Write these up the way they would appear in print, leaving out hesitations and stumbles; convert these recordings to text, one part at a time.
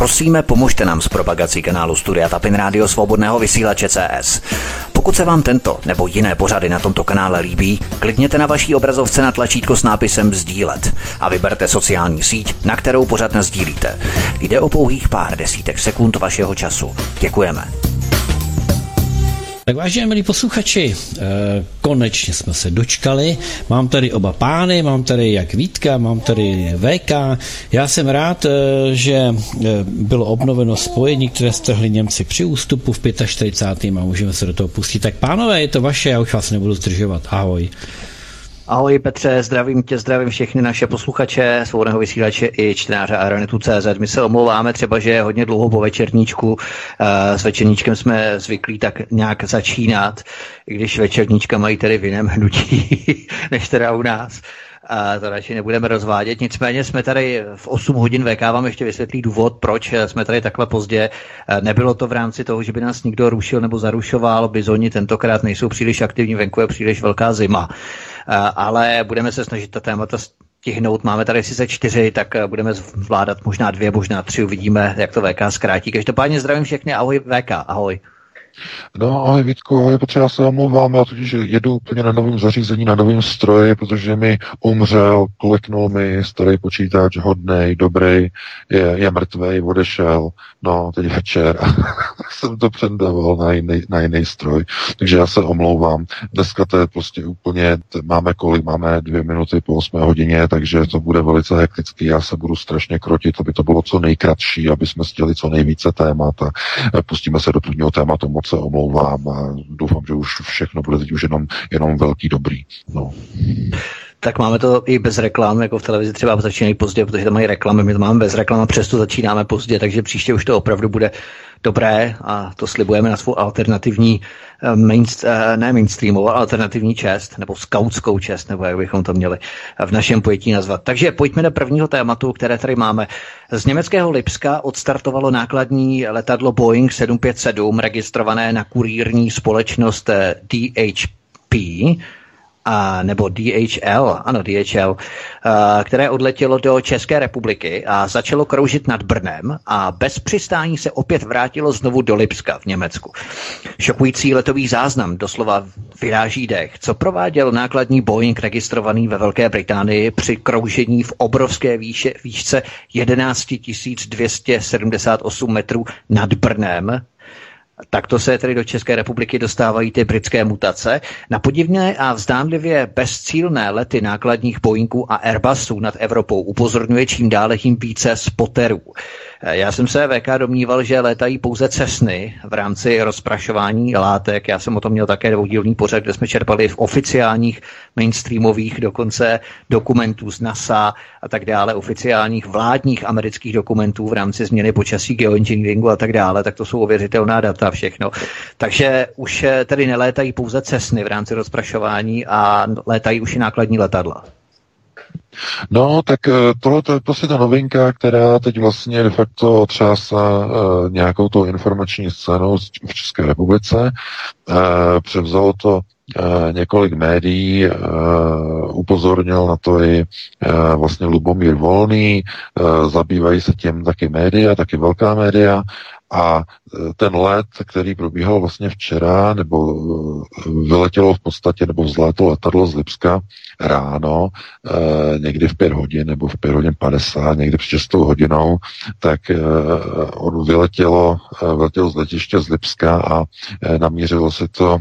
Prosíme, pomožte nám s propagací kanálu Studia Tapin Rádio Svobodného vysílače CS. Pokud se vám tento nebo jiné pořady na tomto kanále líbí, klikněte na vaší obrazovce na tlačítko s nápisem sdílet a vyberte sociální síť, na kterou pořad nasdílíte. Jde o pouhých pár desítek sekund vašeho času. Děkujeme. Tak vážení milí posluchači, konečně jsme se dočkali. Mám tady oba pány, mám tady jak Vítka, mám tady VK. Já jsem rád, že bylo obnoveno spojení, které strhli Němci při ústupu v 45. a můžeme se do toho pustit. Tak pánové, je to vaše, já už vás nebudu zdržovat. Ahoj. Ahoj Petře, zdravím tě, zdravím všechny naše posluchače, Svobodného vysílače i čtenáře Aeronetu.cz. My se omlouváme třeba, že je hodně dlouho po večerníčku. S večerníčkem jsme zvyklí tak nějak začínat, i když večerníčka mají tedy v jiném hnutí, než teda u nás. A to radši nebudeme rozvádět. Nicméně jsme tady v 8 hodin, VK vám ještě vysvětlí důvod, proč jsme tady takhle pozdě. Nebylo to v rámci toho, že by nás někdo rušil nebo zarušoval. Bizoni tentokrát nejsou příliš aktivní, venku je příliš velká zima. Ale budeme se snažit ta témata stihnout. Máme tady sice 4, tak budeme zvládat možná 2, možná 3, uvidíme, jak to VK zkrátí. Každopádně zdravím všechny, ahoj VK, ahoj. No, ahoj Vítku, ahoj, protože já se omlouvám, já totiž jedu úplně na novém zařízení, na novém stroji, protože mi umřel, kliknul mi starý počítač, hodnej, dobrý, je mrtvej, odešel, no, teď večer, jsem to předával na jiný stroj, takže já se omlouvám. Dneska to je prostě úplně, máme 2 minuty po 8 hodině, takže to bude velice hektický, já se budu strašně krotit, aby to bylo co nejkratší, aby jsme stěli co nejvíce témat a pustíme se do prvního tématu. Moc se omlouvám a doufám, že už všechno bude teď už jenom velký dobrý. No. Tak máme to i bez reklam, jako v televizi třeba začínají pozdě, protože tam mají reklamy, my to máme bez reklam a přesto začínáme pozdě, takže příště už to opravdu bude dobré a to slibujeme na svou alternativní, ne mainstreamovou, alternativní čest, nebo skautskou čest, nebo jak bychom to měli v našem pojetí nazvat. Takže pojďme do prvního tématu, které tady máme. Z německého Lipska odstartovalo nákladní letadlo Boeing 757, registrované na kurýrní společnost DHP, nebo DHL, ano DHL, které odletělo do České republiky a začalo kroužit nad Brnem a bez přistání se opět vrátilo znovu do Lipska v Německu. Šokující letový záznam doslova vyráží dech, co prováděl nákladní Boeing registrovaný ve Velké Británii při kroužení v obrovské výšce 11 278 metrů nad Brnem. Takto se tedy do České republiky dostávají ty britské mutace. Na podivné a vzdánlivě bezcílné lety nákladních Boeingů a Airbusů nad Evropou upozorňuje čím dále tím více spoterů. Já jsem se VK domníval, že létají pouze Cessny v rámci rozprašování látek. Já jsem o tom měl také dvoudílný pořad, kde jsme čerpali v oficiálních mainstreamových dokonce dokumentů z NASA a tak dále, oficiálních vládních amerických dokumentů v rámci změny počasí, geoengineeringu a tak dále, tak to jsou ověřitelná data všechno. Takže už tedy nelétají pouze Cessny v rámci rozprašování a létají už i nákladní letadla. No, tak tohle je prostě ta novinka, která teď vlastně de facto otřásá nějakou tou informační scénou v České republice. Převzalo to několik médií, upozornil na to i vlastně Lubomír Volný, zabývají se tím taky média, taky velká média. A ten let, který probíhal vlastně včera, nebo vyletělo v podstatě, nebo vzlétlo letadlo z Lipska ráno, někdy v 5 hodin, nebo v 5 hodin 50, někdy před 6 hodinou, tak on vyletělo z letiště z Lipska a namířilo se to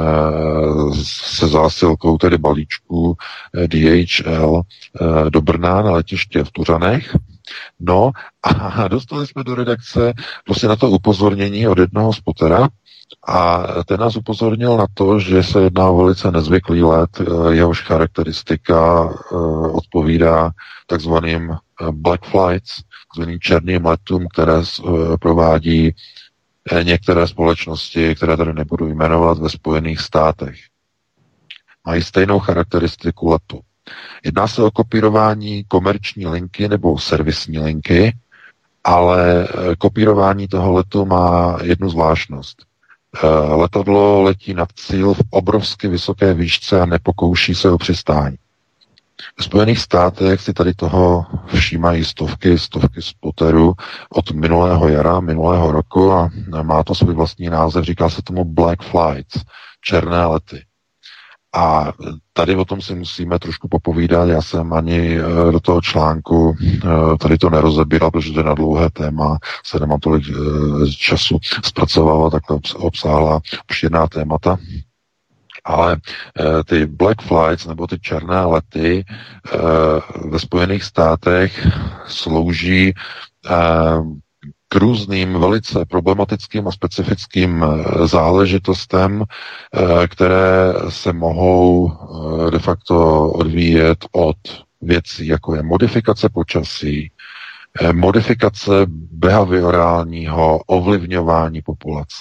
se zásilkou, tedy balíčku DHL do Brna na letiště v Tuřanech. No a dostali jsme do redakce prostě na to upozornění od jednoho spotera a ten nás upozornil na to, že se jedná o velice nezvyklý let, jehož charakteristika odpovídá takzvaným black flights, takzvaným černým letům, které provádí některé společnosti, které tady nebudu jmenovat, ve Spojených státech. Mají stejnou charakteristiku letu. Jedná se o kopírování komerční linky nebo servisní linky, ale kopírování toho letu má jednu zvláštnost. Letadlo letí nad cíl v obrovsky vysoké výšce a nepokouší se o přistání. V Spojených státech si tady toho všímají stovky spoterů od minulého jara, minulého roku a má to svůj vlastní název, říká se tomu Black Flights, černé lety. A tady o tom si musíme trošku popovídat. Já jsem ani do toho článku tady to nerozebíral, protože to je na dlouhé téma, se nemám tolik času zpracovávat takhle obsáhlá obšírná témata. Ale ty Black Flights nebo ty černé lety ve Spojených státech slouží k různým velice problematickým a specifickým záležitostem, které se mohou de facto odvíjet od věcí, jako je modifikace počasí, modifikace behaviorálního ovlivňování populace,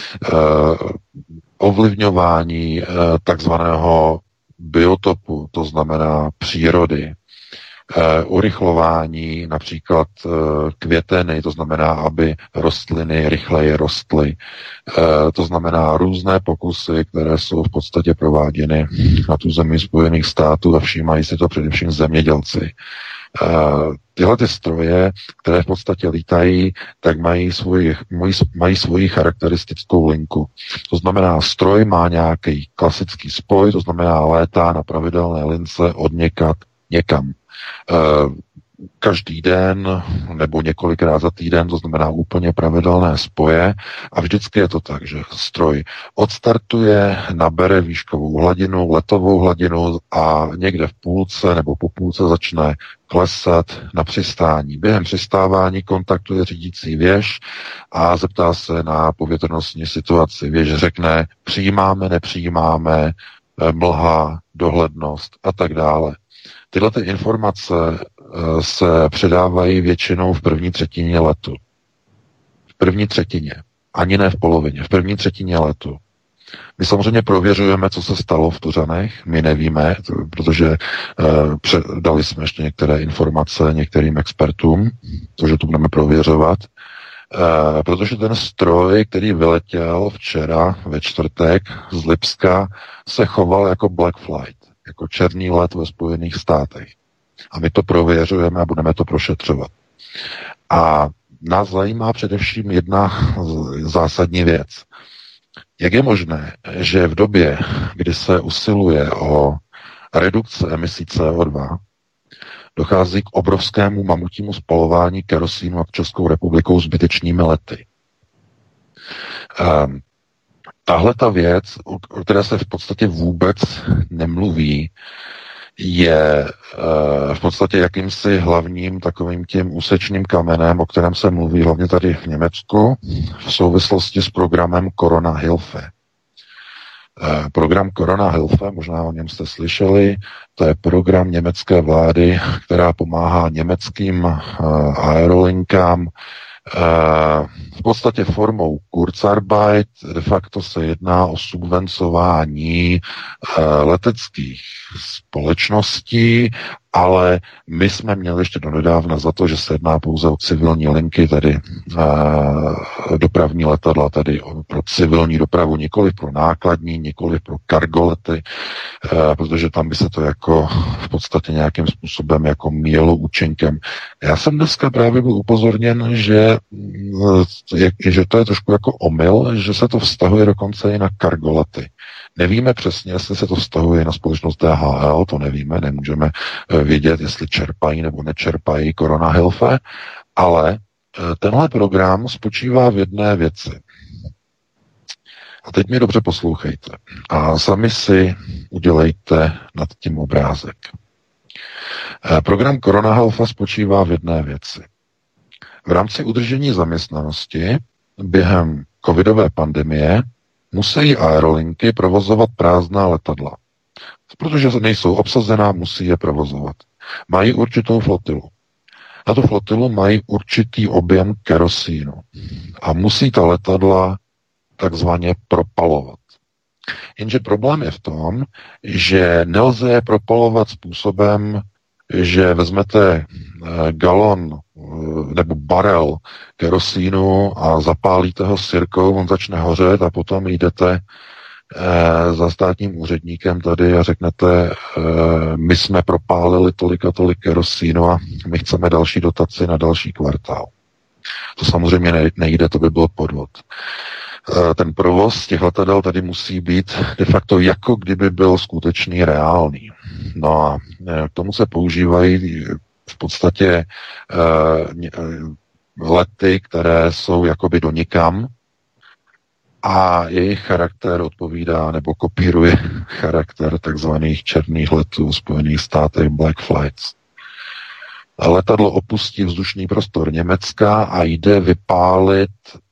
ovlivňování takzvaného biotopu, to znamená přírody, urychlování například květeny, to znamená, aby rostliny rychleji rostly. To znamená různé pokusy, které jsou v podstatě prováděny na tu zemi Spojených států a všímají si to především zemědělci. Tyhle ty stroje, které v podstatě lítají, tak mají svoji charakteristickou linku. To znamená, stroj má nějaký klasický spoj, to znamená létá na pravidelné lince odněkat někam. Každý den nebo několikrát za týden, to znamená úplně pravidelné spoje a vždycky je to tak, že stroj odstartuje, nabere výškovou hladinu, letovou hladinu a někde v půlce nebo po půlce začne klesat na přistání. Během přistávání kontaktuje řídící věž a zeptá se na povětrnostní situaci. Věž řekne, přijímáme, nepřijímáme, mlha, dohlednost a tak dále. Tyhle ty informace se předávají většinou v první třetině letu. V první třetině. Ani ne v polovině. V první třetině letu. My samozřejmě prověřujeme, co se stalo v Tuřanech. My nevíme, protože dali jsme ještě některé informace některým expertům, protože to budeme prověřovat. Protože ten stroj, který vyletěl včera ve čtvrtek z Lipska, se choval jako Black Flight, jako černý let ve Spojených státech. A my to prověřujeme a budeme to prošetřovat. A nás zajímá především jedna zásadní věc. Jak je možné, že v době, kdy se usiluje o redukci emisí CO2, dochází k obrovskému mamutímu spalování kerosínu nad Českou republikou zbytečnými lety? Tahle ta věc, o které se v podstatě vůbec nemluví, je v podstatě jakýmsi hlavním takovým tím úsečným kamenem, o kterém se mluví hlavně tady v Německu v souvislosti s programem Corona-Hilfe. Program Corona-Hilfe, možná o něm jste slyšeli, to je program německé vlády, která pomáhá německým aerolinkám v podstatě formou Kurzarbeit. De facto se jedná o subvencování leteckých společností, ale my jsme měli ještě donedávna za to, že se jedná pouze o civilní linky, tedy dopravní letadla, tedy pro civilní dopravu, nikoli pro nákladní, nikoli pro kargolety, protože tam by se to jako v podstatě nějakým způsobem jako míjelo účinkem. Já jsem dneska právě byl upozorněn, že to je trošku jako omyl, že se to vztahuje dokonce i na kargolety. Nevíme přesně, jestli se to vztahuje na společnost DHL, to nevíme, nemůžeme vědět, jestli čerpají nebo nečerpají Corona-Hilfe, ale tenhle program spočívá v jedné věci. A teď mě dobře poslouchejte a sami si udělejte nad tím obrázek. Program Corona-Hilfe spočívá v jedné věci. V rámci udržení zaměstnanosti během covidové pandemie musí aerolinky provozovat prázdná letadla. Protože nejsou obsazená, musí je provozovat. Mají určitou flotilu. Na tu flotilu mají určitý objem kerosínu. A musí ta letadla takzvaně propalovat. Jenže problém je v tom, že nelze je propalovat způsobem, že vezmete galon nebo barel kerosínu a zapálíte ho sirkou, on začne hořet a potom jdete za státním úředníkem tady a řeknete, my jsme propálili tolik a tolik kerosínu a my chceme další dotaci na další kvartál. To samozřejmě nejde, to by byl podvod. Ten provoz těch letadel tady musí být de facto jako kdyby byl skutečný, reálný. No a k tomu se používají v podstatě lety, které jsou jakoby do nikam a jejich charakter odpovídá nebo kopíruje charakter takzvaných černých letů Spojených státech Black Flights. Letadlo opustí vzdušný prostor Německa a jde vypálit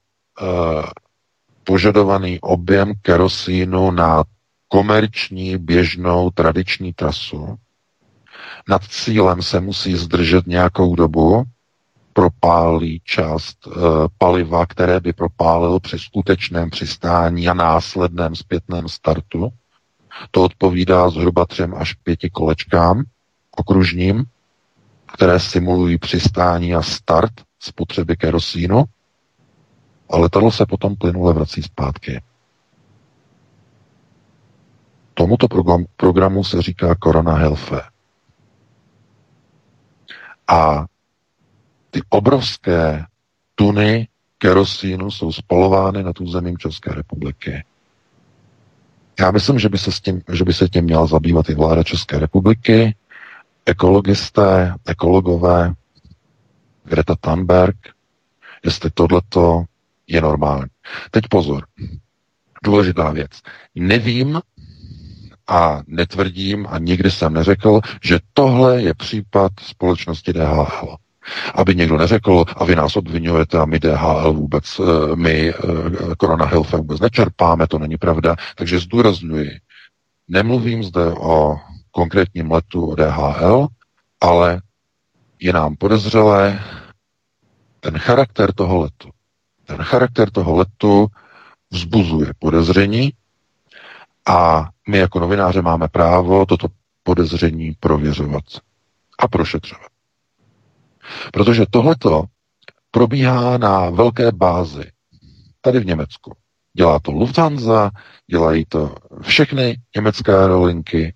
požadovaný objem kerosínu na komerční, běžnou, tradiční trasu. Nad cílem se musí zdržet nějakou dobu, propálí část paliva, které by propálil při skutečném přistání a následném zpětném startu. To odpovídá zhruba 3 až 5 kolečkám okružním, které simulují přistání a start spotřeby kerosínu. A letadlo se potom plynule vrací zpátky. Tomuto programu se říká Corona Hilfe. A ty obrovské tuny kerosínu jsou spalovány nad územím České republiky. Já myslím, že by se tím měla zabývat i vláda České republiky, ekologisté, ekologové, Greta Thunberg, jestli tohleto je normální. Teď pozor, důležitá věc. Nevím a netvrdím a nikdy jsem neřekl, že tohle je případ společnosti DHL. Aby někdo neřekl, a vy nás obvinujete a my DHL vůbec, my Corona Hilfe vůbec nečerpáme, to není pravda. Takže zdůrazňuji, nemluvím zde o konkrétním letu o DHL, ale je nám podezřelé ten charakter toho letu. Ten charakter toho letu vzbuzuje podezření a my jako novináře máme právo toto podezření prověřovat a prošetřovat. Protože tohleto probíhá na velké bázi tady v Německu. Dělá to Lufthansa, dělají to všechny německé aerolinky,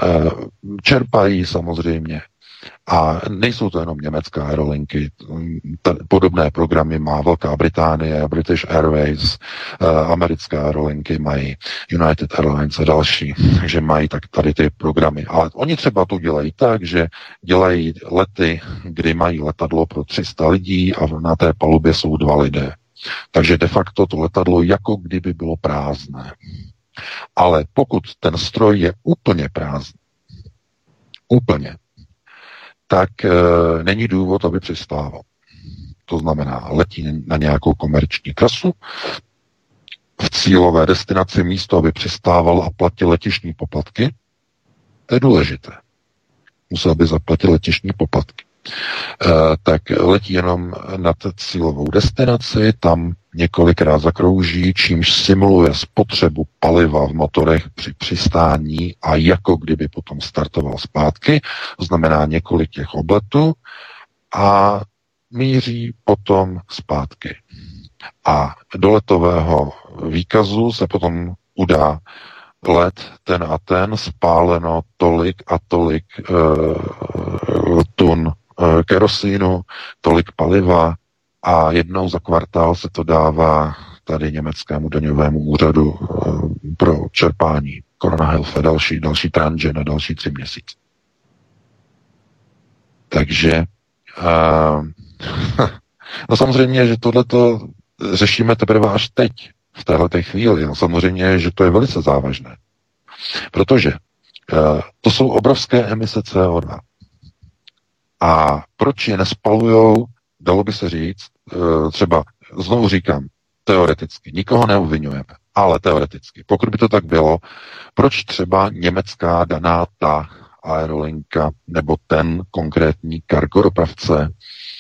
čerpají samozřejmě. A nejsou to jenom německé aerolinky. Podobné programy má Velká Británie, British Airways, americké aerolinky mají United Airlines a další, takže mají tak tady ty programy. Ale oni třeba to dělají tak, že dělají lety, kdy mají letadlo pro 300 lidí a na té palubě jsou 2 lidé. Takže de facto to letadlo jako kdyby bylo prázdné. Ale pokud ten stroj je úplně prázdný, úplně, tak není důvod, aby přistával. To znamená, letí na nějakou komerční trasu, v cílové destinaci místo, aby přistával a platil letištní poplatky, to je důležité. Musel by zaplatit letištní poplatky. Tak letí jenom nad cílovou destinaci, tam několikrát zakrouží, čímž simuluje spotřebu paliva v motorech při přistání a jako kdyby potom startoval zpátky, to znamená několik těch obletů a míří potom zpátky. A do letového výkazu se potom udá let ten a ten, spáleno tolik a tolik tun kerosínu, tolik paliva a jednou za kvartál se to dává tady německému daňovému úřadu pro čerpání Corona Hilfe, další tranže na další 3 měsíce. Takže no samozřejmě, že tohleto řešíme teprve až teď, v téhleté chvíli. No samozřejmě, že to je velice závažné. Protože to jsou obrovské emise CO2. A proč je nespalujou, dalo by se říct, třeba, znovu říkám, teoreticky, nikoho neobvinujeme, ale teoreticky, pokud by to tak bylo, proč třeba německá daná ta aerolinka nebo ten konkrétní kargodopravce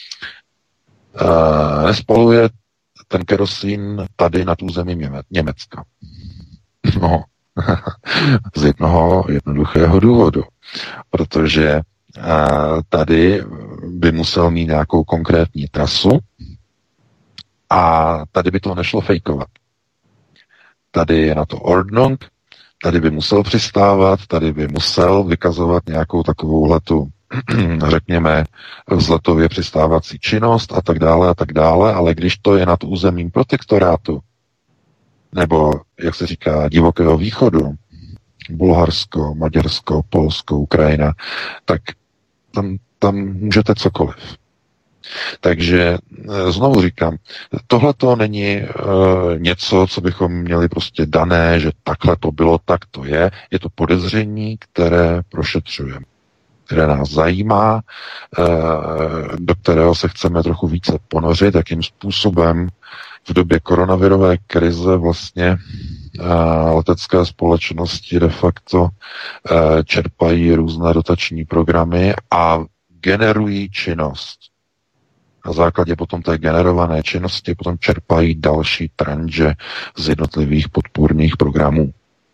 nespaluje ten kerosín tady nad územím Německa? No, z jednoho jednoduchého důvodu. Protože tady by musel mít nějakou konkrétní trasu a tady by to nešlo fejkovat. tady je na to ordnung, tady by musel přistávat, tady by musel vykazovat nějakou takovouhletu, řekněme, vzletově přistávací činnost a tak dále, ale když to je nad územím protektorátu, nebo, jak se říká, divokého východu, Bulharsko, Maďarsko, Polsko, Ukrajina, tak tam můžete cokoliv. Takže znovu říkám, tohle to není něco, co bychom měli prostě dané, že takhle to bylo, tak to je. Je to podezření, které prošetřujeme, které nás zajímá, do kterého se chceme trochu více ponořit, jakým způsobem v době koronavirové krize vlastně letecké společnosti de facto čerpají různé dotační programy a generují činnost. Na základě potom té generované činnosti potom čerpají další tranže z jednotlivých podpůrných programů.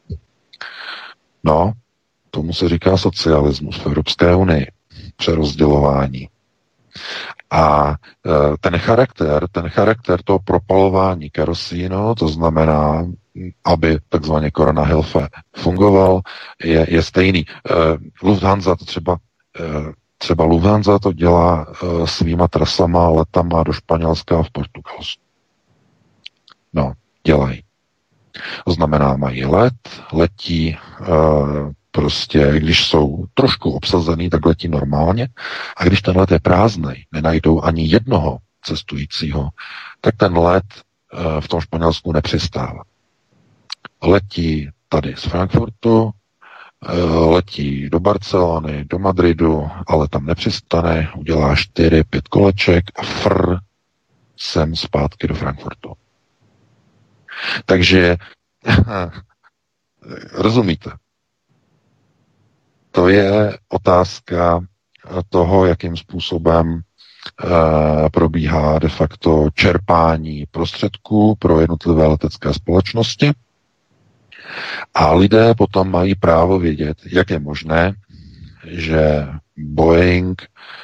No, tomu se říká socialismus v Evropské unii, přerozdělování. A ten charakter toho propalování kerosínu, to znamená, aby takzvaně Corona Hilfe fungoval, je stejný. Lufthansa to třeba Lufthansa to dělá svýma trasama, letama do Španělska a v Portugalsku. No, dělají. To znamená, mají letí prostě, když jsou trošku obsazený, tak letí normálně. A když ten let je prázdnej, nenajdou ani jednoho cestujícího, tak ten let v tom Španělsku nepřistává. Letí tady z Frankfurtu, letí do Barcelony, do Madridu, ale tam nepřistane, udělá 4-5 koleček a sem zpátky do Frankfurtu. Takže rozumíte, to je otázka toho, jakým způsobem probíhá de facto čerpání prostředků pro jednotlivé letecké společnosti. A lidé potom mají právo vědět, jak je možné, že Boeing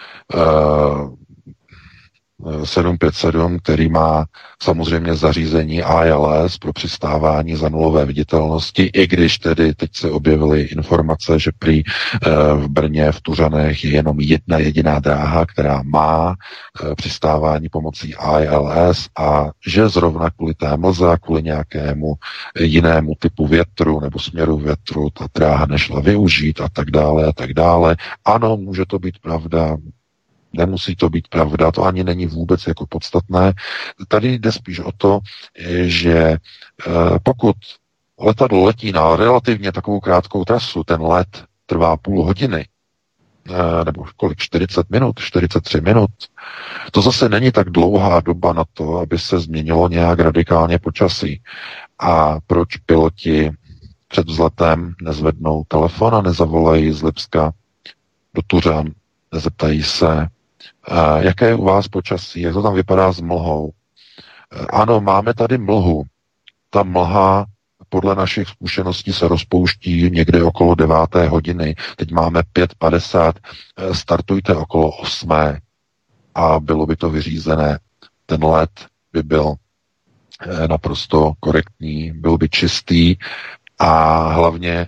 757, který má samozřejmě zařízení ILS pro přistávání za nulové viditelnosti, i když tedy teď se objevily informace, že prý v Brně, v Tuřanech je jenom jedna jediná dráha, která má přistávání pomocí ILS a že zrovna kvůli té mlze, kvůli nějakému jinému typu větru nebo směru větru ta dráha nešla využít a tak dále a tak dále. Ano, může to být pravda, nemusí to být pravda, to ani není vůbec jako podstatné. Tady jde spíš o to, že pokud letadlo letí na relativně takovou krátkou trasu, ten let trvá půl hodiny, nebo kolik, 40 minut, 43 minut, to zase není tak dlouhá doba na to, aby se změnilo nějak radikálně počasí. A proč piloti před vzletem nezvednou telefon a nezavolají z Lipska do Tuřan, nezeptají se, jaké je u vás počasí, jak to tam vypadá s mlhou. Ano, máme tady mlhu. Ta mlha podle našich zkušeností se rozpouští někde okolo 9. hodiny. Teď máme 5:50, startujte okolo 8. a bylo by to vyřízené. Ten let by byl naprosto korektní, byl by čistý a hlavně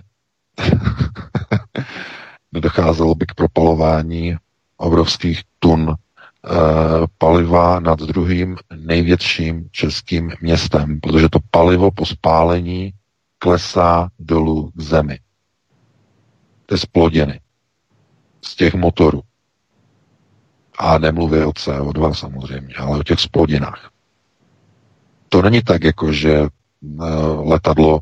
nedocházelo by k propalování obrovských tun paliva nad druhým největším českým městem, protože to palivo po spálení klesá dolů k zemi. To je zplodiny z těch motorů. A nemluvě o CO2 samozřejmě, ale o těch splodinách. To není tak, jako že letadlo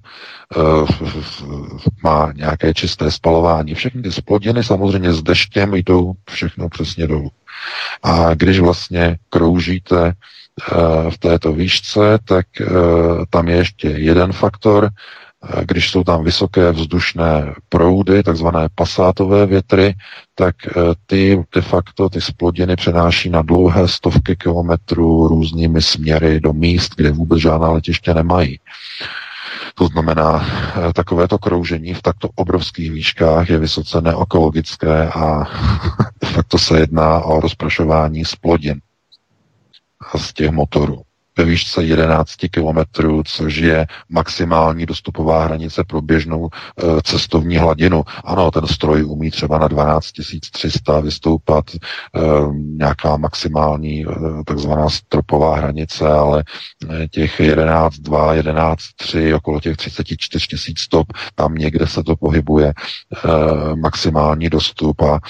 má nějaké čisté spalování. Všechny ty splodiny samozřejmě s deštěm jdou všechno přesně dolů. A když vlastně kroužíte v této výšce, tak tam je ještě jeden faktor. Když jsou tam vysoké vzdušné proudy, takzvané pasátové větry, tak ty de facto ty splodiny přenáší na dlouhé stovky kilometrů různými směry do míst, kde vůbec žádná letiště nemají. To znamená, takovéto kroužení v takto obrovských výškách je vysoce neekologické a de facto se jedná o rozprašování splodin z těch motorů. ve výšce 11 kilometrů, což je maximální dostupová hranice pro běžnou cestovní hladinu. Ano, ten stroj umí třeba na 12 300 vystoupat, nějaká maximální takzvaná stropová hranice, ale těch 11,2, 11,3, okolo těch 34 000 stop, tam někde se to pohybuje, maximální dostup a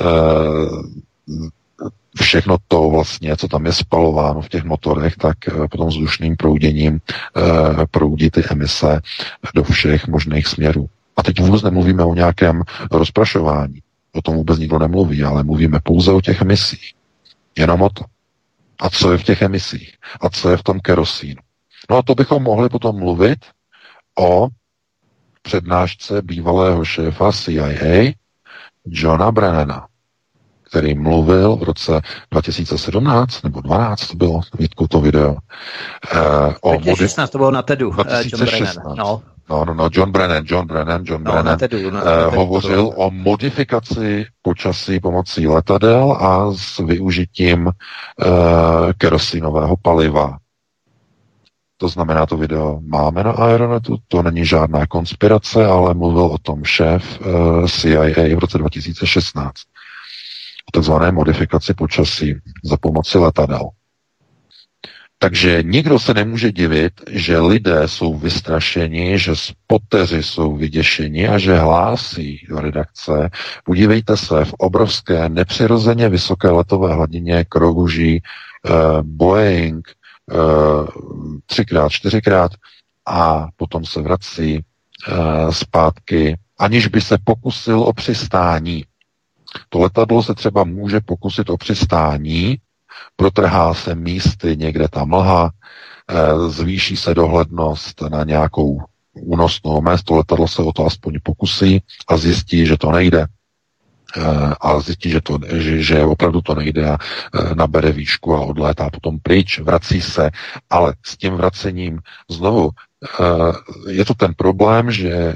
všechno to vlastně, co tam je spalováno v těch motorech, tak potom vzdušným prouděním proudí ty emise do všech možných směrů. A teď vůbec nemluvíme o nějakém rozprašování. O tom vůbec nikdo nemluví, ale mluvíme pouze o těch emisích. Jenom o to. A co je v těch emisích? A co je v tom kerosínu? No a to bychom mohli potom mluvit o přednášce bývalého šéfa CIA Johna Brennana, který mluvil v roce 2017 nebo 12 to bylo, Vítku, to video. 2016 to bylo na TEDu. 2016. John Brennan. John Brennan na TEDu, hovořil o modifikaci počasí pomocí letadel a s využitím kerosinového paliva. To znamená, to video máme na Aeronetu, to není žádná konspirace, ale mluvil o tom šéf CIA v roce 2016. O takzvané modifikaci počasí za pomoci letadel. Takže nikdo se nemůže divit, že lidé jsou vystrašeni, že spoteři jsou vyděšeni a že hlásí do redakce, podívejte se, v obrovské nepřirozeně vysoké letové hladině krouží Boeing 3x, 4x a potom se vrací zpátky, aniž by se pokusil o přistání. To letadlo se třeba může pokusit o přistání, protrhá se místy, někde ta mlha, zvýší se dohlednost na nějakou únosnou mez, to letadlo se o to aspoň pokusí a zjistí, že to nejde. A zjistí, že opravdu to nejde a nabere výšku a odlétá potom pryč, vrací se, ale s tím vracením znovu je to ten problém, že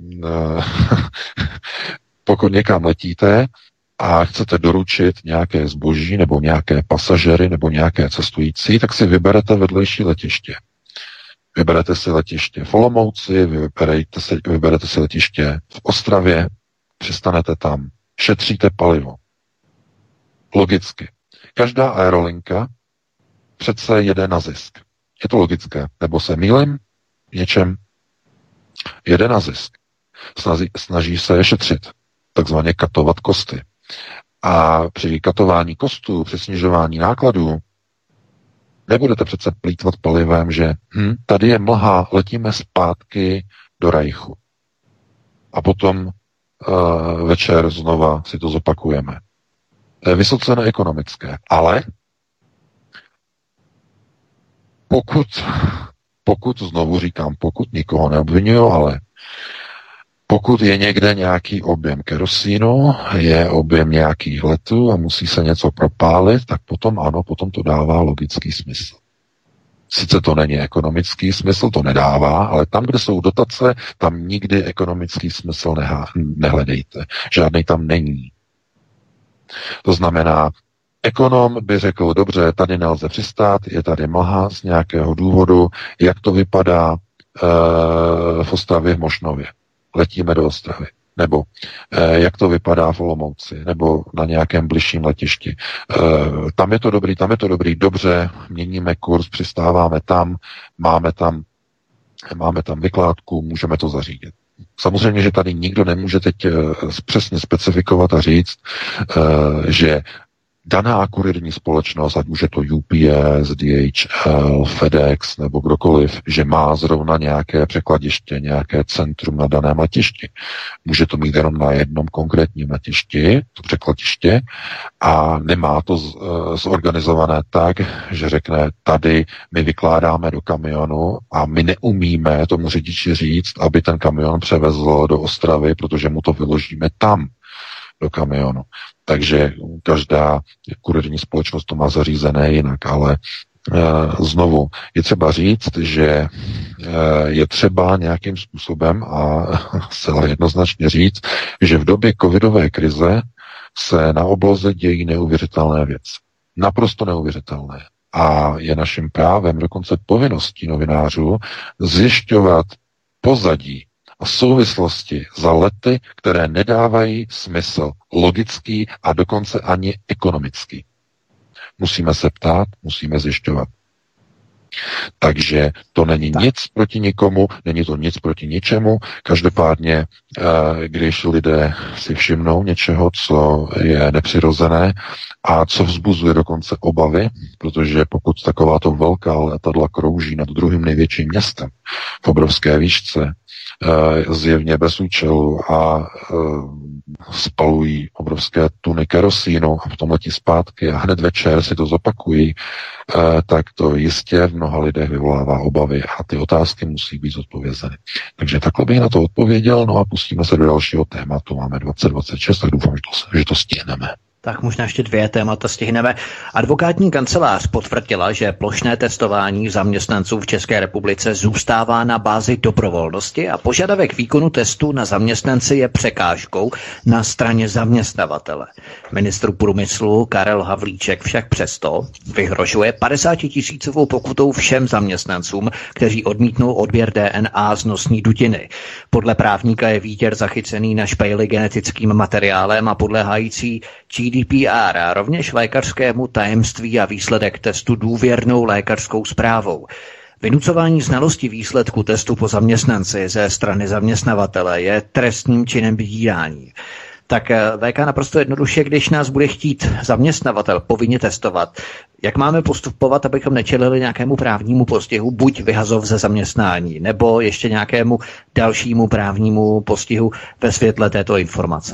pokud někam letíte a chcete doručit nějaké zboží nebo nějaké pasažery nebo nějaké cestující, tak si vyberete vedlejší letiště. Vyberete si letiště v Olomouci, vyberete si letiště v Ostravě, přistanete tam, šetříte palivo. Logicky. Každá aerolinka přece jede na zisk. Je to logické. Nebo se mýlím v něčem? Jede na zisk. Snaží se šetřit. Takzvaně katovat kosty. A při katování kostů, při snižování nákladů nebudete přece plýtvat palivem, že tady je mlha, letíme zpátky do Rajchu. A potom večer znova si to zopakujeme. To je vysoce neekonomické. Ale pokud znovu říkám, pokud nikoho neobvinuju, ale pokud je někde nějaký objem kerosínu, je objem nějakých letů a musí se něco propálit, tak potom ano, potom to dává logický smysl. Sice to není ekonomický smysl, to nedává, ale tam, kde jsou dotace, tam nikdy ekonomický smysl nehledejte. Žádný tam není. To znamená, ekonom by řekl, dobře, tady nelze přistát, je tady mlha z nějakého důvodu, jak to vypadá v Ostravě v Mošnově. Letíme do Ostravy. Nebo jak to vypadá v Olomouci, nebo na nějakém bližším letišti. Tam je to dobrý, dobře, měníme kurz, přistáváme tam, máme tam vykládku, můžeme to zařídit. Samozřejmě, že tady nikdo nemůže teď přesně specifikovat a říct, že daná kurierní společnost, ať už je to UPS, DHL, FedEx nebo kdokoliv, že má zrovna nějaké překladiště, nějaké centrum na daném letišti. Může to mít jenom na jednom konkrétním letišti, to překladiště, a nemá to zorganizované tak, že řekne, tady my vykládáme do kamionu a my neumíme tomu řidiči říct, aby ten kamion převezl do Ostravy, protože mu to vyložíme tam do kamionu. Takže každá kurierní společnost to má zařízené jinak, ale znovu je třeba říct, že je třeba nějakým způsobem a zcela jednoznačně říct, že v době covidové krize se na obloze dějí neuvěřitelné věci. Naprosto neuvěřitelné. a je naším právem, dokonce povinností novinářů, zjišťovat pozadí a souvislosti za lety, které nedávají smysl logický a dokonce ani ekonomický. Musíme se ptát, musíme zjišťovat. Takže to není nic proti nikomu, není to nic proti ničemu. Každopádně, když lidé si všimnou něčeho, co je nepřirozené a co vzbuzuje dokonce obavy, protože pokud takováto velká letadla krouží nad druhým největším městem v obrovské výšce, zjevně bez účelu a spalují obrovské tuny kerosínu a potom letí zpátky a hned večer si to zopakují, tak to jistě v mnoha lidech vyvolává obavy a ty otázky musí být zodpovězeny. Takže takhle bych na to odpověděl, no a pustíme se do dalšího tématu. Máme 2026, tak doufám, že to stihneme. Tak možná ještě 2 témata stihneme. Advokátní kancelář potvrdila, že plošné testování zaměstnanců v České republice zůstává na bázi dobrovolnosti a požadavek výkonu testu na zaměstnanci je překážkou na straně zaměstnavatele. Ministr průmyslu Karel Havlíček však přesto vyhrožuje 50 000 pokutou všem zaměstnancům, kteří odmítnou odběr DNA z nosní dutiny. Podle právníka je výtěr zachycený na špejli genetickým materiálem a podléhající GDPR a rovněž lékařskému tajemství a výsledek testu důvěrnou lékařskou zprávou. Vynucování znalosti výsledku testu po zaměstnanci ze strany zaměstnavatele je trestním činem vydírání. Tak VK naprosto jednoduše, když nás bude chtít zaměstnavatel povinně testovat, jak máme postupovat, abychom nečelili nějakému právnímu postihu, buď vyhazov ze zaměstnání, nebo ještě nějakému dalšímu právnímu postihu ve světle této informace?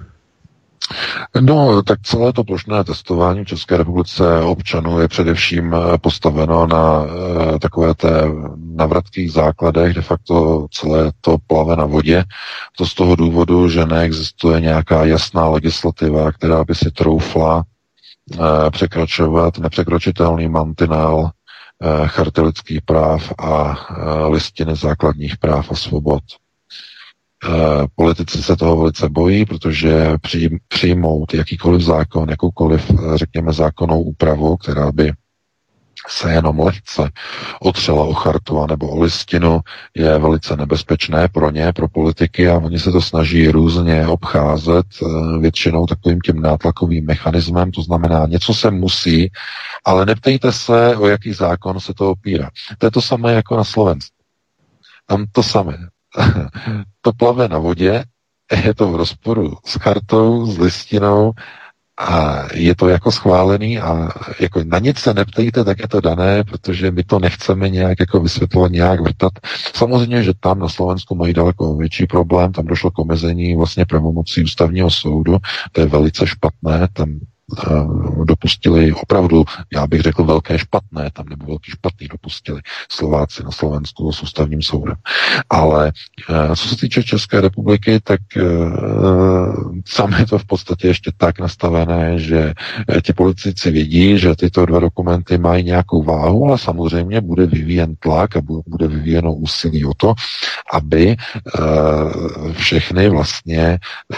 No, tak celé to plošné testování v České republice občanů je především postaveno na takové té navratkých základech, de facto celé to plave na vodě. To z toho důvodu, že neexistuje nějaká jasná legislativa, která by si troufla překračovat nepřekročitelný mantinel Charty lidských práv a Listiny základních práv a svobod. Politici se toho velice bojí, protože přijmout jakýkoliv zákon, jakoukoliv, řekněme, zákonnou úpravu, která by se jenom lehce otřela o chartu nebo o listinu, je velice nebezpečné pro ně, pro politiky a oni se to snaží různě obcházet většinou takovým tím nátlakovým mechanismem, to znamená, něco se musí, ale neptejte se, o jaký zákon se to opírá. To je to samé jako na Slovensku. Tam to samé. To plave na vodě, je to v rozporu s chartou, s listinou a je to jako schválený a jako na nic se neptejte, tak je to dané, protože my to nechceme nějak jako vysvětlovat, nějak vrtat. Samozřejmě, že tam na Slovensku mají daleko větší problém, tam došlo k omezení vlastně pravomocí ústavního soudu, to je velice špatné, tam dopustili opravdu, já bych řekl velké špatné, tam nebo velký špatný dopustili Slováci na Slovensku s ústavním soudem. Ale co se týče České republiky, tak tam je to v podstatě ještě tak nastavené, že ti politici vědí, že tyto 2 dokumenty mají nějakou váhu, ale samozřejmě bude vyvíjen tlak a bude vyvíjeno úsilí o to, aby všechny vlastně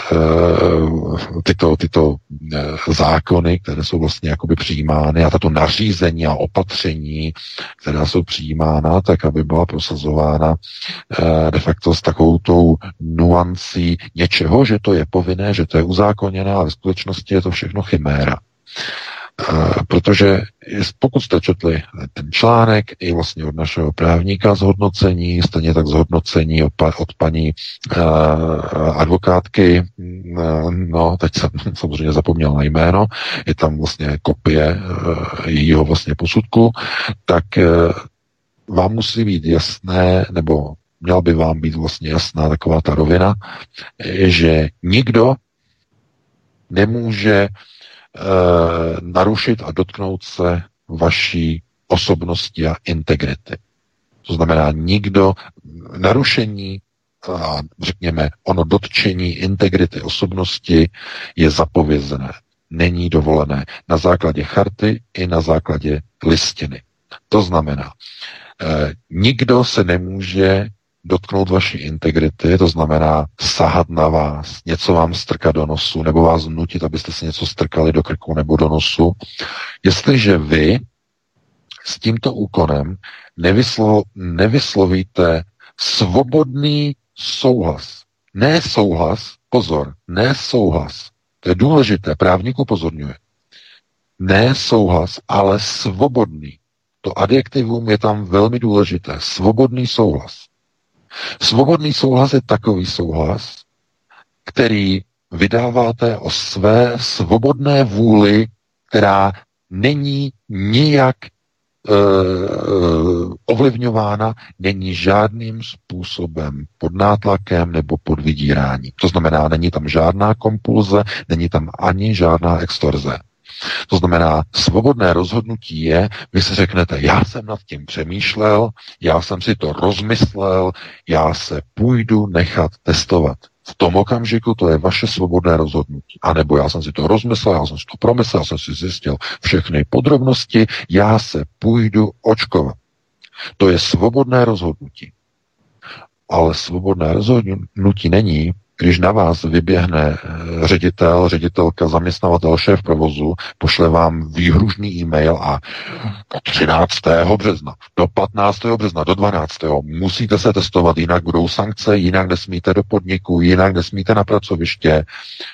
tyto zákony, které jsou vlastně jakoby přijímány a tato nařízení a opatření, která jsou přijímána, tak aby byla prosazována de facto s takovou nuancí něčeho, že to je povinné, že to je uzákoněné, ale v skutečnosti je to všechno chiméra. Protože pokud jste četli ten článek i vlastně od našeho právníka zhodnocení, stejně tak zhodnocení od paní advokátky, no teď jsem samozřejmě zapomněl na jméno, je tam vlastně kopie jejího vlastně posudku, tak vám musí být jasné, nebo měla by vám být vlastně jasná taková ta rovina, že nikdo nemůže narušit a dotknout se vaší osobnosti a integrity. To znamená, nikdo narušení a řekněme ono dotčení integrity osobnosti je zapovězené. Není dovolené na základě charty i na základě listiny. To znamená, nikdo se nemůže dotknout vaší integrity, to znamená sahat na vás, něco vám strkat do nosu, nebo vás nutit, abyste si něco strkali do krku nebo do nosu, jestliže vy s tímto úkonem nevyslovíte svobodný souhlas. Ne souhlas, pozor, ne souhlas. To je důležité, právník upozorňuje. Ne souhlas, ale svobodný. To adjektivum je tam velmi důležité. Svobodný souhlas. Svobodný souhlas je takový souhlas, který vydáváte o své svobodné vůli, která není nijak ovlivňována, není žádným způsobem pod nátlakem nebo pod vydírání. To znamená, není tam žádná kompulze, není tam ani žádná extorze. To znamená, svobodné rozhodnutí je, vy si řeknete, já jsem nad tím přemýšlel, já jsem si to rozmyslel, já se půjdu nechat testovat. V tom okamžiku to je vaše svobodné rozhodnutí. A nebo já jsem si to rozmyslel, já jsem si to promyslel, já jsem si zjistil všechny podrobnosti, já se půjdu očkovat. To je svobodné rozhodnutí. Ale svobodné rozhodnutí není, když na vás vyběhne ředitel, ředitelka, zaměstnavatel, šéf provozu, pošle vám výhružný e-mail a 13. března, do 15. března, do 12. musíte se testovat, jinak budou sankce, jinak nesmíte do podniku, jinak nesmíte na pracoviště.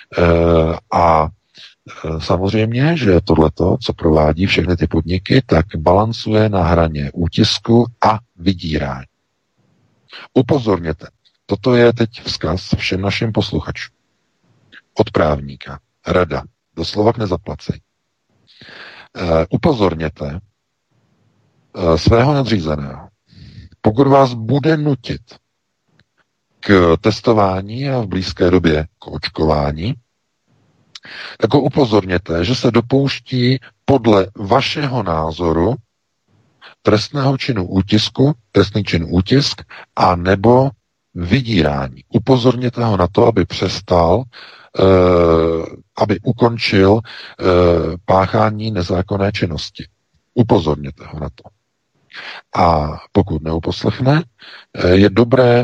Samozřejmě, že tohleto, co provádí všechny ty podniky, tak balancuje na hraně útisku a vydírání. Upozorněte, toto je teď vzkaz všem našim posluchačům. Od právníka, rada, doslova k nezaplacení. Upozorněte svého nadřízeného, pokud vás bude nutit k testování a v blízké době k očkování, tak ho upozorněte, že se dopouští podle vašeho názoru trestného činu útisku, trestný čin útisk, a nebo vydírání. Upozorněte ho na to, aby přestal, aby ukončil páchání nezákonné činnosti. Upozorněte ho na to. A pokud neuposlechne, je dobré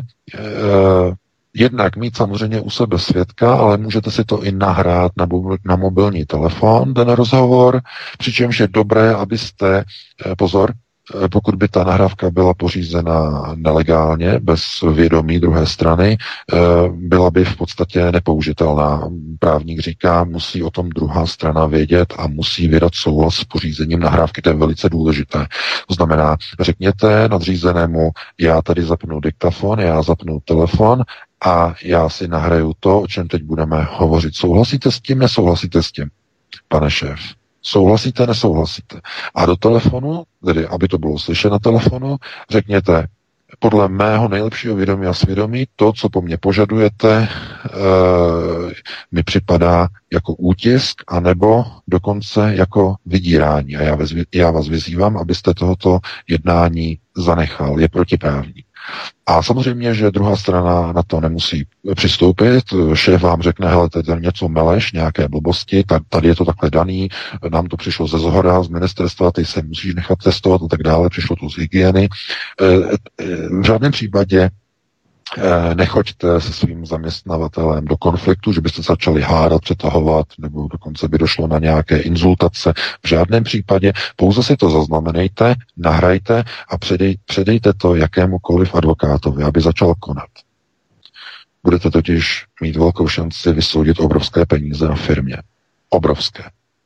jednak mít samozřejmě u sebe svědka, ale můžete si to i nahrát na mobilní telefon, ten rozhovor, přičemž je dobré, abyste, pozor, pokud by ta nahrávka byla pořízena nelegálně, bez vědomí druhé strany, byla by v podstatě nepoužitelná. Právník říká, musí o tom druhá strana vědět a musí vydat souhlas s pořízením nahrávky. To je velice důležité. To znamená, řekněte nadřízenému, já tady zapnu diktafon, já zapnu telefon a já si nahraju to, o čem teď budeme hovořit. Souhlasíte s tím, nesouhlasíte s tím, pane šéf? Souhlasíte, nesouhlasíte? A do telefonu, tedy aby to bylo slyšet na telefonu, řekněte, podle mého nejlepšího vědomí a svědomí, to, co po mně požadujete, mi připadá jako útisk, anebo dokonce jako vydírání. A já vás vyzývám, abyste tohoto jednání zanechal. Je protiprávní. A samozřejmě, že druhá strana na to nemusí přistoupit. Šéf vám řekne, hele, tady něco meleš, nějaké blbosti, tady je to takhle daný, nám to přišlo ze zhora, z ministerstva, ty se musíš nechat testovat a tak dále, přišlo to z hygieny. V žádném případě nechoďte se svým zaměstnavatelem do konfliktu, že byste začali hádat, přetahovat, nebo dokonce by došlo na nějaké inzultace. V žádném případě, pouze si to zaznamenejte, nahrajte a předejte to jakémukoliv advokátovi, aby začal konat. Budete totiž mít velkou šanci vysoudit obrovské peníze na firmě. Obrovské.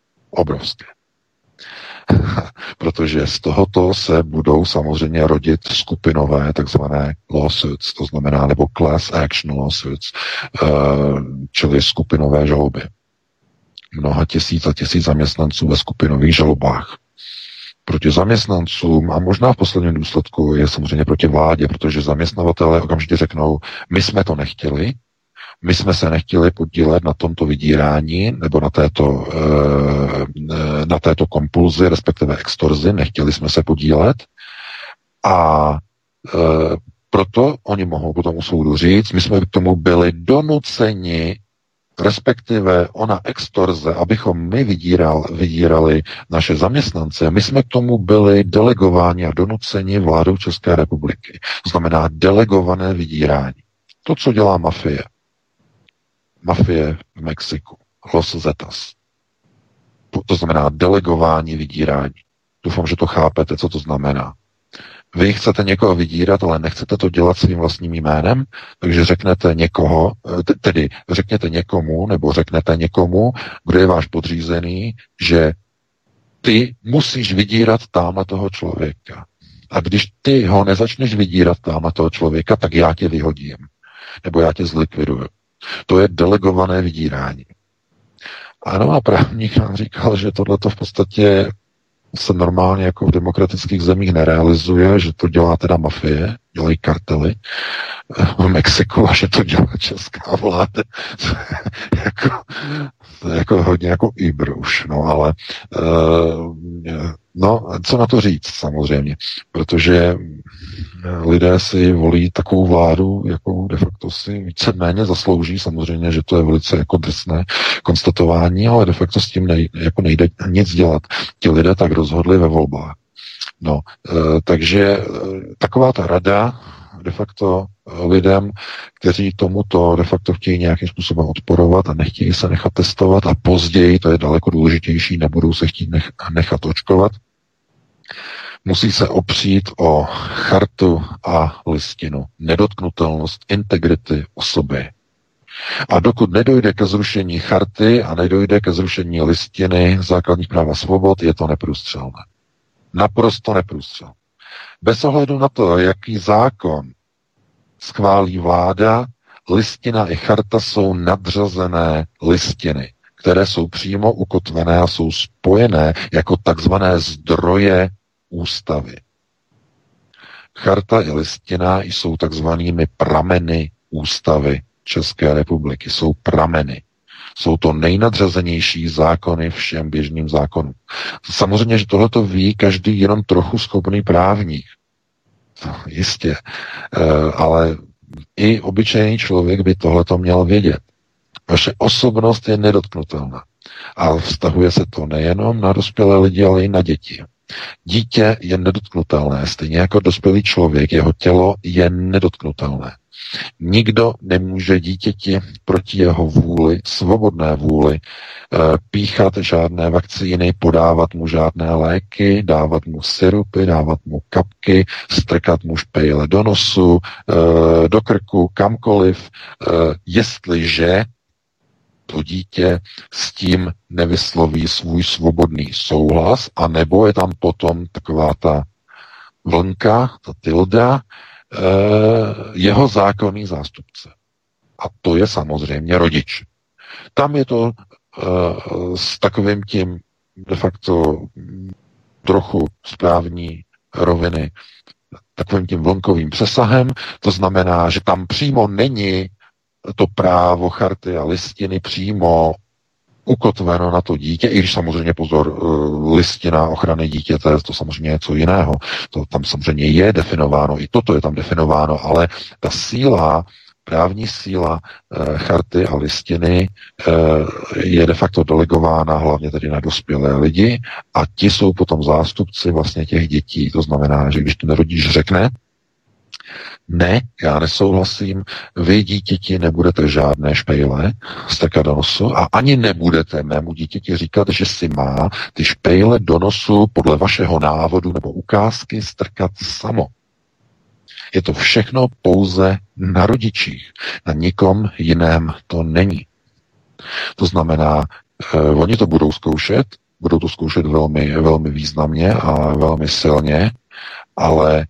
Protože z tohoto se budou samozřejmě rodit skupinové takzvané lawsuits, to znamená, nebo class action lawsuits, čili skupinové žaloby. Mnoha tisíc a tisíc zaměstnanců ve skupinových žalobách. Proti zaměstnancům a možná v posledním důsledku je samozřejmě proti vládě, protože zaměstnavatelé okamžitě řeknou, my jsme to nechtěli, my jsme se nechtěli podílet na tomto vydírání nebo na této kompulzi, respektive extorzi, nechtěli jsme se podílet a proto oni mohou potom u soudu říct, my jsme k tomu byli donuceni, respektive ona extorze, abychom my vydírali naše zaměstnance, my jsme k tomu byli delegováni a donuceni vládou České republiky. To znamená delegované vydírání. To, co dělá mafie. Mafie v Mexiku. Los Zetas. To znamená delegování vydírání. Doufám, že to chápete, co to znamená. Vy chcete někoho vydírat, ale nechcete to dělat svým vlastním jménem, takže řeknete někoho, tedy řekněte někomu, nebo řeknete někomu, kdo je váš podřízený, že ty musíš vydírat táma toho člověka. A když ty ho nezačneš vydírat táma toho člověka, tak já tě vyhodím. Nebo já tě zlikviduju. To je delegované vydírání. Ano, a právník nám říkal, že tohleto v podstatě se normálně jako v demokratických zemích nerealizuje, že to dělá teda mafie, dělají kartely v Mexiku a že to dělá česká vláda. jako hodně jako Uber už, no ale no, co na to říct samozřejmě, protože lidé si volí takovou vládu, jakou de facto si víceméně zaslouží, samozřejmě, že to je velice jako drsné konstatování, ale de facto s tím jako nejde nic dělat. Ti lidé tak rozhodli ve volbách. No, takže taková ta rada de facto lidem, kteří tomuto de facto chtějí nějakým způsobem odporovat a nechtějí se nechat testovat a později, to je daleko důležitější, nebudou se chtít nechat očkovat, musí se opřít o chartu a listinu, nedotknutelnost, integrity osoby. A dokud nedojde ke zrušení charty a nedojde ke zrušení listiny základních práv a svobod, je to neprůstřelné. Naprosto neprůstřelné. Bez ohledu na to, jaký zákon schválí vláda, listina i charta jsou nadřazené listiny, které jsou přímo ukotvené a jsou spojené jako takzvané zdroje ústavy. Charta i listina jsou takzvanými prameny ústavy České republiky. Jsou prameny. Jsou to nejnadřazenější zákony všem běžným zákonům. Samozřejmě, že tohleto ví každý jenom trochu schopný právník. Jistě. Ale i obyčejný člověk by tohleto měl vědět. Vaše osobnost je nedotknutelná. A vztahuje se to nejenom na dospělé lidi, ale i na děti. Dítě je nedotknutelné, stejně jako dospělý člověk, jeho tělo je nedotknutelné. Nikdo nemůže dítěti proti jeho vůli, svobodné vůli, píchat žádné vakcíny, podávat mu žádné léky, dávat mu sirupy, dávat mu kapky, strkat mu špejle do nosu, do krku, kamkoliv, jestliže to dítě s tím nevysloví svůj svobodný souhlas, anebo je tam potom taková ta vlnka, ta tilda, jeho zákonný zástupce. A to je samozřejmě rodič. Tam je to s takovým tím de facto trochu správní roviny, takovým tím vlnkovým přesahem, to znamená, že tam přímo není to právo charty a listiny přímo ukotveno na to dítě, i když samozřejmě pozor, listina ochrany dítěte, to samozřejmě je něco jiného. To tam samozřejmě je definováno, i toto je tam definováno, ale ta síla, právní síla charty a listiny je de facto delegována hlavně tedy na dospělé lidi a ti jsou potom zástupci vlastně těch dětí. To znamená, že když ten rodič řekne, ne, já nesouhlasím, vy dítěti nebudete žádné špejle strkat do nosu a ani nebudete mému dítěti říkat, že si má ty špejle do nosu podle vašeho návodu nebo ukázky strkat samo. Je to všechno pouze na rodičích. Na nikom jiném to není. To znamená, oni to budou to zkoušet velmi, velmi významně a velmi silně, ale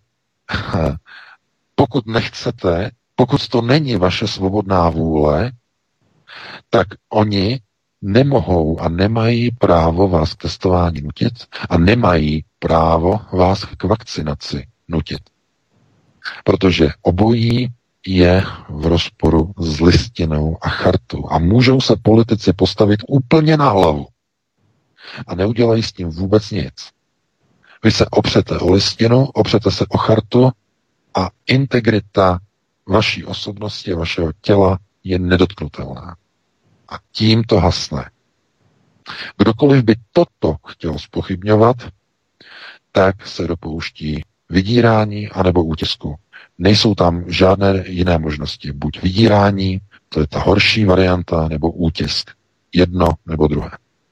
pokud nechcete, pokud to není vaše svobodná vůle, tak oni nemohou a nemají právo vás k testování nutit a nemají právo vás k vakcinaci nutit. Protože obojí je v rozporu s listinou a chartou. A můžou se politici postavit úplně na hlavu. A neudělají s tím vůbec nic. Vy se opřete o listinu, opřete se o chartu a integrita vaší osobnosti, vašeho těla je nedotknutelná. A tím to hasne. Kdokoliv by toto chtěl zpochybňovat, tak se dopouští vydírání anebo útisku. Nejsou tam žádné jiné možnosti. Buď vydírání, to je ta horší varianta, nebo útisk. Jedno nebo druhé.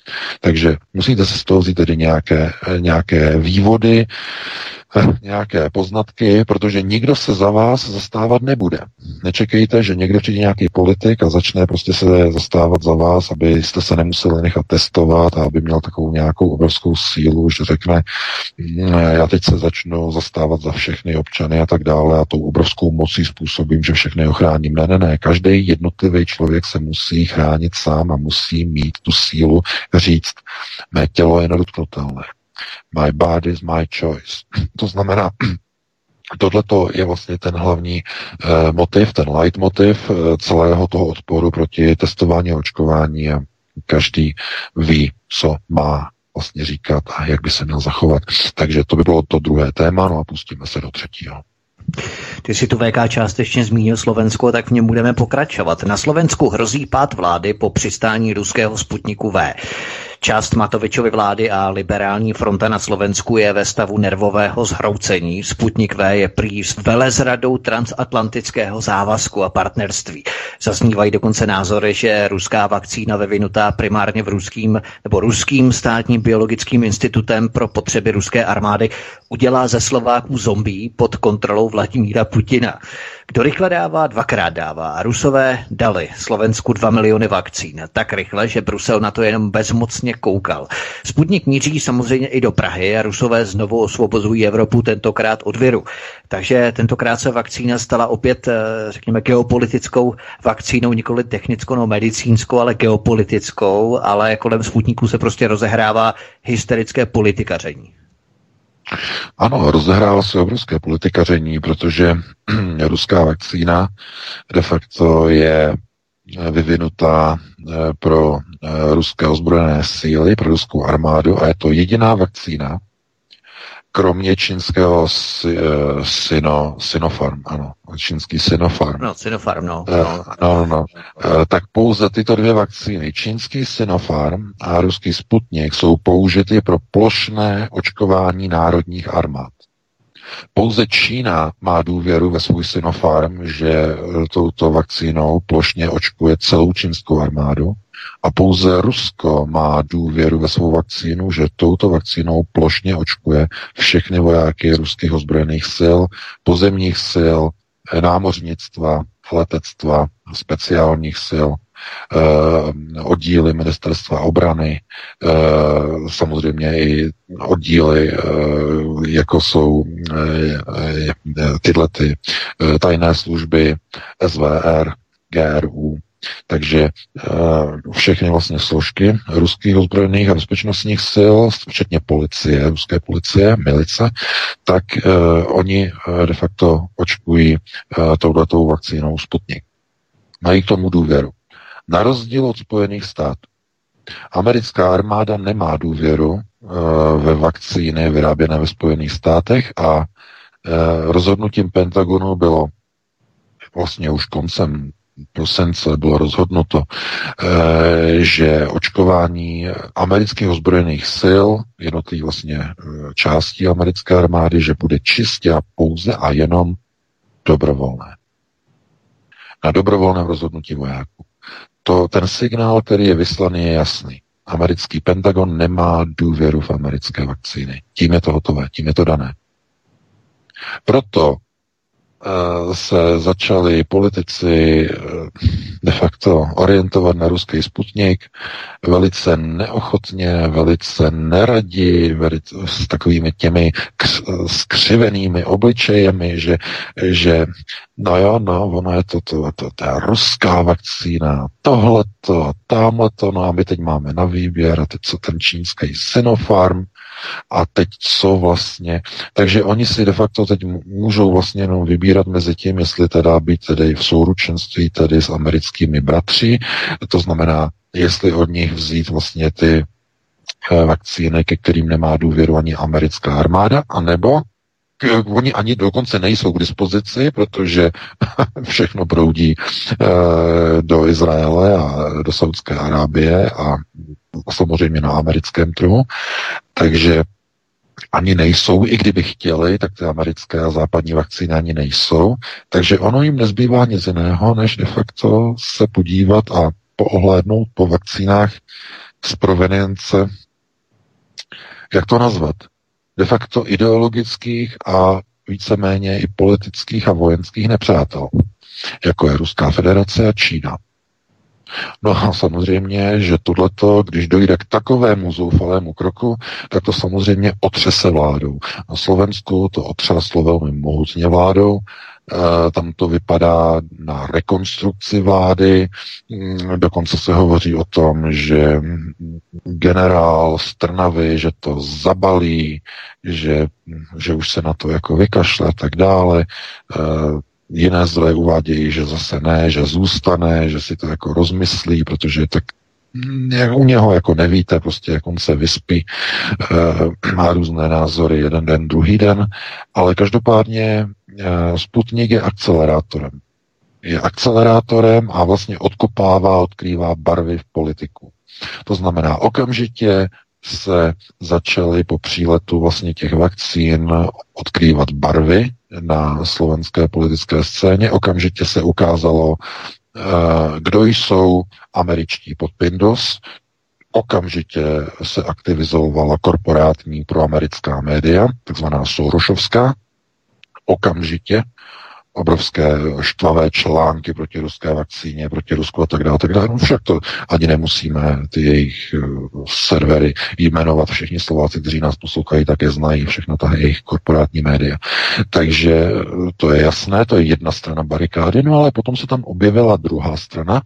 Takže musíte si z toho vzít tedy nějaké vývody, nějaké poznatky, protože nikdo se za vás zastávat nebude. Nečekejte, že někde přijde nějaký politik a začne prostě se zastávat za vás, abyste se nemuseli nechat testovat a aby měl takovou nějakou obrovskou sílu, že řekne, já teď se začnu zastávat za všechny občany a tak dále a tou obrovskou mocí způsobím, že všechny ochráním. Ne. Každý jednotlivý člověk se musí chránit sám a musí mít tu sílu říct, mé tělo je nedotknutelné. My body is my choice. To znamená, tohleto je vlastně ten hlavní motiv, ten leitmotiv celého toho odporu proti testování a očkování a každý ví, co má vlastně říkat a jak by se měl zachovat. Takže to by bylo to druhé téma, no a pustíme se do třetího. Ty si tu VK částečně zmínil Slovensko, tak v něm budeme pokračovat. Na Slovensku hrozí pád vlády po přistání ruského Sputniku V. Část Matovičovy vlády a liberální fronta na Slovensku je ve stavu nervového zhroucení. Sputnik V je prý s velezradou transatlantického závazku a partnerství. Zaznívají dokonce názory, že ruská vakcína vyvinutá primárně v ruským státním biologickým institutem pro potřeby ruské armády udělá ze Slováků zombie pod kontrolou Vladimíra Putina. Kdo rychle dává, dvakrát dává. A Rusové dali Slovensku 2 miliony vakcín. Tak rychle, že Brusel na to jenom bezmocně koukal. Sputnik míří samozřejmě i do Prahy a Rusové znovu osvobozují Evropu tentokrát od viru. Takže tentokrát se vakcína stala opět, řekněme, geopolitickou vakcínou, nikoli technickou, no medicínskou, ale geopolitickou, ale kolem Sputniku se prostě rozehrává hysterické politikaření. Ano, rozehrává se obrovské politikaření, protože ruská vakcína de facto je vyvinutá pro ruské ozbrojené síly, pro ruskou armádu a je to jediná vakcína, kromě čínského Sinopharm, ano, čínský Sinopharm. No, Sinopharm, no. Tak pouze tyto dvě vakcíny, čínský Sinopharm a ruský Sputnik, jsou použity pro plošné očkování národních armád. Pouze Čína má důvěru ve svůj Sinopharm, že touto vakcínou plošně očkuje celou čínskou armádu a pouze Rusko má důvěru ve svou vakcínu, že touto vakcínou plošně očkuje všechny vojáky ruských ozbrojených sil, pozemních sil, námořnictva, letectva, speciálních sil, oddíly ministerstva obrany, samozřejmě i oddíly, jako jsou tyhle tajné služby, SVR, GRU, takže všechny vlastně složky ruských ozbrojených a bezpečnostních sil, včetně policie, ruské policie, milice, tak oni de facto očkují touhletou vakcínou Sputnik. Mají k tomu důvěru. Na rozdíl od Spojených států. Americká armáda nemá důvěru ve vakcíny vyráběné ve Spojených státech a rozhodnutím Pentagonu bylo vlastně už koncem prosince bylo rozhodnuto, že očkování amerických ozbrojených sil, jednotlivých vlastně částí americké armády, že bude čistě a pouze a jenom dobrovolné. Na dobrovolném rozhodnutí vojáků. Ten signál, který je vyslaný, je jasný. Americký Pentagon nemá důvěru v americké vakcíny. Tím je to hotové, tím je to dané. Proto se začali politici de facto orientovat na ruský Sputnik velice neochotně, velice neradi, s takovými těmi skřivenými obličejemi, že ono je to ta ruská vakcína, tohleto, tamhleto, no a my teď máme na výběr a teď co ten čínský Sinopharm, a teď co vlastně, takže oni si de facto teď můžou vlastně jenom vybírat mezi tím, jestli teda být tedy v souručenství tedy s americkými bratři, to znamená, jestli od nich vzít vlastně ty vakcíny, ke kterým nemá důvěru ani americká armáda, anebo oni ani dokonce nejsou k dispozici, protože všechno proudí do Izraele a do Saudské Arábie a samozřejmě na americkém trhu, takže ani nejsou, i kdyby chtěli, tak ty americké a západní vakcíny ani nejsou, takže ono jim nezbývá nic jiného, než de facto se podívat a poohlédnout po vakcínách z provenience, jak to nazvat, de facto ideologických a víceméně i politických a vojenských nepřátel, jako je Ruská federace a Čína. No a samozřejmě, že tohleto, když dojde k takovému zoufalému kroku, tak to samozřejmě otřese vládou. Na Slovensku to otřáslo velmi mohutně vládou, tam to vypadá na rekonstrukci vlády, dokonce se hovoří o tom, že generál z Trnavy, že to zabalí, že už se na to jako vykašle a tak dále. Jiné zdroje uvádějí, že zase ne, že zůstane, že si to jako rozmyslí, protože tak u něho jako nevíte, prostě jak on se vyspí, má různé názory jeden den, druhý den, ale každopádně Sputnik je akcelerátorem. Je akcelerátorem a vlastně odkrývá barvy v politiku. To znamená, okamžitě se začaly po příletu vlastně těch vakcín odkrývat barvy na slovenské politické scéně. Okamžitě se ukázalo, kdo jsou američtí podpindos. Okamžitě se aktivizovala korporátní proamerická média, takzvaná Sorosovská. Okamžitě obrovské štvavé články proti ruské vakcíně, proti Rusku a tak dále. No však to ani nemusíme ty jejich servery jmenovat. Všichni Slováci, kteří nás poslouchají, také znají všechno ta jejich korporátní média. Takže to je jasné, to je jedna strana barikády, no ale potom se tam objevila druhá strana.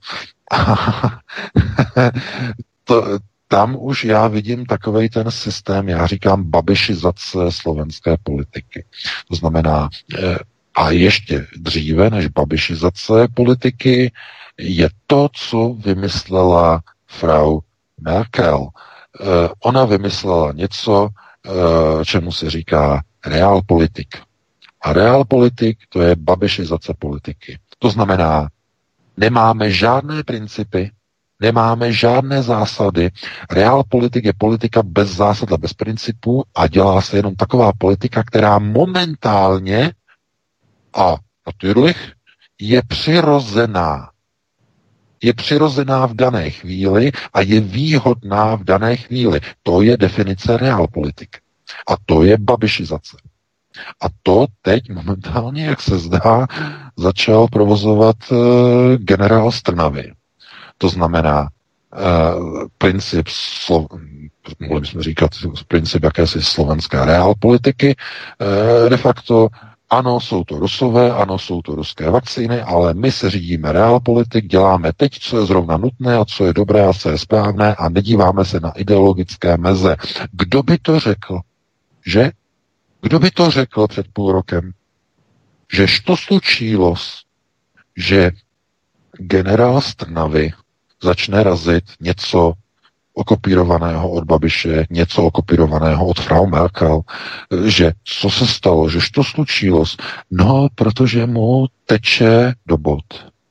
Tam už já vidím takovej ten systém, já říkám babišizace slovenské politiky. To znamená, a ještě dříve než babišizace politiky je to, co vymyslela frau Merkel. Ona vymyslela něco, čemu se říká realpolitik. A realpolitik to je babišizace politiky. To znamená, nemáme žádné principy, nemáme žádné zásady. Realpolitik je politika bez zásad a bez principů a dělá se jenom taková politika, která momentálně a natürlich je přirozená. Je přirozená v dané chvíli a je výhodná v dané chvíli. To je definice realpolitik. A to je babišizace. A to teď momentálně, jak se zdá, začal provozovat generál z Trnavy. To znamená princip, mohli bychom říkat princip jakési slovenské realpolitiky, de facto ano, jsou to Rusové, ano, jsou to ruské vakcíny, ale my se řídíme realpolitik, děláme teď, co je zrovna nutné a co je dobré a co je správné a nedíváme se na ideologické meze. Kdo by to řekl? Že? Kdo by to řekl před půl rokem? Že to slučilo, že generál z Trnavy začne razit něco okopírovaného od Babiše, něco okopírovaného od frau Merkel, že co se stalo, že to slučilo? No, protože mu teče do bod.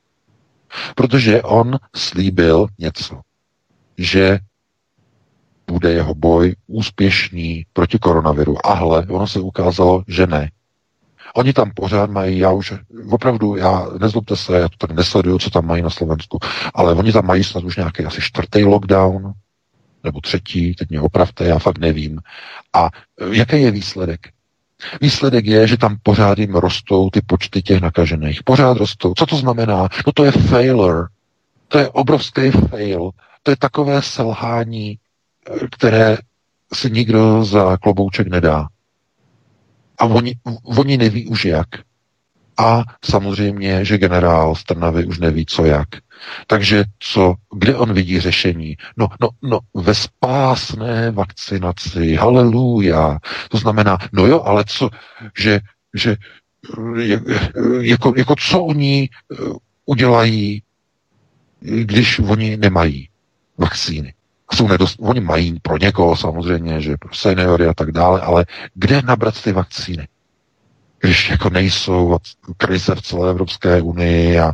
Protože on slíbil něco, že bude jeho boj úspěšný proti koronaviru. Ahle, ono se ukázalo, že ne. Oni tam pořád mají, já nezlobte se, já to tak nesleduju, co tam mají na Slovensku, ale oni tam mají snad už nějaký asi 4. lockdown, nebo 3, teď mě opravte, já fakt nevím. A jaký je výsledek? Výsledek je, že tam pořád jim rostou ty počty těch nakažených. Pořád rostou. Co to znamená? No to je failure. To je obrovský fail. To je takové selhání, které si nikdo za klobouček nedá. A oni neví už jak. A samozřejmě, že generál z Trnavy už neví co jak. Takže kde on vidí řešení? No, ve spásné vakcinaci. Haleluja. To znamená, no jo, ale co, jako co oni udělají, když oni nemají vakcíny? Oni mají pro někoho samozřejmě, že pro seniory a tak dále, ale kde nabrat ty vakcíny? Když jako nejsou krize v celé Evropské unii a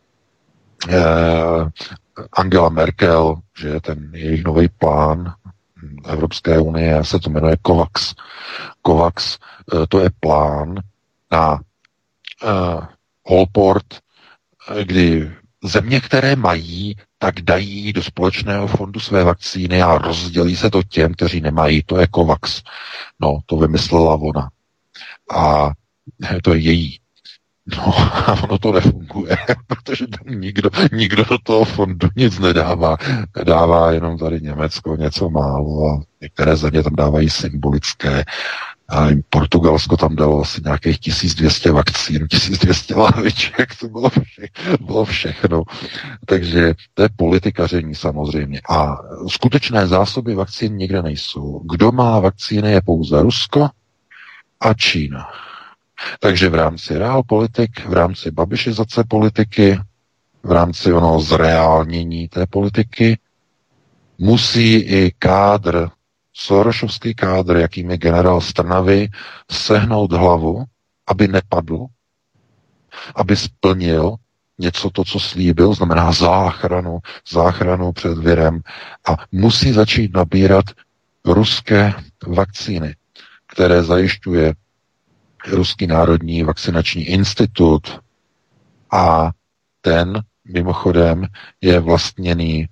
Angela Merkel, že je ten jejich nový plán Evropské unie, se to jmenuje COVAX. COVAX, to je plán na Holport, kdy země, které mají, tak dají do společného fondu své vakcíny a rozdělí se to těm, kteří nemají. To je COVAX. No, to vymyslela ona. A to je její. No a ono to nefunguje, protože tam nikdo do toho fondu nic nedává. Dává jenom tady Německo něco málo a některé země tam dávají symbolické. A Portugalsko tam dalo asi nějakých 1200 vakcín, 1200 láviček, to bylo všechno. Takže to je politikaření samozřejmě. A skutečné zásoby vakcín nikde nejsou. Kdo má vakcíny, je pouze Rusko a Čína. Takže v rámci realpolitik, v rámci babišizace politiky, v rámci onoho zreálnění té politiky musí i kádr, Sorosovský kádr, jakým je generál Strnavy, sehnout hlavu, aby nepadl, aby splnil něco to, co slíbil, znamená záchranu před virem a musí začít nabírat ruské vakcíny, které zajišťuje Ruský národní vakcinační institut a ten mimochodem je vlastněný,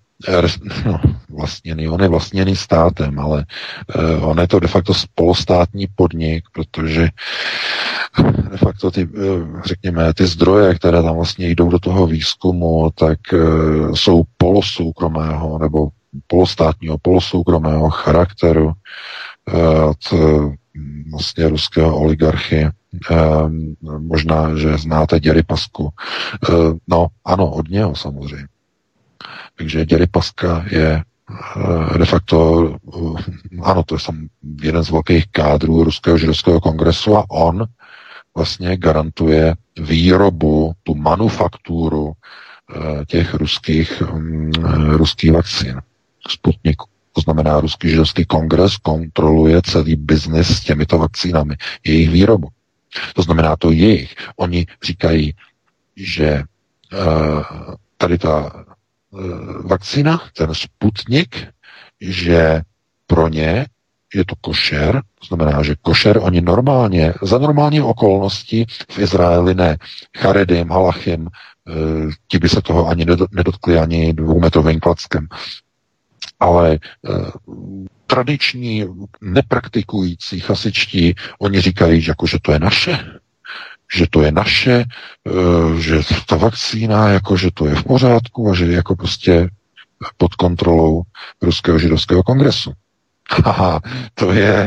on je vlastněný státem, ale on je to de facto polostátní podnik, protože de facto ty zdroje, které tam vlastně jdou do toho výzkumu, tak jsou polosoukromého nebo polostátního, polosoukromého charakteru od vlastně ruského oligarchy. Možná, že znáte Děrypasku. No, ano, od něho samozřejmě. Takže Děrypaska je de facto, ano, to je jeden z velkých kádrů Ruského židovského kongresu a on vlastně garantuje výrobu, tu manufakturu těch ruských vakcín, Sputniku. To znamená, Ruský židovský kongres kontroluje celý biznis s těmito vakcínami, jejich výrobu. To znamená, to jejich. Oni říkají, že tady ta vakcína, ten Sputnik, že pro ně je to košer, to znamená, že košer oni normálně, za normálních okolností v Izraeli ne. Charedim, Halachim, ti by se toho ani nedotkli ani 2metrovým klackem. Ale tradiční, nepraktikující chasičtí, oni říkají, že to je naše, že ta vakcína, že to je v pořádku a že jako prostě pod kontrolou Ruského židovského kongresu. Haha, to je,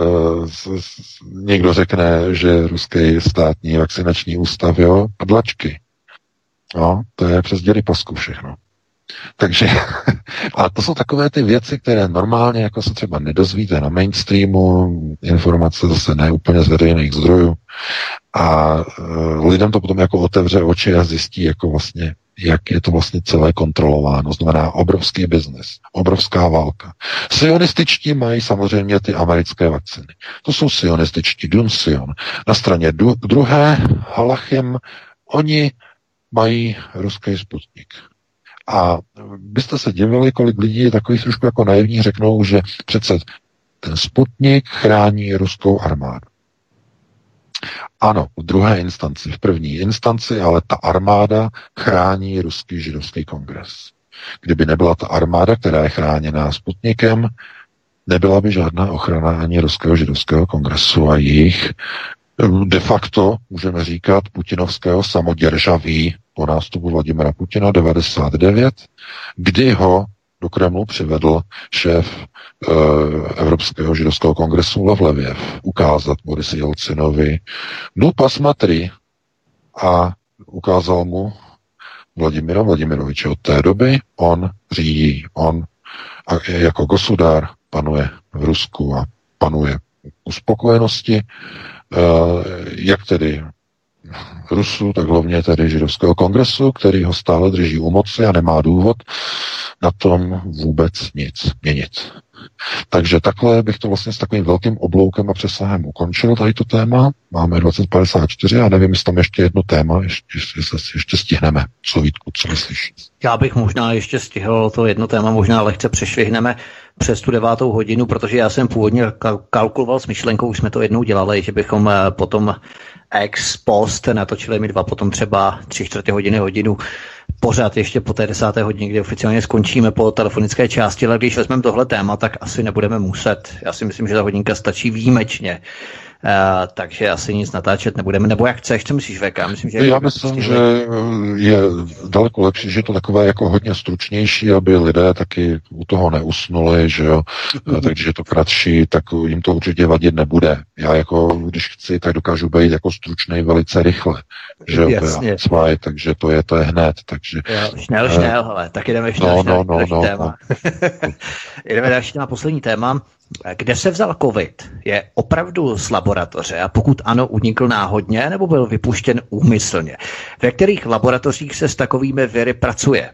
někdo řekne, že Ruský státní vakcinační ústav, jo, padlačky. No, to je přes Děrypasku všechno. Takže, a to jsou takové ty věci, které normálně jako se třeba nedozvíte na mainstreamu, informace zase ne úplně z veřejných zdrojů a lidem to potom jako otevře oči a zjistí jako vlastně, jak je to vlastně celé kontrolováno. Znamená obrovský biznes, obrovská válka. Sionističtí mají samozřejmě ty americké vakciny. To jsou sionističtí, Dunsion. Na straně druhé, Halachim, oni mají ruský Sputnik. A byste se divili, kolik lidí je takových trošku jako naivních, řeknou, že přece ten Sputnik chrání ruskou armádu. Ano, v druhé instanci, v první instanci, ale ta armáda chrání Ruský židovský kongres. Kdyby nebyla ta armáda, která je chráněná Sputnikem, nebyla by žádná ochrana ani Ruského židovského kongresu a jejich de facto, můžeme říkat, putinovského samoděržaví po nástupu Vladimira Putina 99, kdy ho do Kremlu přivedl šéf Evropského židovského kongresu Lavleviev ukázat Borisi Jelcinovi no pasmatry a ukázal mu Vladimira Vladimiroviče. Od té doby on řídí, on jako gosudár panuje v Rusku a panuje u spokojenosti, jak tedy Rusů, tak hlavně tedy židovského kongresu, který ho stále drží u moci a nemá důvod na tom vůbec nic měnit. Takže takhle bych to vlastně s takovým velkým obloukem a přesahem ukončil tady to téma. Máme 2054 a nevím, jestli tam ještě jedno téma, ještě stihneme. Co, Vítku, co myslíš? Já bych možná ještě stihl to jedno téma, možná lehce přešvihneme přes tu 9. hodinu, protože já jsem původně kalkuloval s myšlenkou, už jsme to jednou dělali, že bychom potom ex post natočili my dva, potom třeba 3/4 hodinu pořád ještě po té 10. hodině, kdy oficiálně skončíme po telefonické části, ale když vezmeme tohle téma, tak asi nebudeme muset. Já si myslím, že ta hodinka stačí výjimečně. Takže asi nic natáčet nebudeme. Nebo jak chceš, co myslíš, VK? Myslím, že já myslím, že je daleko lepší, že je to takové jako hodně stručnější, aby lidé taky u toho neusnuli, že jo. Takže je to kratší, tak jim to určitě vadit nebude. Já jako, když chci, tak dokážu být jako stručnej velice rychle. Že jo, takže to je hned. Takže, šnel, hele, tak jdeme téma. Jdeme další na poslední téma. Kde se vzal covid? Je opravdu z laboratoře a pokud ano, unikl náhodně nebo byl vypuštěn úmyslně? Ve kterých laboratořích se s takovými viry pracuje?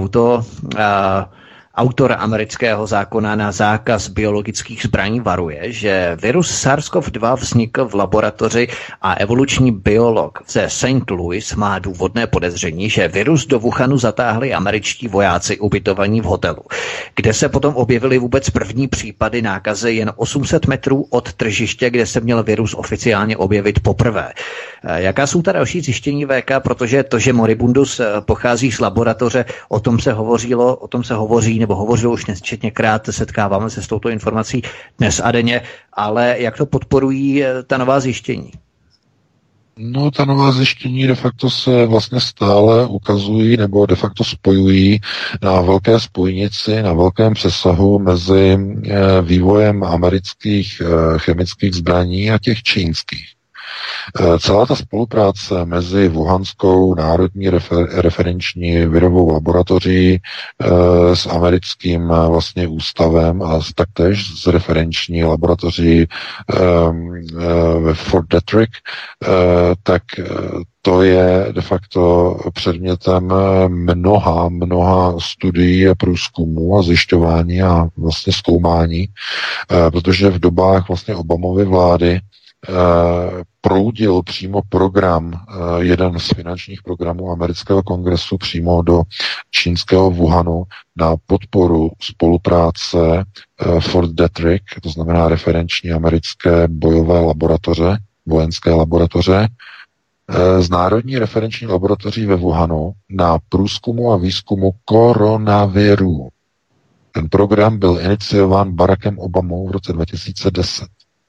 Autor amerického zákona na zákaz biologických zbraní varuje, že virus SARS-CoV-2 vznikl v laboratoři a evoluční biolog ze St. Louis má důvodné podezření, že virus do Wuhanu zatáhli američtí vojáci ubytovaní v hotelu, kde se potom objevily vůbec první případy nákazy jen 800 metrů od tržiště, kde se měl virus oficiálně objevit poprvé. Jaká jsou ta další zjištění, VK, protože to, že moribundus pochází z laboratoře, o tom se hovoří nebo hovořilo už nesčetněkrát, setkáváme se s touto informací dnes a denně, ale jak to podporují ta nová zjištění? No, ta nová zjištění de facto se vlastně stále ukazují nebo de facto spojují na velké spojnici, na velkém přesahu mezi vývojem amerických chemických zbraní a těch čínských. Celá ta spolupráce mezi Wuhanskou národní referenční virovou laboratoří s americkým vlastně ústavem a taktéž s referenční laboratoří ve Fort Detrick, tak to je de facto předmětem mnoha studií a průzkumů a zjišťování a vlastně zkoumání, protože v dobách vlastně Obamovy vlády proudil přímo program, jeden z finančních programů amerického kongresu přímo do čínského Wuhanu na podporu spolupráce Fort Detrick, to znamená referenční americké bojové laboratoře, vojenské laboratoře, z Národní referenční laboratoří ve Wuhanu na průzkumu a výzkumu koronaviru. Ten program byl iniciován Barackem Obamou v roce 2010.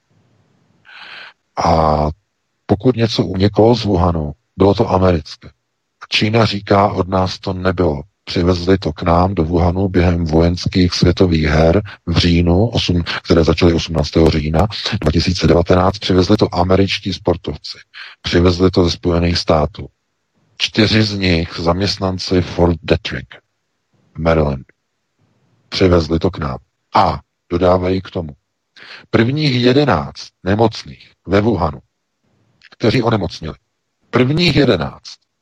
A pokud něco uniklo z Wuhanu, bylo to americké. Čína říká, od nás to nebylo. Přivezli to k nám do Wuhanu během vojenských světových her v říjnu, které začaly 18. října 2019. Přivezli to američtí sportovci. Přivezli to ze Spojených států. 4 z nich zaměstnanci Fort Detrick v Marylandu. Přivezli to k nám. A dodávají k tomu. Prvních 11 nemocných ve Wuhanu, kteří onemocnili. Prvních 11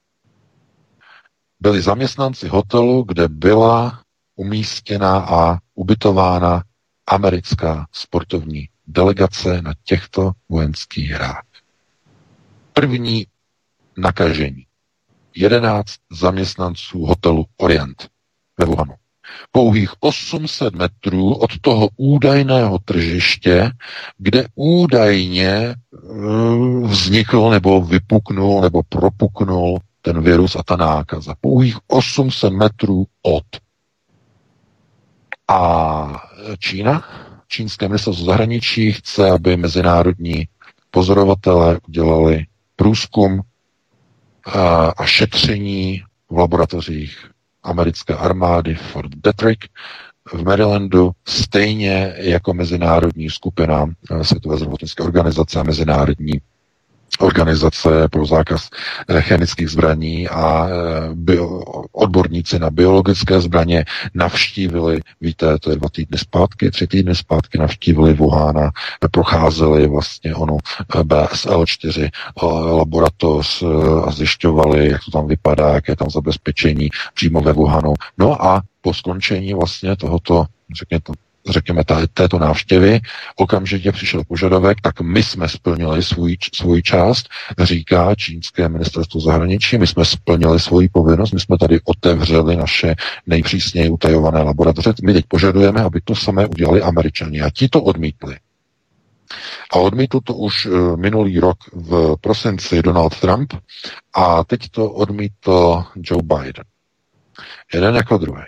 byli zaměstnanci hotelu, kde byla umístěna a ubytována americká sportovní delegace na těchto vojenských hrách. První nakažení. 11 zaměstnanců hotelu Orient ve Wuhanu. Pouhých 800 metrů od toho údajného tržiště, kde údajně vznikl nebo vypuknul nebo propuknul ten virus a ta nákaza. Pouhých 800 metrů od. A Čína, čínské ministerstvo zahraničí chce, aby mezinárodní pozorovatelé udělali průzkum a šetření v laboratořích americké armády Fort Detrick v Marylandu, stejně jako mezinárodní skupina Světové zdravotnické organizace a mezinárodní organizace pro zákaz chemických zbraní a odborníci na biologické zbraně navštívili, víte, to je 2 týdny zpátky, 3 týdny zpátky navštívili Wuhan, procházeli vlastně ono BSL-4 laboratoř a zjišťovali, jak to tam vypadá, jak je tam zabezpečení přímo ve Wuhanu. No a po skončení vlastně tohoto, řekněme, řekněme, této návštěvy, okamžitě přišel požadavek, tak my jsme splnili svůj část, říká čínské ministerstvo zahraničí, my jsme splnili svoji povinnost, my jsme tady otevřeli naše nejpřísněji utajované laboratoře, my teď požadujeme, aby to samé udělali Američani a ti to odmítli. A odmítl to už minulý rok v prosinci Donald Trump a teď to odmítl Joe Biden. Jeden jako druhý.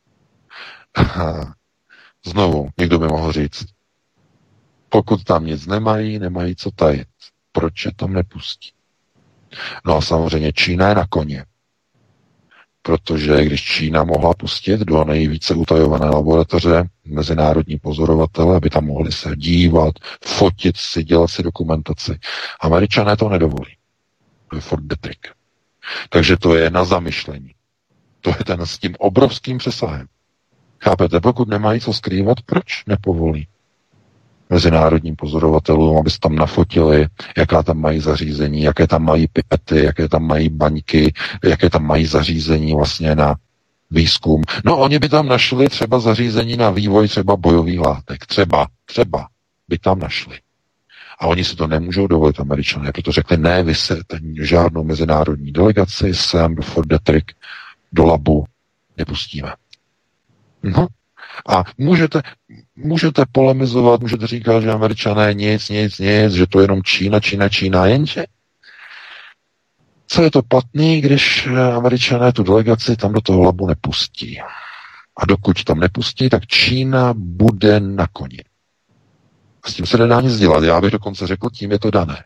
Znovu, někdo by mohl říct, pokud tam nic nemají co tajit. Proč je tam nepustí? No a samozřejmě Čína je na koně. Protože když Čína mohla pustit do nejvíce utajované laboratoře mezinárodní pozorovatele, aby tam mohli se dívat, fotit si, dělat si dokumentaci. Američané to nedovolí. To je for the trick. Takže to je na zamyšlení. To je ten s tím obrovským přesahem. Chápete, pokud nemají co skrývat, proč nepovolí mezinárodním pozorovatelům, aby se tam nafotili, jaká tam mají zařízení, jaké tam mají pipety, jaké tam mají baňky, jaké tam mají zařízení vlastně na výzkum. No, oni by tam našli třeba zařízení na vývoj třeba bojových látek. Třeba by tam našli. A oni si to nemůžou dovolit, Američané, protože řekli, ne, vy se žádnou mezinárodní delegaci sem for the trick do labu nepustíme. No. A můžete polemizovat, můžete říkat, že Američané nic, že to je jenom Čína, jenže co je to platný, když Američané tu delegaci tam do toho labu nepustí. A dokud tam nepustí, tak Čína bude na koni. A s tím se nedá nic dělat. Já bych dokonce řekl, tím je to dané.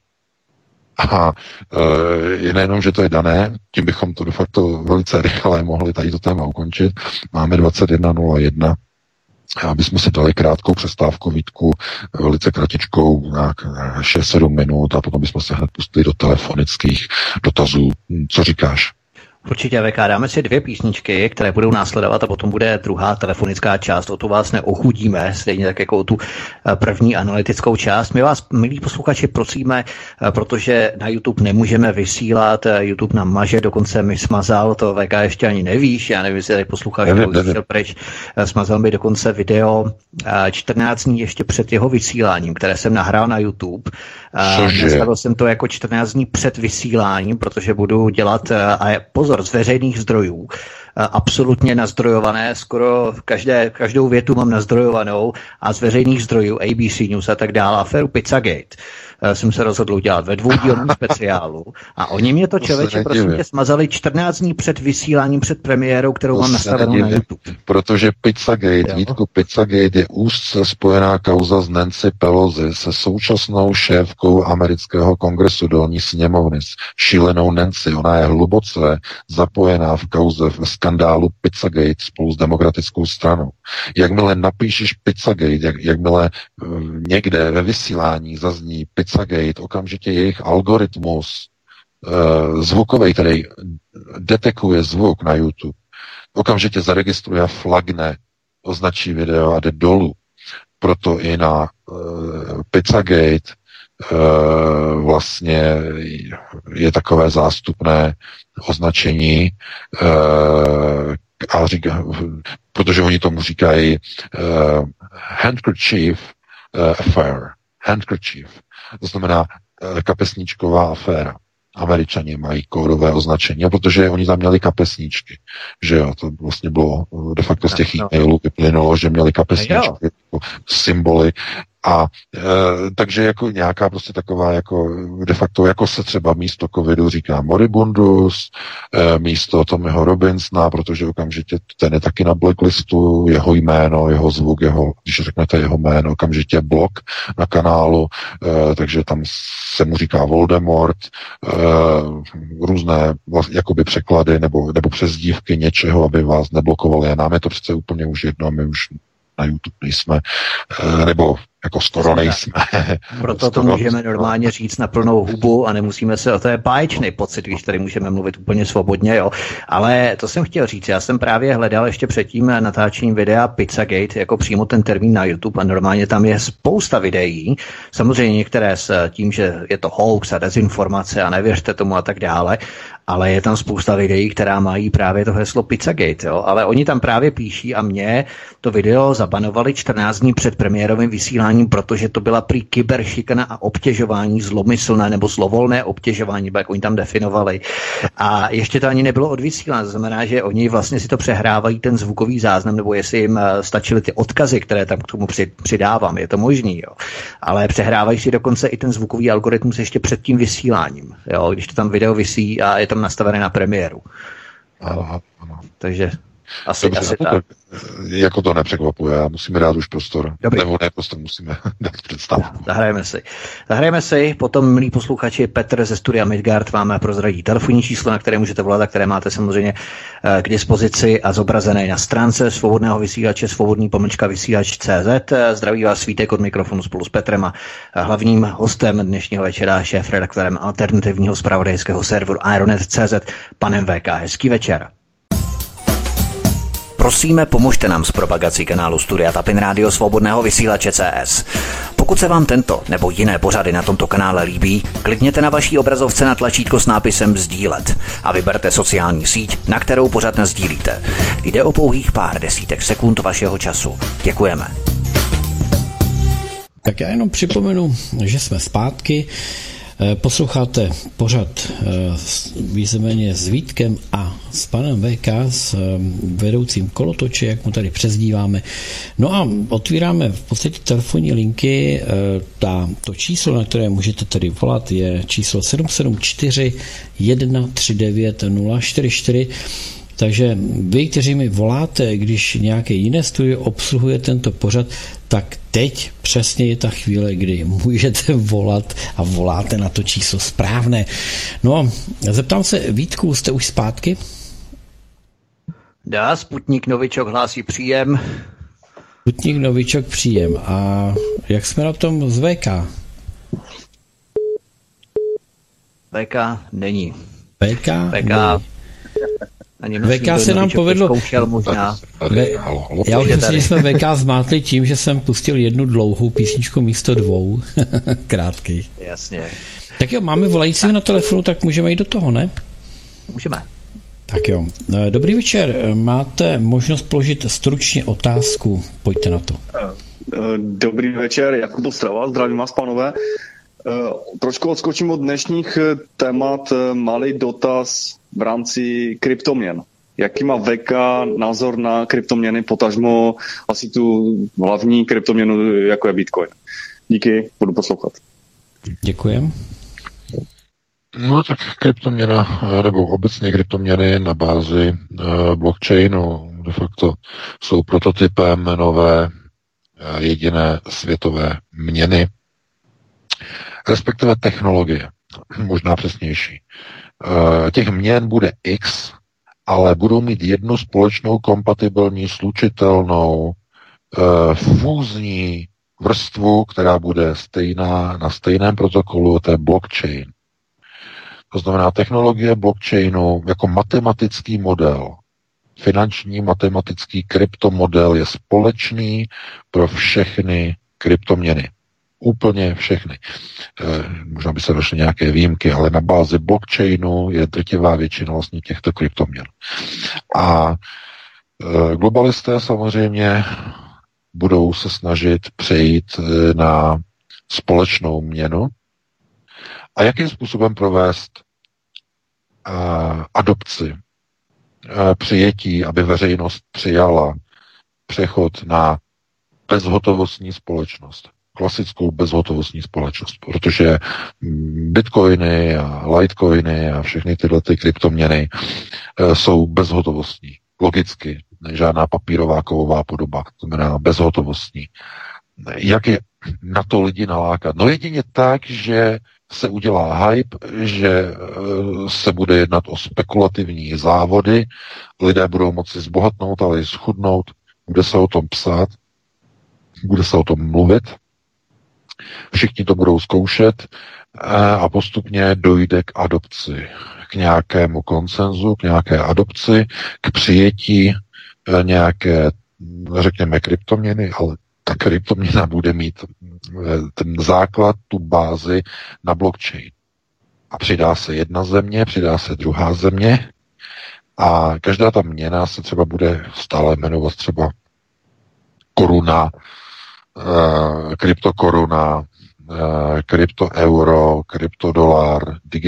A nejenom, že to je dané, tím bychom to de facto velice rychle mohli tady to téma ukončit. Máme 21:01. Aby jsme si dali krátkou přestávku, Vítku, velice kratičkou, 6-7 minut a potom bychom se hned pustili do telefonických dotazů. Co říkáš? Určitě, VK, dáme si 2 písničky, které budou následovat a potom bude druhá telefonická část. O to vás neochudíme, stejně tak jako o tu první analytickou část. My vás, milí posluchači, prosíme, protože na YouTube nemůžeme vysílat, YouTube nám maže, dokonce mi smazal, to VK ještě ani nevíš, já nevím, jestli tady posluchač šel pryč, smazal mi dokonce video 14 dní ještě před jeho vysíláním, které jsem nahrál na YouTube. Nastavil jsem to jako 14 dní před vysíláním, protože budu dělat, a pozor, z veřejných zdrojů, absolutně nazdrojované, skoro každou větu mám nazdrojovanou a z veřejných zdrojů, ABC News a tak dále, aféru Pizzagate, jsem se rozhodl udělat ve 2dílném speciálu a oni mě to člověče prosím tě smazali 14 dní před vysíláním, před premiérou, kterou mám nastavenou na YouTube. Protože Pizzagate, Vítku, Pizzagate je úzce spojená kauza s Nancy Pelosi, se současnou šéfkou amerického kongresu dolní sněmovny, šílenou Nancy. Ona je hluboce zapojená v kauze, v skandálu Pizzagate spolu s demokratickou stranou. Jakmile napíšeš Pizzagate, jakmile někde ve vysílání zazní Pizzagate, okamžitě jejich algoritmus zvukový, který detekuje zvuk na YouTube, okamžitě zaregistruje, flagne, označí video a jde dolů. Proto i na Pizzagate vlastně je takové zástupné označení a říká, protože oni tomu říkají handkerchief affair. Handkerchief. To znamená kapesníčková aféra. Američani mají kódové označení, a protože oni tam měli kapesníčky, že jo, to vlastně bylo de facto z těch e-mailů vyplynulo, že měli kapesníčky, symboly a takže jako nějaká prostě taková jako de facto jako se třeba místo covidu říká moribundus, místo Tommyho Robinsona, protože okamžitě ten je taky na blacklistu, jeho jméno, jeho zvuk, když řeknete jeho jméno, okamžitě blok na kanálu, takže tam se mu říká Voldemort, různé jakoby překlady nebo přezdívky něčeho, aby vás neblokovali. A nám je to přece úplně už jedno, my už na YouTube nejsme, nebo Jako skoro nejsme. Proto to můžeme normálně říct na plnou hubu a nemusíme se, to je báječný pocit, když tady můžeme mluvit úplně svobodně, jo. Ale to jsem chtěl říct, já jsem právě hledal ještě před tím natáčením videa Pizzagate, jako přímo ten termín na YouTube a normálně tam je spousta videí, samozřejmě některé s tím, že je to hoax a dezinformace a nevěřte tomu a tak dále, ale je tam spousta videí, která mají právě to heslo Pizzagate, jo. Ale oni tam právě píší a mě to video zabanovali 14 dní před premiérovým vysíláním, protože to byla prý kyberšikana a obtěžování, zlomyslné nebo zlovolné obtěžování, jak oni tam definovali. A ještě to ani nebylo odvysíláno, to znamená, že oni vlastně si to přehrávají ten zvukový záznam, nebo jestli jim stačily ty odkazy, které tam k tomu přidávám, je to možný, jo. Ale přehrávají si dokonce i ten zvukový algoritmus ještě před tím vysíláním, jo, když to tam video visí a je tam nastavené na premiéru. Ano. Takže asi tak. Jako to nepřekvapuje, musíme dát už prostor. Dobrý. Nebo ne, prostor musíme dát představu. Zahrajeme si. Potom, milí posluchači, Petr ze studia Midgard vám prozradí telefonní číslo, na které můžete volat a které máte samozřejmě k dispozici a zobrazené na stránce svobodného vysílače svobodný-vysílač.cz. Zdraví vás Svítek od mikrofonu spolu s Petrem a hlavním hostem dnešního večera, šéfredaktorem alternativního zpravodajského serveru Ironet.cz, panem VK. Hezký večer. Prosíme, pomožte nám s propagací kanálu Studia Tapin Rádio Svobodného vysílače CS. Pokud se vám tento nebo jiné pořady na tomto kanále líbí, klikněte na vaší obrazovce na tlačítko s nápisem sdílet a vyberte sociální síť, na kterou pořad nasdílíte. Jde o pouhých pár desítek sekund vašeho času. Děkujeme. Tak já jenom připomenu, že jsme zpátky. Posloucháte pořad víceméně s Vítkem a s panem VK, s vedoucím kolotoče, jak mu tady přezdíváme. No a otvíráme v podstatě telefonní linky. To číslo, na které můžete tedy volat, je číslo 774 139 044. Takže vy, kteří mi voláte, když nějaké jiné studio obsluhuje tento pořad, tak teď přesně je ta chvíle, kdy můžete volat a voláte na to číslo správné. No, zeptám se, Vítku, jste už zpátky? Dá, Sputnik Novičok hlásí příjem. Sputnik Novičok příjem. A jak jsme na tom z VK? VK není. VK? VK se nám povedlo. Já už myslím, že jsme VK zmátli tím, že jsem pustil jednu dlouhou písničku místo dvou krátkých. Jasně. Tak jo, máme volajícího na telefonu, tak můžeme jít do toho, ne? Můžeme. Tak jo. Dobrý večer. Máte možnost položit stručně otázku. Pojďte na to. Dobrý večer, Jakub Ostrava, zdravím vás, pánové. Trošku odskočím od dnešních témat. Malý dotaz v rámci kryptoměn. Jaký má VK názor na kryptoměny, potažmo asi tu hlavní kryptoměnu, jako je Bitcoin? Díky, budu poslouchat. Děkujem. No tak kryptoměna, nebo obecně kryptoměny na bázi blockchainu de facto jsou prototypem nové jediné světové měny, respektive technologie, možná přesnější. Těch měn bude X, ale budou mít jednu společnou kompatibilní, slučitelnou, fúzní vrstvu, která bude stejná na stejném protokolu, to je blockchain. To znamená technologie blockchainu jako matematický model, finanční matematický kryptomodel je společný pro všechny kryptoměny. Úplně všechny. Možná by se došly nějaké výjimky, ale na bázi blockchainu je drtivá většina vlastně těchto kryptoměn. A globalisté samozřejmě budou se snažit přejít na společnou měnu. A jakým způsobem provést adopci, přijetí, aby veřejnost přijala přechod na bezhotovostní společnost. Klasickou bezhotovostní společnost, protože bitcoiny a litecoiny a všechny tyhle ty kryptoměny jsou bezhotovostní. Logicky, žádná papírová kovová podoba, to znamená bezhotovostní. Jak je na to lidi nalákat? No jedině tak, že se udělá hype, že se bude jednat o spekulativní závody, lidé budou moci zbohatnout, ale i schudnout, bude se o tom psát, bude se o tom mluvit Všichni to budou zkoušet a postupně dojde k adopci, k nějakému konsenzu, k nějaké adopci, k přijetí nějaké, řekněme, kryptoměny, ale ta kryptoměna bude mít ten základ, tu bázi na blockchain. A přidá se jedna země, přidá se druhá země a každá ta měna se třeba bude stále jmenovat třeba koruna, kryptokoruna, kryptoeuro, kryptodolar,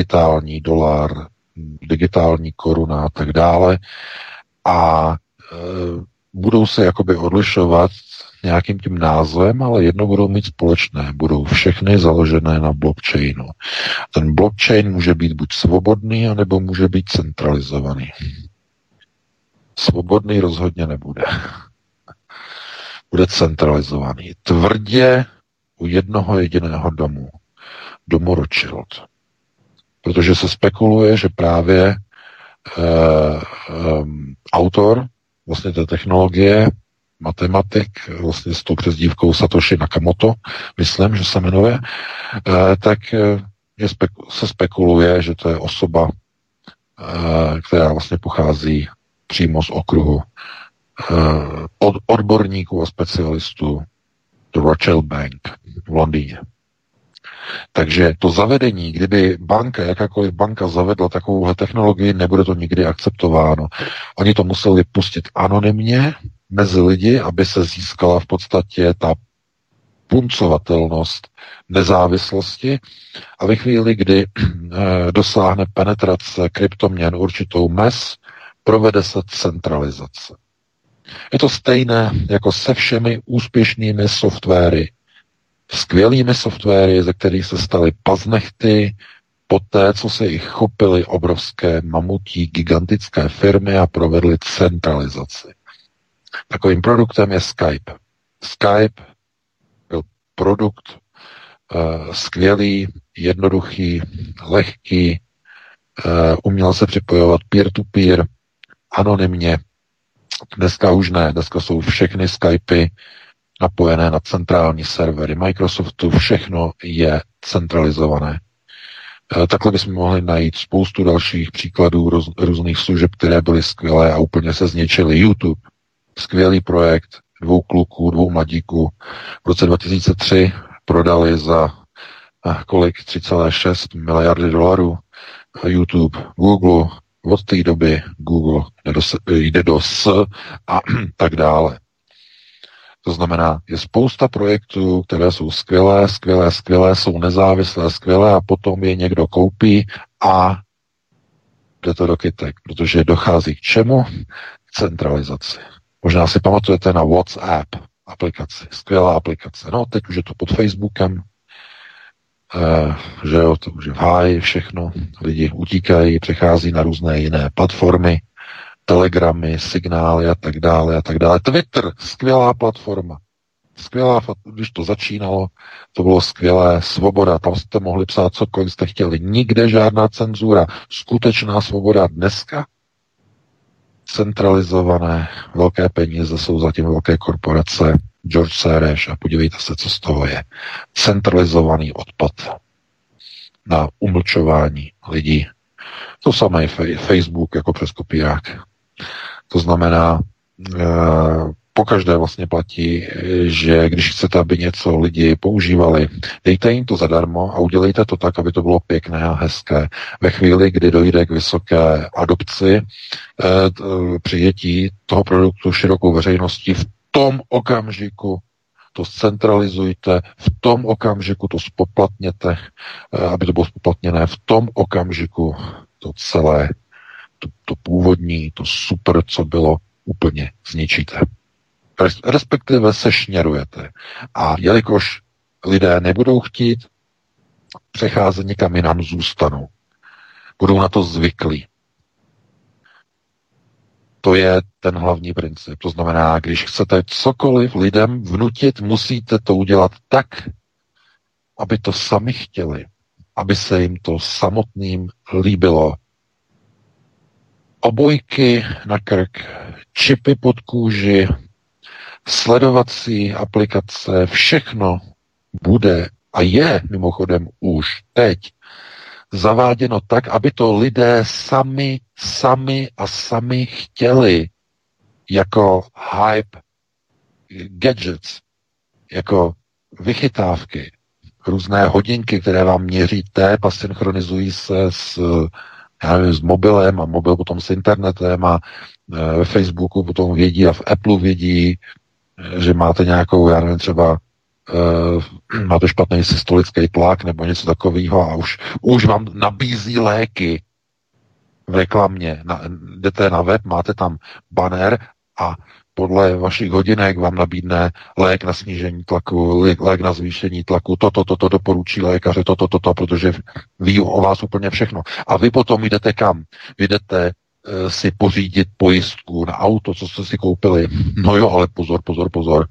digitální koruna a tak dále. A budou se jakoby odlišovat nějakým tím názvem, ale jedno budou mít společné. Budou všechny založené na blockchainu. Ten blockchain může být buď svobodný, anebo může být centralizovaný. Svobodný rozhodně nebude. Bude centralizovaný. Tvrdě u jednoho jediného domu Rothschild. Protože se spekuluje, že právě autor vlastně té technologie, matematik, vlastně s tou přezdívkou Satoshi Nakamoto, myslím, že se jmenuje, tak se spekuluje, že to je osoba, která vlastně pochází přímo z okruhu od odborníků a specialistů do Rothschild Bank v Londýně. Takže to zavedení, kdyby banka, jakákoliv banka zavedla takovouhle technologii, nebude to nikdy akceptováno. Oni to museli pustit anonymně mezi lidi, aby se získala v podstatě ta puncovatelnost nezávislosti a ve chvíli, kdy dosáhne penetrace kryptoměn určitou mez, provede se centralizace. Je to stejné jako se všemi úspěšnými softwary, skvělými softwary, ze kterých se staly paznechty, poté, co se jich chopily obrovské mamutí, gigantické firmy a provedly centralizaci. Takovým produktem je Skype. Skype byl produkt skvělý, jednoduchý, lehký, uměl se připojovat peer-to-peer, anonymně. Dneska už ne, dneska jsou všechny Skypy napojené na centrální servery Microsoftu, všechno je centralizované. Takhle bychom mohli najít spoustu dalších příkladů různých služeb, které byly skvělé a úplně se zničily. YouTube, skvělý projekt 2 kluků, 2 mladíků. V roce 2003 prodali za kolik? 3,6 miliardy dolarů YouTube, Google. Od té doby Google jde do S a tak dále. To znamená, je spousta projektů, které jsou skvělé, jsou nezávislé, skvělé a potom je někdo koupí a jde to do kytek, protože dochází k čemu? K centralizaci. Možná si pamatujete na WhatsApp aplikaci, skvělá aplikace. No, teď už je to pod Facebookem, že jo, to už je v háji všechno, lidi utíkají, přechází na různé jiné platformy, telegramy, signály a tak dále, a tak dále. Twitter, skvělá platforma. Skvělá, když to začínalo, to bylo skvělé, svoboda, tam jste mohli psát cokoliv jste chtěli, nikde žádná cenzura, skutečná svoboda. Dneska centralizované velké peníze jsou zatím velké korporace, George Soros a podívejte se, co z toho je. Centralizovaný odpad na umlčování lidí. To samé je Facebook jako přes kopírák. To znamená, pokaždé vlastně platí, že když chcete, aby něco lidi používali, dejte jim to zadarmo a udělejte to tak, aby to bylo pěkné a hezké. Ve chvíli, kdy dojde k vysoké adopci, přijetí toho produktu širokou veřejností, v tom okamžiku to zcentralizujte, v tom okamžiku to spoplatněte, aby to bylo spoplatněné, v tom okamžiku to celé, to původní, to super, co bylo, úplně zničíte. Respektive se šněrujete. A jelikož lidé nebudou chtít přecházet někam jinam, zůstanou. Budou na to zvyklí. To je ten hlavní princip. To znamená, když chcete cokoliv lidem vnutit, musíte to udělat tak, aby to sami chtěli, aby se jim to samotným líbilo. Obojky na krk, čipy pod kůži, sledovací aplikace, všechno bude a je mimochodem už teď zaváděno tak, aby to lidé sami chtěli jako hype gadgets, jako vychytávky, různé hodinky, které vám měří tep a synchronizují se s mobilem a mobil potom s internetem a ve Facebooku potom vědí a v Apple vědí, že máte nějakou, já nevím, třeba máte špatný systolický tlak nebo něco takového a už vám nabízí léky v reklamě. Jdete na web, máte tam banner a podle vašich hodinek vám nabídne lék na snížení tlaku, lék na zvýšení tlaku, toto doporučí lékaře, toto, protože ví o vás úplně všechno. A vy potom jdete kam? Vy jdete si pořídit pojistku na auto, co jste si koupili. No jo, ale pozor.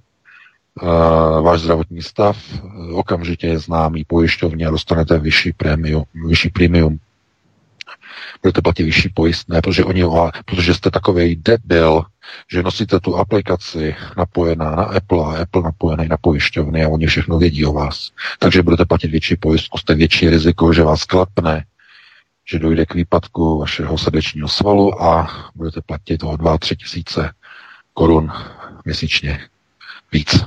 Váš zdravotní stav okamžitě je známý pojišťovně a dostanete vyšší prémium. Budete platit vyšší pojistné, protože jste takovej debil, že nosíte tu aplikaci napojená na Apple a Apple napojený na pojišťovny a oni všechno vědí o vás. Takže budete platit větší pojistku, jste větší riziko, že vás klepne, že dojde k výpadku vašeho srdečního svalu a budete platit o 2-3 tisíce korun měsíčně víc.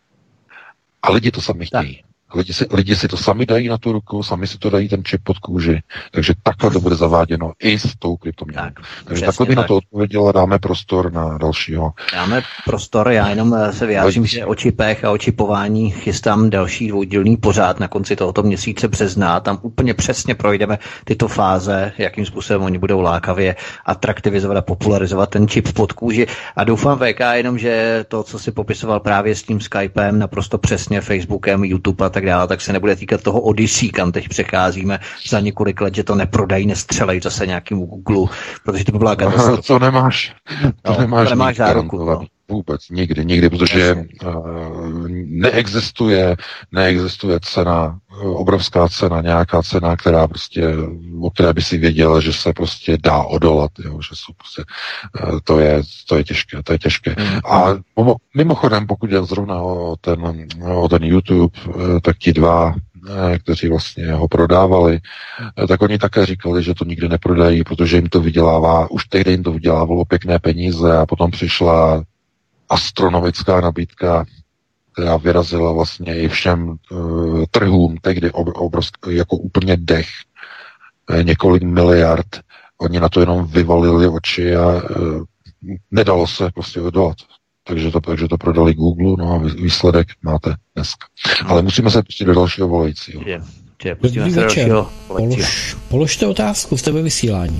A lidi to sami chtějí. Lidi si to sami dají na tu ruku, sami si to dají ten čip pod kůži, takže takhle to bude zaváděno i s tou kryptoměnou. Takže takhle by na to odpověděla, dáme prostor na dalšího. Dáme prostor, já jenom se vyjádřím, že o čipech a o čipování chystám další dvoudílný pořád na konci tohoto měsíce března. Tam úplně přesně projdeme tyto fáze, jakým způsobem oni budou lákavě atraktivizovat a popularizovat ten čip pod kůži. A doufám, VK, jenom, že to, co si popisoval právě s tím Skypem, naprosto přesně Facebookem, YouTube a tak dále, tak se nebude týkat toho Odyssey, kam teď přecházíme za několik let, že to neprodají, nestřelej zase nějakým Google, protože to by byla katastrofa. To nemáš záruku. No. Vůbec, nikdy, protože neexistuje cena, obrovská cena, nějaká cena, která prostě, o které by si věděla, že se prostě dá odolat, jo, že jsou prostě, to je těžké. A mimochodem, pokud je zrovna o ten YouTube, tak ti dva, kteří vlastně ho prodávali, tak oni také říkali, že to nikdy neprodají, protože jim to vydělává, už tehdy jim to vydělávalo pěkné peníze a potom přišla astronomická nabídka, která vyrazila vlastně i všem trhům, tehdy jako úplně dech, několik miliard. Oni na to jenom vyvalili oči a nedalo se prostě odolat. Takže to prodali Google, no a výsledek máte dneska. Ale musíme se pustit do dalšího volajícího. Dobrý večer. Položte otázku, jste ve vysílání.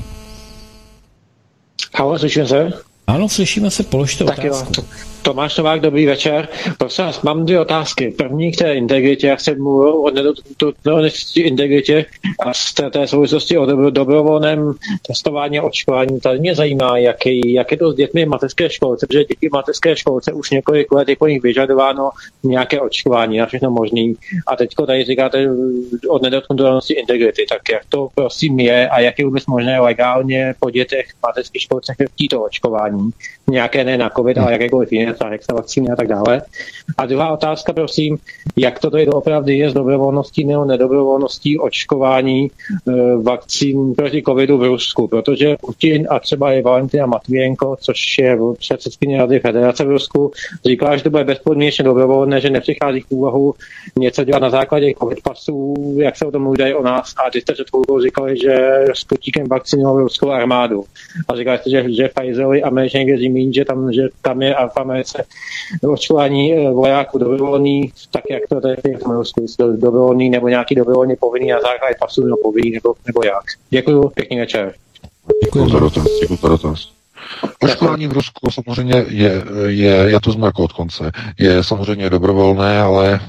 Halo, slyšíme se? Ano, slyšíme se, položte otázku. Tomáš Novák, dobrý večer. Prosím vás, mám dvě otázky. První k té integritě, jak jsem mluvil o integritě a z té souvislosti o dobrovolném testování a očkování. Tady mě zajímá, jak je to s dětmi v mateřské školce, protože děti v mateřské školce už několik let je po nich vyžadováno nějaké očkování na všechno možný. A teďko tady říkáte o nedotknutelnosti integrity. Tak jak to prosím je a jak je vůbec možné legálně po dětech v mateřské školce chtít to očkování? Nějaké ne na COVID, ale jakékoliv jiné, třeba vakcíny a tak dále. A druhá otázka, prosím, jak to tady opravdu je s dobrovolností nebo nedobrovolností očkování vakcín proti covidu v Rusku, protože Putin a třeba i Valentina Matvijenko, což je předsedkyně Rady Federace v Rusku, říká, že to bude bezpodmínečně dobrovolné, že nepřichází k úvahu něco dělat na základě covid pasů, jak se o tom mluví o nás. A ty jste před chvilkou říkali, že s Putíkem vakcinovali ruskou armádu. A říkali jste, že Pfizerovi Američané zmínit, že tam je v Americe očkování vojáků dobrovolný, tak jak to tady je v Rusku, dobrovolný nebo nějaký dobrovolně povinný na základě pasu nebo povinný nebo jak. Děkuju, pěkný večer. Děkuju za dotaz. Očkování v Rusku samozřejmě já to znám jako od konce, je samozřejmě dobrovolné, ale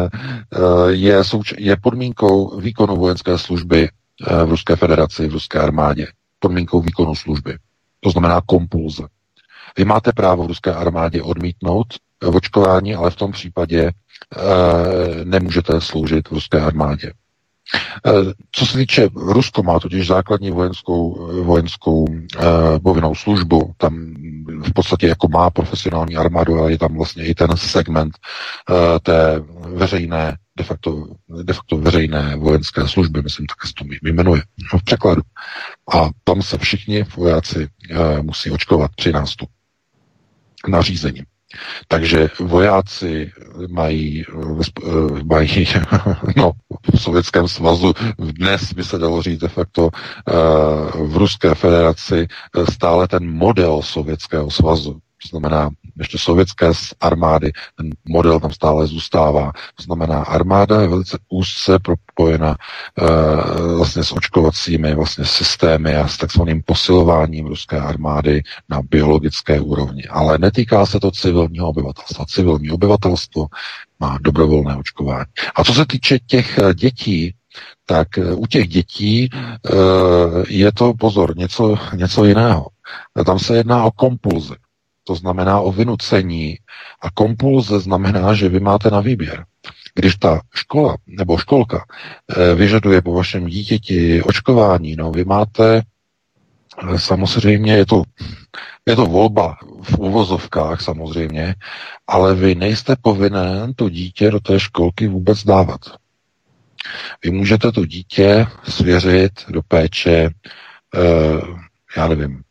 je podmínkou výkonu vojenské služby v Ruské federaci, v Ruské armádě. Podmínkou výkonu služby. To znamená kompulze. Vy máte právo v ruské armádě odmítnout očkování, ale v tom případě nemůžete sloužit v ruské armádě. Co se týče, Rusko má totiž základní vojenskou povinnou službu, tam v podstatě jako má profesionální armádu, ale je tam vlastně i ten segment té veřejné de facto veřejné vojenské služby, myslím, tak se to jmenuje v překladu. A tam se všichni vojáci musí očkovat při nástupu nařízením. Takže vojáci mají v Sovětském svazu, dnes by se dalo říct de facto v Ruské federaci stále ten model Sovětského svazu. To znamená, ještě sovětské armády, ten model tam stále zůstává. To znamená, armáda je velice úzce propojena vlastně s očkovacími vlastně systémy a s takzvaným posilováním ruské armády na biologické úrovni. Ale netýká se to civilního obyvatelstva. Civilní obyvatelstvo má dobrovolné očkování. A co se týče těch dětí, tak u těch dětí je to, pozor, něco jiného. Tam se jedná o kompulzi. To znamená o vynucení a kompulze znamená, že vy máte na výběr. Když ta škola nebo školka vyžaduje po vašem dítěti očkování, no vy máte, samozřejmě je to volba v uvozovkách samozřejmě, ale vy nejste povinen to dítě do té školky vůbec dávat. Vy můžete to dítě svěřit do péče, já nevím,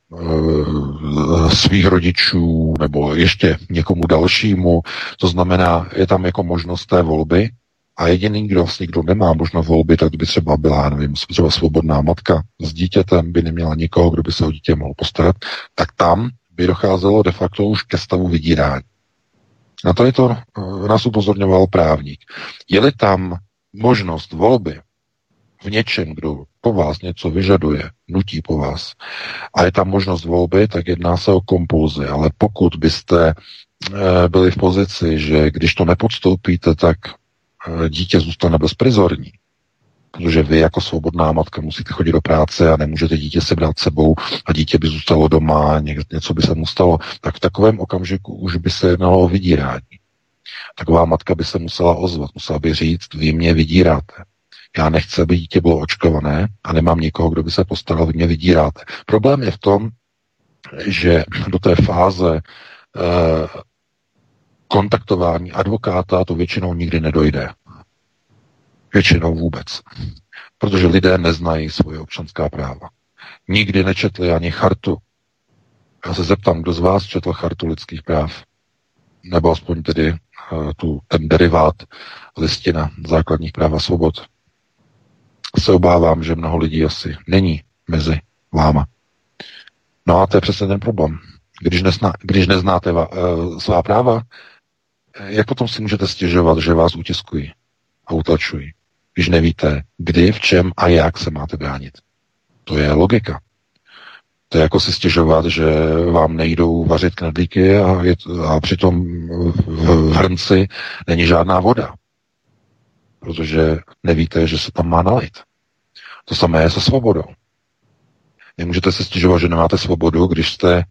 svých rodičů nebo ještě někomu dalšímu. To znamená, je tam jako možnost té volby a jediný, kdo nemá možnost volby, tak by třeba byla, nevím, třeba svobodná matka s dítětem, by neměla nikoho, kdo by se o dítě mohl postarat, tak tam by docházelo de facto už ke stavu vydírání. Na to nás upozorňoval právník. Je-li tam možnost volby v něčem, kdo po vás něco vyžaduje, nutí po vás, a je tam možnost volby, tak jedná se o kompulzi. Ale pokud byste byli v pozici, že když to nepodstoupíte, tak dítě zůstane bezprizorní, protože vy jako svobodná matka musíte chodit do práce a nemůžete dítě si brát sebou a dítě by zůstalo doma, něco by se mu stalo, tak v takovém okamžiku už by se jednalo o vydírání. Taková matka by se musela ozvat, musela by říct, vy mě vydíráte. Já nechci, aby dítě bylo očkované a nemám nikoho, kdo by se postaral, vy mě vydíráte. Problém je v tom, že do té fáze kontaktování advokáta to většinou nikdy nedojde. Většinou vůbec. Protože lidé neznají svoje občanská práva. Nikdy nečetli ani chartu. Já se zeptám, kdo z vás četl chartu lidských práv? Nebo aspoň tedy ten derivát listina základních práv a svobod. Se obávám, že mnoho lidí asi není mezi váma. No a to je přesně ten problém. Když neznáte svá práva, jak potom si můžete stěžovat, že vás utiskují a utlačují, když nevíte, kdy, v čem a jak se máte bránit. To je logika. To je jako si stěžovat, že vám nejdou vařit knedlíky a přitom v hrnci není žádná voda. Protože nevíte, že se tam má nalít. To samé je se svobodou. Nemůžete se stěžovat, že nemáte svobodu, když jste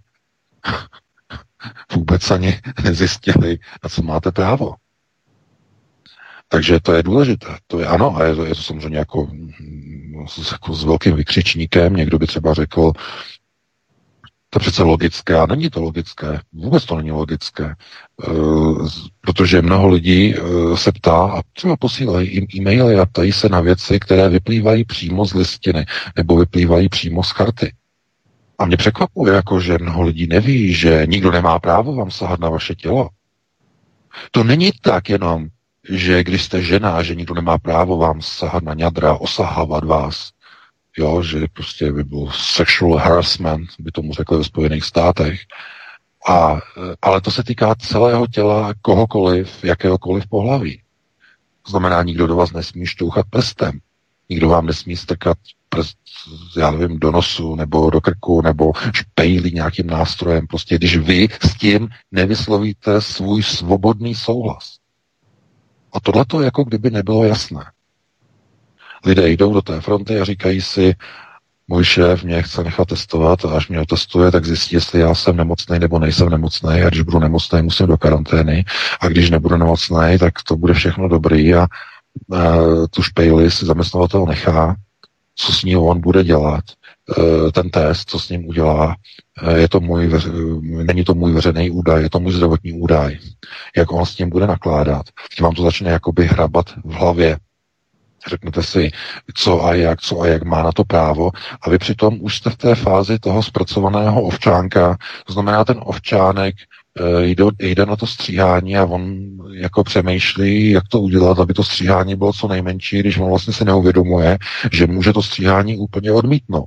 vůbec ani nezjistili, na co máte právo. Takže to je důležité. To je ano, a je to samozřejmě jako s velkým vykřičníkem. Někdo by třeba řekl, to je přece logické, a není to logické. Vůbec to není logické. Protože mnoho lidí se ptá a třeba posílají e-maily a ptají se na věci, které vyplývají přímo z listiny nebo vyplývají přímo z charty. A mě překvapuje, jako, že mnoho lidí neví, že nikdo nemá právo vám sahat na vaše tělo. To není tak jenom, že když jste žena, že nikdo nemá právo vám sahat na ňadra, osahávat vás. Jo, že prostě by byl sexual harassment, by tomu řekli ve Spojených státech. Ale to se týká celého těla kohokoliv, jakéhokoliv pohlaví. To znamená, nikdo do vás nesmí šťouchat prstem. Nikdo vám nesmí strkat prst, já nevím, do nosu, nebo do krku, nebo špejlí nějakým nástrojem. Prostě když vy s tím nevyslovíte svůj svobodný souhlas. A tohleto jako kdyby nebylo jasné. Lidé jdou do té fronty a říkají si, můj šéf mě chce nechat testovat a až mě otestuje, tak zjistí, jestli já jsem nemocný nebo nejsem nemocný, a když budu nemocný, musím do karantény, a když nebudu nemocný, tak to bude všechno dobrý a tu špejli si zaměstnavatel nechá co s ním on bude dělat, ten test, co s ním udělá, není to můj veřejný údaj, je to můj zdravotní údaj. Jak on s tím bude nakládat. Tím vám to začne jakoby hrabat v hlavě. Řeknete si, co a jak má na to právo. A vy přitom už jste v té fázi toho zpracovaného ovčánka. To znamená, ten ovčánek jde na to stříhání a on jako přemýšlí, jak to udělat, aby to stříhání bylo co nejmenší, když on vlastně si neuvědomuje, že může to stříhání úplně odmítnout.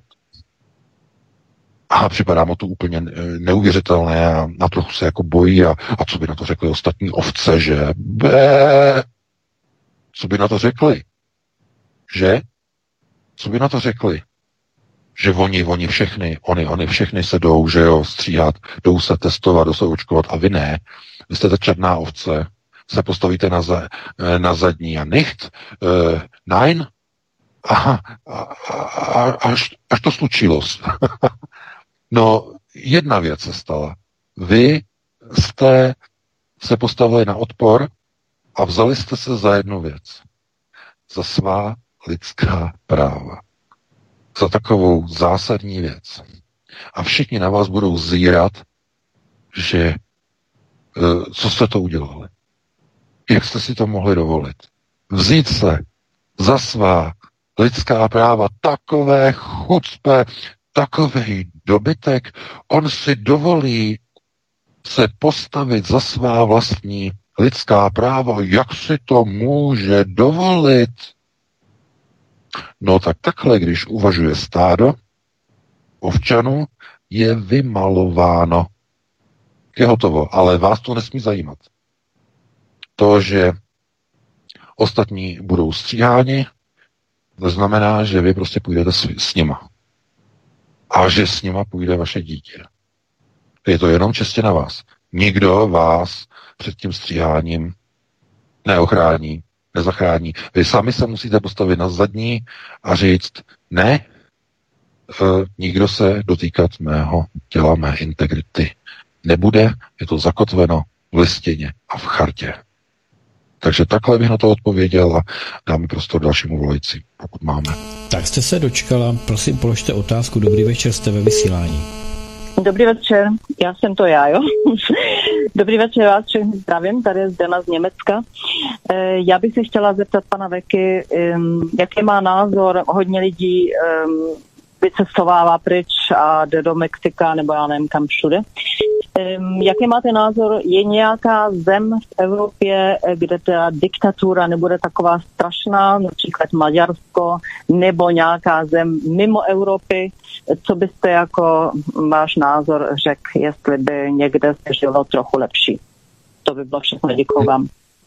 A připadá mu to úplně neuvěřitelné a trochu se jako bojí a co by na to řekli ostatní ovce, že? Co by na to řekli? Že? Co by na to řekli? Že oni všechny se jdou, že jo, stříhat, jdou se testovat, jdou se očkovat a vy ne. Vy jste ta černá ovce, se postavíte na zadní a nicht, nein, až to slučilo. No, jedna věc se stala. Vy jste se postavili na odpor a vzali jste se za jednu věc. Za svá lidská práva. Za takovou zásadní věc. A všichni na vás budou zírat, že co jste to udělali. Jak jste si to mohli dovolit. Vzít se za svá lidská práva, takové chucpe, takovej dobytek, on si dovolí se postavit za svá vlastní lidská práva. Jak si to může dovolit? No tak takhle, když uvažuje stádo ovčanů, je vymalováno. Je hotovo, ale vás to nesmí zajímat. To, že ostatní budou stříháni, znamená, že vy prostě půjdete s nima. A že s nima půjde vaše dítě. Je to jenom čistě na vás. Nikdo vás před tím stříháním neochrání, nezachrání. Vy sami se musíte postavit na zadní a říct, ne, nikdo se dotýkat mého těla, mé integrity nebude, je to zakotveno v listině a v chartě. Takže takhle bych na to odpověděl a dáme prostor dalšímu volající, pokud máme. Tak jste se dočkala, prosím, položte otázku. Dobrý večer, jste ve vysílání. Dobrý večer, já jsem to já, jo. Dobrý večer, vás všechny zdravím, tady je Zdena z Německa. Já bych se chtěla zeptat pana Veky, jaký má názor, hodně lidí vycestovává pryč a jde do Mexika, nebo já nevím kam všude. Jaký máte názor, je nějaká zem v Evropě, kde ta diktatura nebude taková strašná, například Maďarsko, nebo nějaká zem mimo Evropy? Co byste jako váš názor řekl, jestli by někde se žilo trochu lepší? To by bylo všechno, děkuju vám.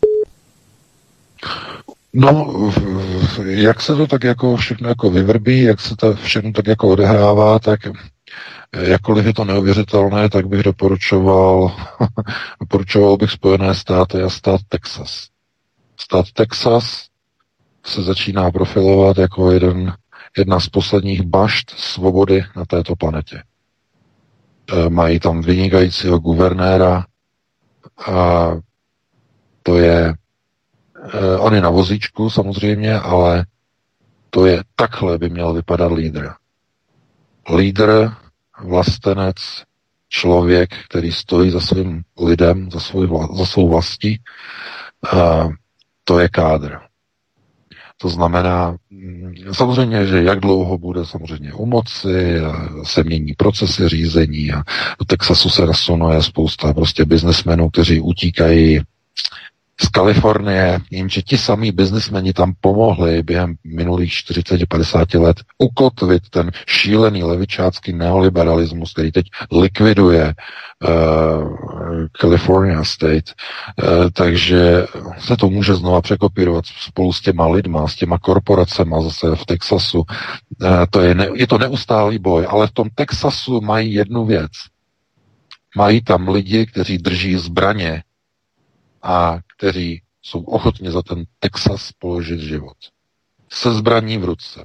No, jak se to tak jako všechno jako vyvrbí, jak se to všechno tak jako odehrává, tak jakkoliv je to neuvěřitelné, tak bych doporučoval bych Spojené státy a stát Texas. Stát Texas se začíná profilovat jako jedna z posledních bašt svobody na této planetě. Mají tam vynikajícího guvernéra a to je on je na vozíčku samozřejmě, ale to je takhle by měl vypadat lídr. Lídr, vlastenec, člověk, který stojí za svým lidem, za svou vlastí, to je kádr. To znamená, samozřejmě, že jak dlouho bude samozřejmě u moci, se mění procesy řízení a do Texasu se nasunuje spousta prostě biznesmenů, kteří utíkají z Kalifornie, jenže ti samí biznismeni tam pomohli během minulých 40-50 let ukotvit ten šílený levičácký neoliberalismus, který teď likviduje California State, takže se to může znova překopírovat spolu s těma lidma, s těma korporacema zase v Texasu. Je to neustálý boj, ale v tom Texasu mají jednu věc. Mají tam lidi, kteří drží zbraně a kteří jsou ochotni za ten Texas položit život. Se zbraní v ruce.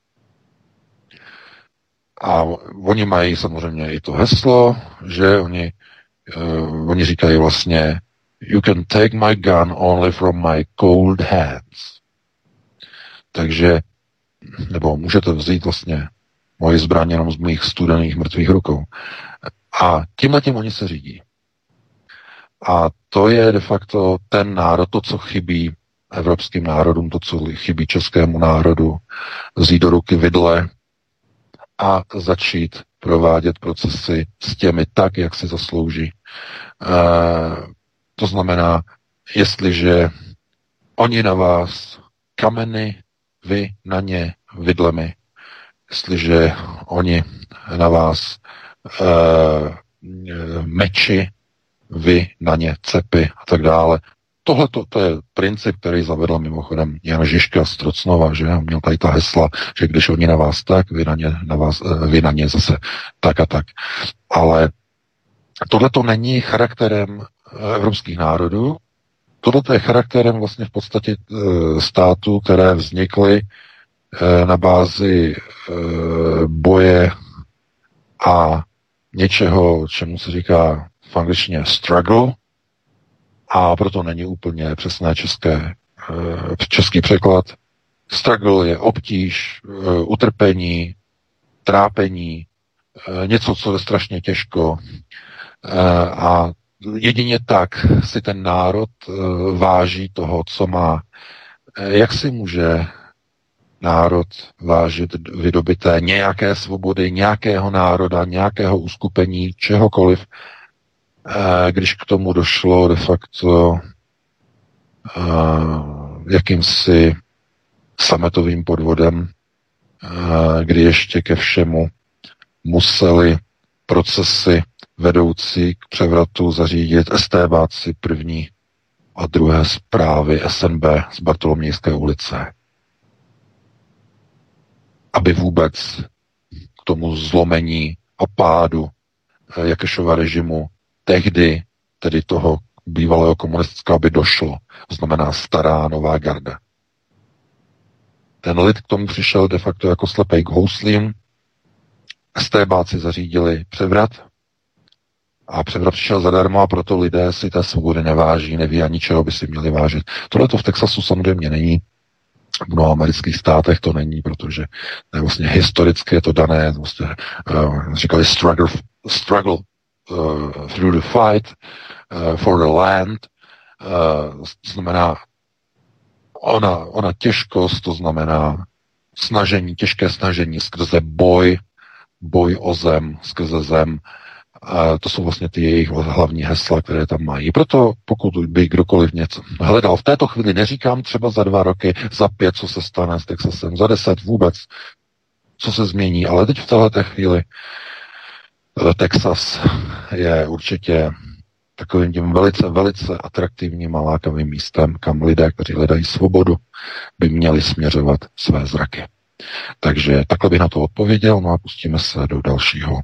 A oni mají samozřejmě i to heslo, že oni říkají vlastně you can take my gun only from my cold hands. Takže nebo můžete vzít vlastně moje zbraně jenom z mých studených mrtvých rukou. A tímhletím oni se řídí. A to je de facto ten národ, to, co chybí evropským národům, to, co chybí českému národu, vzít do ruky vidle a začít provádět procesy s těmi tak, jak si zaslouží. To znamená, jestliže oni na vás kameny, vy na ně vidlemi, jestliže oni na vás meči, vy na ně cepy a tak dále. Tohle to je princip, který zavedl mimochodem Jan Žižka z Trocnova, že měl tady ta hesla, že když oni na vás tak, vy na ně zase tak a tak. Ale tohle to není charakterem evropských národů, tohle je charakterem vlastně v podstatě států, které vznikly na bázi boje a něčeho, čemu se říká v angličtině struggle, a proto není úplně přesné český překlad. Struggle je obtíž, utrpení, trápení, něco, co je strašně těžko. A jedině tak si ten národ váží toho, co má. Jak si může národ vážit vydobyté nějaké svobody, nějakého národa, nějakého uskupení, čehokoliv, když k tomu došlo de facto jakýmsi sametovým podvodem, kdy ještě ke všemu museli procesy vedoucí k převratu zařídit estébáci první a druhé zprávy SNB z Bartolomějské ulice. Aby vůbec k tomu zlomení a pádu Jakešova režimu tehdy, tedy toho bývalého komunistického, by došlo. To znamená stará nová garda. Ten lid k tomu přišel de facto jako slepej k houslím. Estébáci zařídili převrat a převrat přišel zadarmo a proto lidé si té svobody neváží, neví ani čeho by si měli vážit. Tohle to v Texasu samozřejmě není. V mnoha amerických státech to není, protože vlastně historicky je to dané, vlastně, říkali struggle through the fight for the land, to znamená ona těžkost, to znamená těžké snažení skrze boj o zem, skrze zem, to jsou vlastně ty jejich hlavní hesla, které tam mají. Proto pokud by kdokoliv něco hledal v této chvíli, neříkám třeba za 2 roky, za 5, co se stane s Texasem, za 10 vůbec, co se změní, ale teď v této chvíli Texas je určitě takovým tím velice, velice atraktivním a lákavým místem, kam lidé, kteří hledají svobodu, by měli směřovat své zraky. Takže takhle bych na to odpověděl, no a pustíme se do dalšího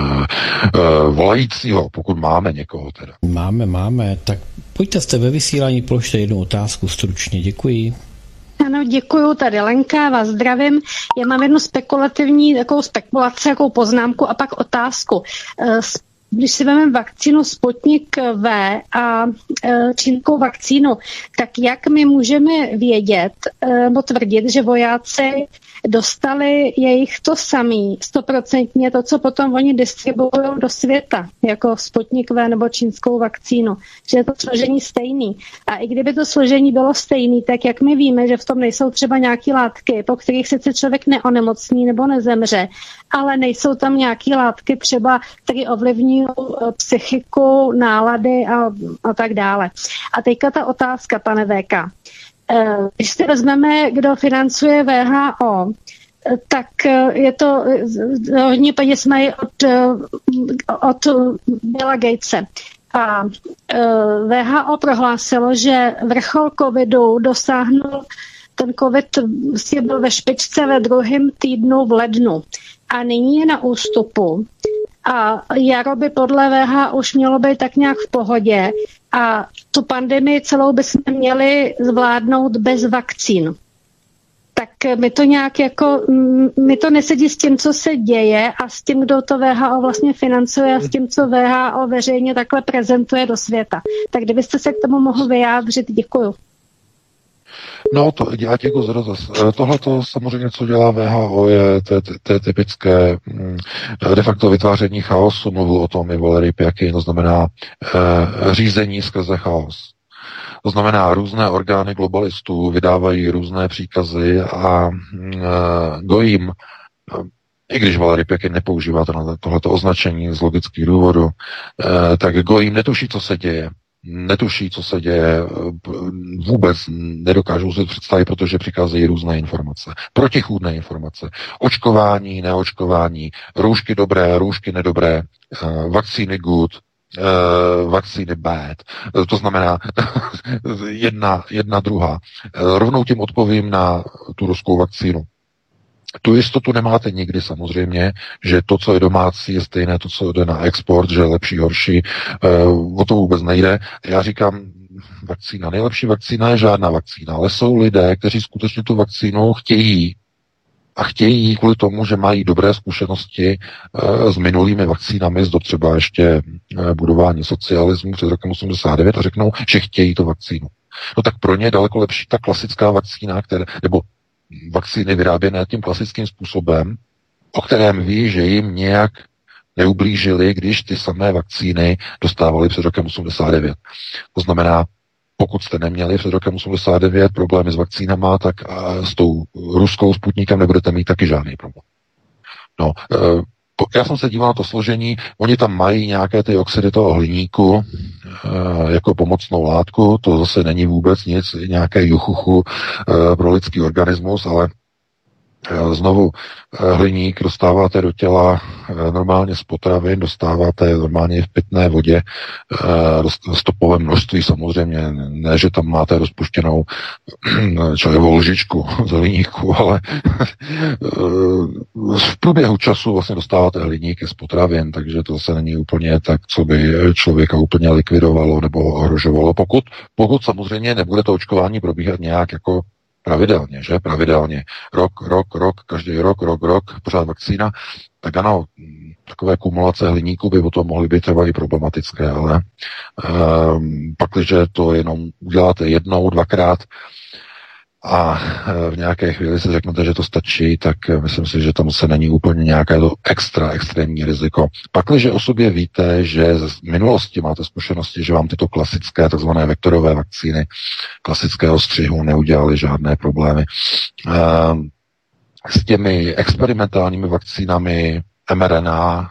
volajícího, pokud máme někoho teda. Máme, tak pojďte, jste ve vysílání, položte jednu otázku stručně, děkuji. Ano, děkuju, tady Lenka, vás zdravím. Já mám jednu spekulaci, takovou poznámku a pak otázku. Když si vezmeme vakcínu Sputnik V a čínskou vakcínu, tak jak my můžeme vědět nebo tvrdit, že vojáci dostali jejich to samý, 100% to, co potom oni distribuují do světa, jako Sputnik V nebo čínskou vakcínu, že je to složení stejný. A i kdyby to složení bylo stejný, tak jak my víme, že v tom nejsou třeba nějaké látky, po kterých sice člověk neonemocní nebo nezemře, ale nejsou tam nějaké látky třeba, které ovlivní psychiku, nálady a tak dále. A teďka ta otázka, pane VK. Když si vezmeme, kdo financuje WHO, tak je to hodně peněz mají od Billa Gatese. A WHO prohlásilo, že vrchol covidu dosáhnul, ten covid byl ve špičce ve 2. týdnu v lednu. A nyní je na ústupu. A jaro by podle WHO už mělo být tak nějak v pohodě a tu pandemii celou bychom měli zvládnout bez vakcín. Tak mi to nesedí s tím, co se děje a s tím, kdo to WHO vlastně financuje a s tím, co WHO veřejně takhle prezentuje do světa. Tak kdybyste se k tomu mohl vyjádřit, děkuju. No, to já děkuji za dotaz. Tohle to samozřejmě, co dělá WHO, je typické de facto vytváření chaosu. Mluvil o tom i Valery Pjakin, to znamená řízení skrze chaos. To znamená, různé orgány globalistů vydávají různé příkazy a gojím, i když Valery Pjakin nepoužívá tohleto označení z logických důvodů, tak gojím netuší, co se děje. Netuší, co se děje, vůbec nedokážou si představit, protože přicházejí různé informace. Protichůdné informace. Očkování, neočkování, roušky dobré, roušky nedobré, vakcíny good, vakcíny bad. To znamená jedna druhá. Rovnou tím odpovím na tu ruskou vakcínu. Tu jistotu nemáte nikdy samozřejmě, že to, co je domácí, je stejné to, co jde na export, že je lepší, horší. O to vůbec nejde. Já říkám, vakcína, nejlepší vakcína je žádná vakcína, ale jsou lidé, kteří skutečně tu vakcínu chtějí. A chtějí kvůli tomu, že mají dobré zkušenosti s minulými vakcínami, z dob třeba ještě budování socialismu před rokem 89 a řeknou, že chtějí tu vakcínu. No tak pro ně je daleko lepší ta klasická vakcína, nebo vakcíny vyráběné tím klasickým způsobem, o kterém ví, že jim nějak neublížili, když ty samé vakcíny dostávali před rokem 89. To znamená, pokud jste neměli před rokem 89 problémy s vakcínama, tak s tou ruskou Sputnikem nebudete mít taky žádný problém. No, já jsem se díval na to složení, oni tam mají nějaké ty oxidy toho hliníku jako pomocnou látku, to zase není vůbec nic, nějaké juchuchu pro lidský organismus, ale znovu hliník dostáváte do těla normálně z potravin, dostáváte normálně v pitné vodě, stopové množství samozřejmě, ne, že tam máte rozpuštěnou čajovou lžičku z hliníku, ale v průběhu času vlastně dostáváte hliníky z potravin, takže to se není úplně tak, co by člověka úplně likvidovalo nebo ohrožovalo, pokud samozřejmě nebude to očkování probíhat nějak jako pravidelně, že? Pravidelně. Rok, každý rok, pořád vakcína. Tak ano, takové kumulace hliníku by o tom mohly být třeba i problematické, ale pakliže to jenom uděláte jednou, dvakrát a v nějaké chvíli si řeknete, že to stačí, tak myslím si, že tam se není úplně nějaké to extrémní riziko. Pakliže o sobě víte, že z minulosti máte zkušenosti, že vám tyto klasické takzvané vektorové vakcíny klasického střihu neudělaly žádné problémy. S těmi experimentálními vakcínami mRNA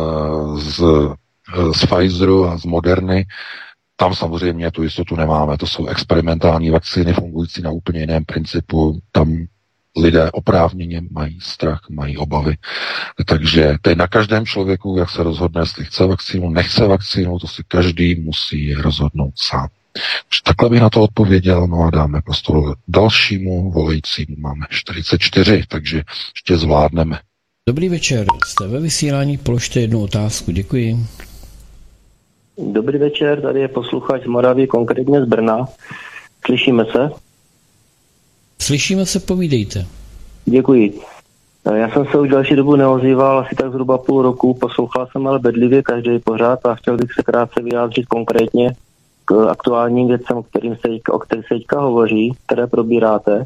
z Pfizeru a z Moderny, tam samozřejmě tu jistotu nemáme. To jsou experimentální vakcíny fungující na úplně jiném principu. Tam lidé oprávněně mají strach, mají obavy. Takže to je na každém člověku, jak se rozhodne, jestli chce vakcínu, nechce vakcínu, to si každý musí rozhodnout sám. Takhle bych na to odpověděl, no a dáme prostor dalšímu volajícímu. Máme 44, takže ještě zvládneme. Dobrý večer, jste ve vysílání, položte jednu otázku, děkuji. Dobrý večer, tady je posluchač z Moravy, konkrétně z Brna. Slyšíme se? Slyšíme se, povídejte. Děkuji. Já jsem se už další dobu neozýval, asi tak zhruba půl roku, poslouchal jsem ale bedlivě každý pořád a chtěl bych se krátce vyjádřit konkrétně k aktuálním věcem, o kterých se teďka hovoří, které probíráte.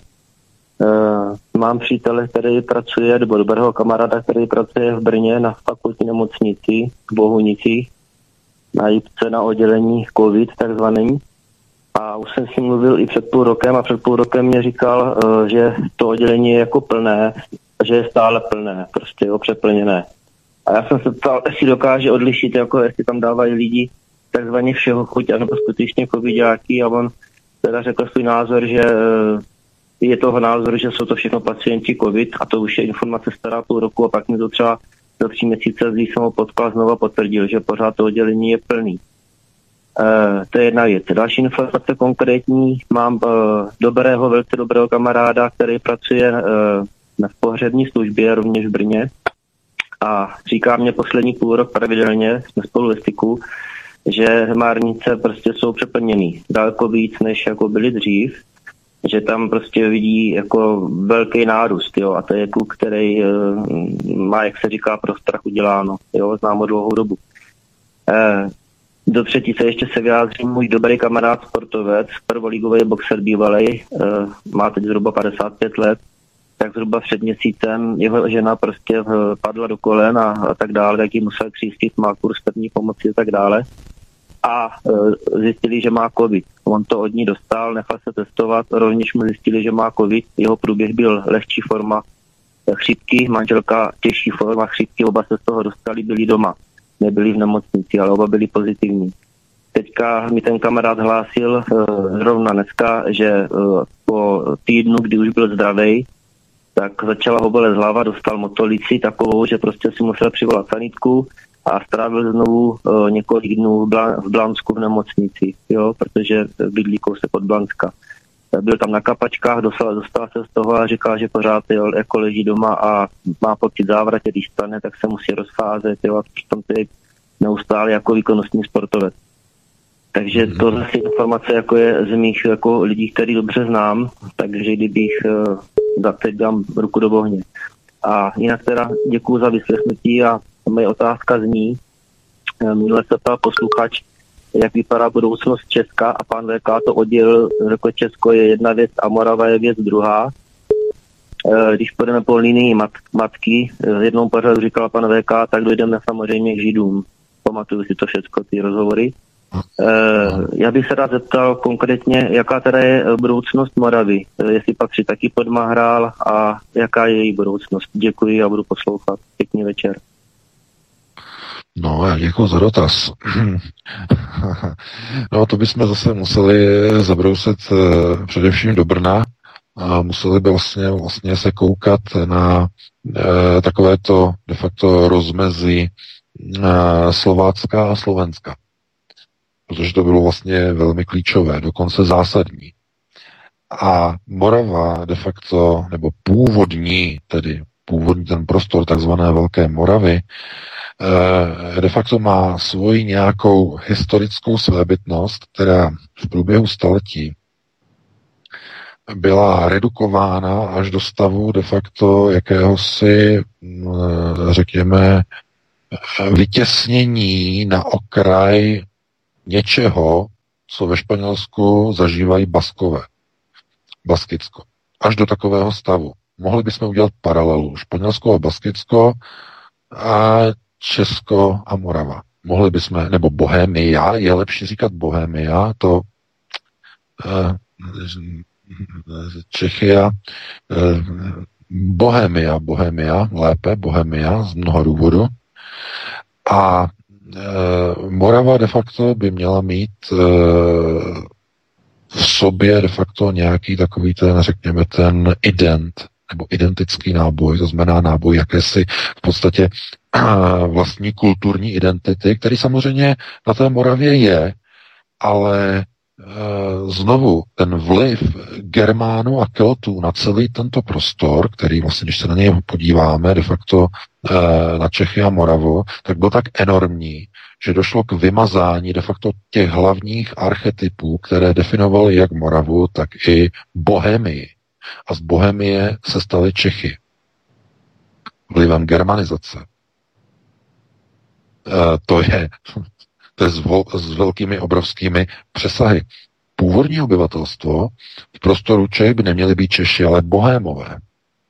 Mám přítele, který pracuje, nebo dobrého kamaráda, který pracuje v Brně na fakultní nemocnici v Bohunicích, na JIPce, na oddělení COVID takzvaným. A už jsem si mluvil i před půl rokem a před půl rokem mě říkal, že to oddělení je jako plné, že je stále plné, prostě přeplněné. A já jsem se ptal, jestli dokáže odlišit, jako jestli tam dávají lidi takzvaně všeho chuť, anebo skutečně covidáky, a on teda řekl svůj názor, že je toho názor, že jsou to všechno pacienti COVID, a to už je informace stará půl roku, a pak mi to třeba za 3 měsíce, když jsem ho potkal, znova potvrdil, že pořád to oddělení je plný. To je jedna věc. Další informace konkrétní, mám velice dobrého kamaráda, který pracuje v pohřební službě, rovněž v Brně, a říká mě poslední půl rok pravidelně, jsme spolu ve styku, že hemárnice prostě jsou přeplněný daleko víc, než jako byly dřív, že tam prostě vidí jako velký nárůst, jo, a to je kluk, který má, jak se říká, pro strach uděláno, jo, znám ho dlouhou dobu. Do třetice ještě se vyjádří můj dobrý kamarád sportovec, prvoligový boxer bývalý, má teď zhruba 55 let, tak zhruba před měsícem jeho žena prostě padla do kolen a tak dále, tak ji musel křístit, má kurz první pomoci a tak dále. A zjistili, že má covid. On to od ní dostal, nechal se testovat, rovněž mu zjistili, že má covid. Jeho průběh byl lehčí forma chřipky, manželka těžší forma chřipky, oba se z toho dostali, byli doma. Nebyli v nemocnici, ale oba byli pozitivní. Teďka mi ten kamarád hlásil zrovna dneska, že po týdnu, kdy už byl zdravý, tak začala ho bolet hlava, dostal motolici takovou, že prostě si musel přivolat sanitku a strávil znovu několik dnů v Blansku v nemocnici, jo, protože bydlí kousek od Blanska. Byl tam na kapačkách, dostal se z toho a říkal, že pořád jako leží doma a má pocit závratě, když stane, tak se musí rozcházet, jo, a přitom to je neustále jako výkonnostní sportovec. Takže to zase informace jako je z mých jako lidí, který dobře znám, takže kdybych teď dám ruku do ohně. A jinak teda děkuju za vyslechnutí a moje otázka zní, minule se ptal posluchač, jak vypadá budoucnost Česka a pan VK to oddělil, řekl, Česko je jedna věc a Morava je věc druhá. Když půjdeme po linii matky, v jednom pořadu říkal pan VK, tak dojdeme samozřejmě k Židům. Pamatuju si to všechno, ty rozhovory. Já bych se rád zeptal konkrétně, jaká teda je budoucnost Moravy, jestli patří taky pod Mahrál a jaká je její budoucnost. Děkuji a budu poslouchat. Pěkný večer. No, já děkuji za dotaz. No, to bychom zase museli zabrousit především do Brna a museli by vlastně se koukat na takovéto de facto rozmezí Slovácka a Slovenska. Protože to bylo vlastně velmi klíčové, dokonce zásadní. A Morava de facto, nebo původní ten prostor takzvané Velké Moravy, de facto má svoji nějakou historickou svébytnost, která v průběhu staletí byla redukována až do stavu de facto jakéhosi, řekněme, vytěsnění na okraj něčeho, co ve Španělsku zažívají Baskové. Baskicko. Až do takového stavu. Mohli bychom udělat paralelu. Španělsko a Baskicko a Česko a Morava. Mohli bychom, nebo Bohemia, je lepší říkat Bohemia, to Čechia, Bohemia, lépe, Bohemia z mnoha důvodů. A Morava de facto by měla mít v sobě de facto nějaký takový ten, řekněme, ten nebo identický náboj, to znamená náboj jakési v podstatě vlastní kulturní identity, který samozřejmě na té Moravě je, ale znovu ten vliv Germánů a Keltů na celý tento prostor, který vlastně, když se na něj podíváme de facto na Čechy a Moravu, tak byl tak enormní, že došlo k vymazání de facto těch hlavních archetypů, které definovaly jak Moravu, tak i Bohemii. A z Bohemie se staly Čechy. Vlivem germanizace. To je s velkými obrovskými přesahy. Původní obyvatelstvo v prostoru Čech by neměly být Češi, ale Bohémové.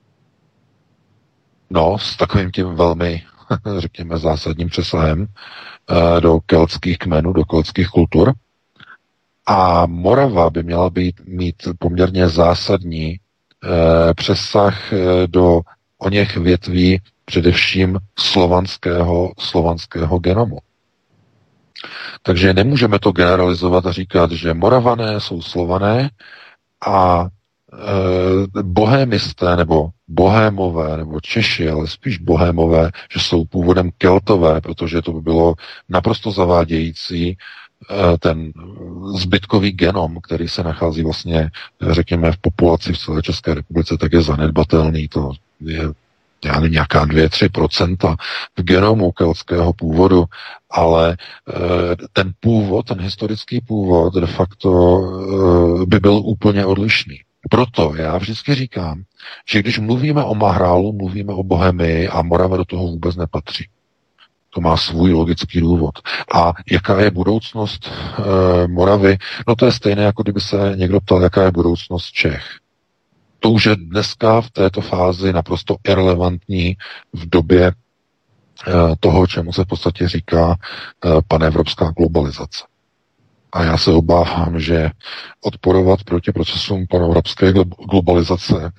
No, s takovým tím velmi, řekněme, zásadním přesahem do keltských kmenů, do keltských kultur. A Morava by měla mít poměrně zásadní přesah do oněch větví především slovanského genomu. Takže nemůžeme to generalizovat a říkat, že Moravané jsou Slované a bohémisté nebo bohémové nebo Češi, ale spíš bohémové, že jsou původem Keltové, protože to by bylo naprosto zavádějící. Ten zbytkový genom, který se nachází vlastně, řekněme, v populaci v celé České republice, tak je zanedbatelný. To je nějaká 2-3% v genomu keltského původu, ale ten původ, ten historický původ de facto by byl úplně odlišný. Proto já vždycky říkám, že když mluvíme o Mahrálu, mluvíme o Bohemii a Morava do toho vůbec nepatří. To má svůj logický důvod. A jaká je budoucnost Moravy? No to je stejné, jako kdyby se někdo ptal, jaká je budoucnost Čech. To už je dneska v této fázi naprosto irelevantní v době toho, čemu se v podstatě říká panevropská globalizace. A já se obávám, že odporovat proti procesům panevropské globalizace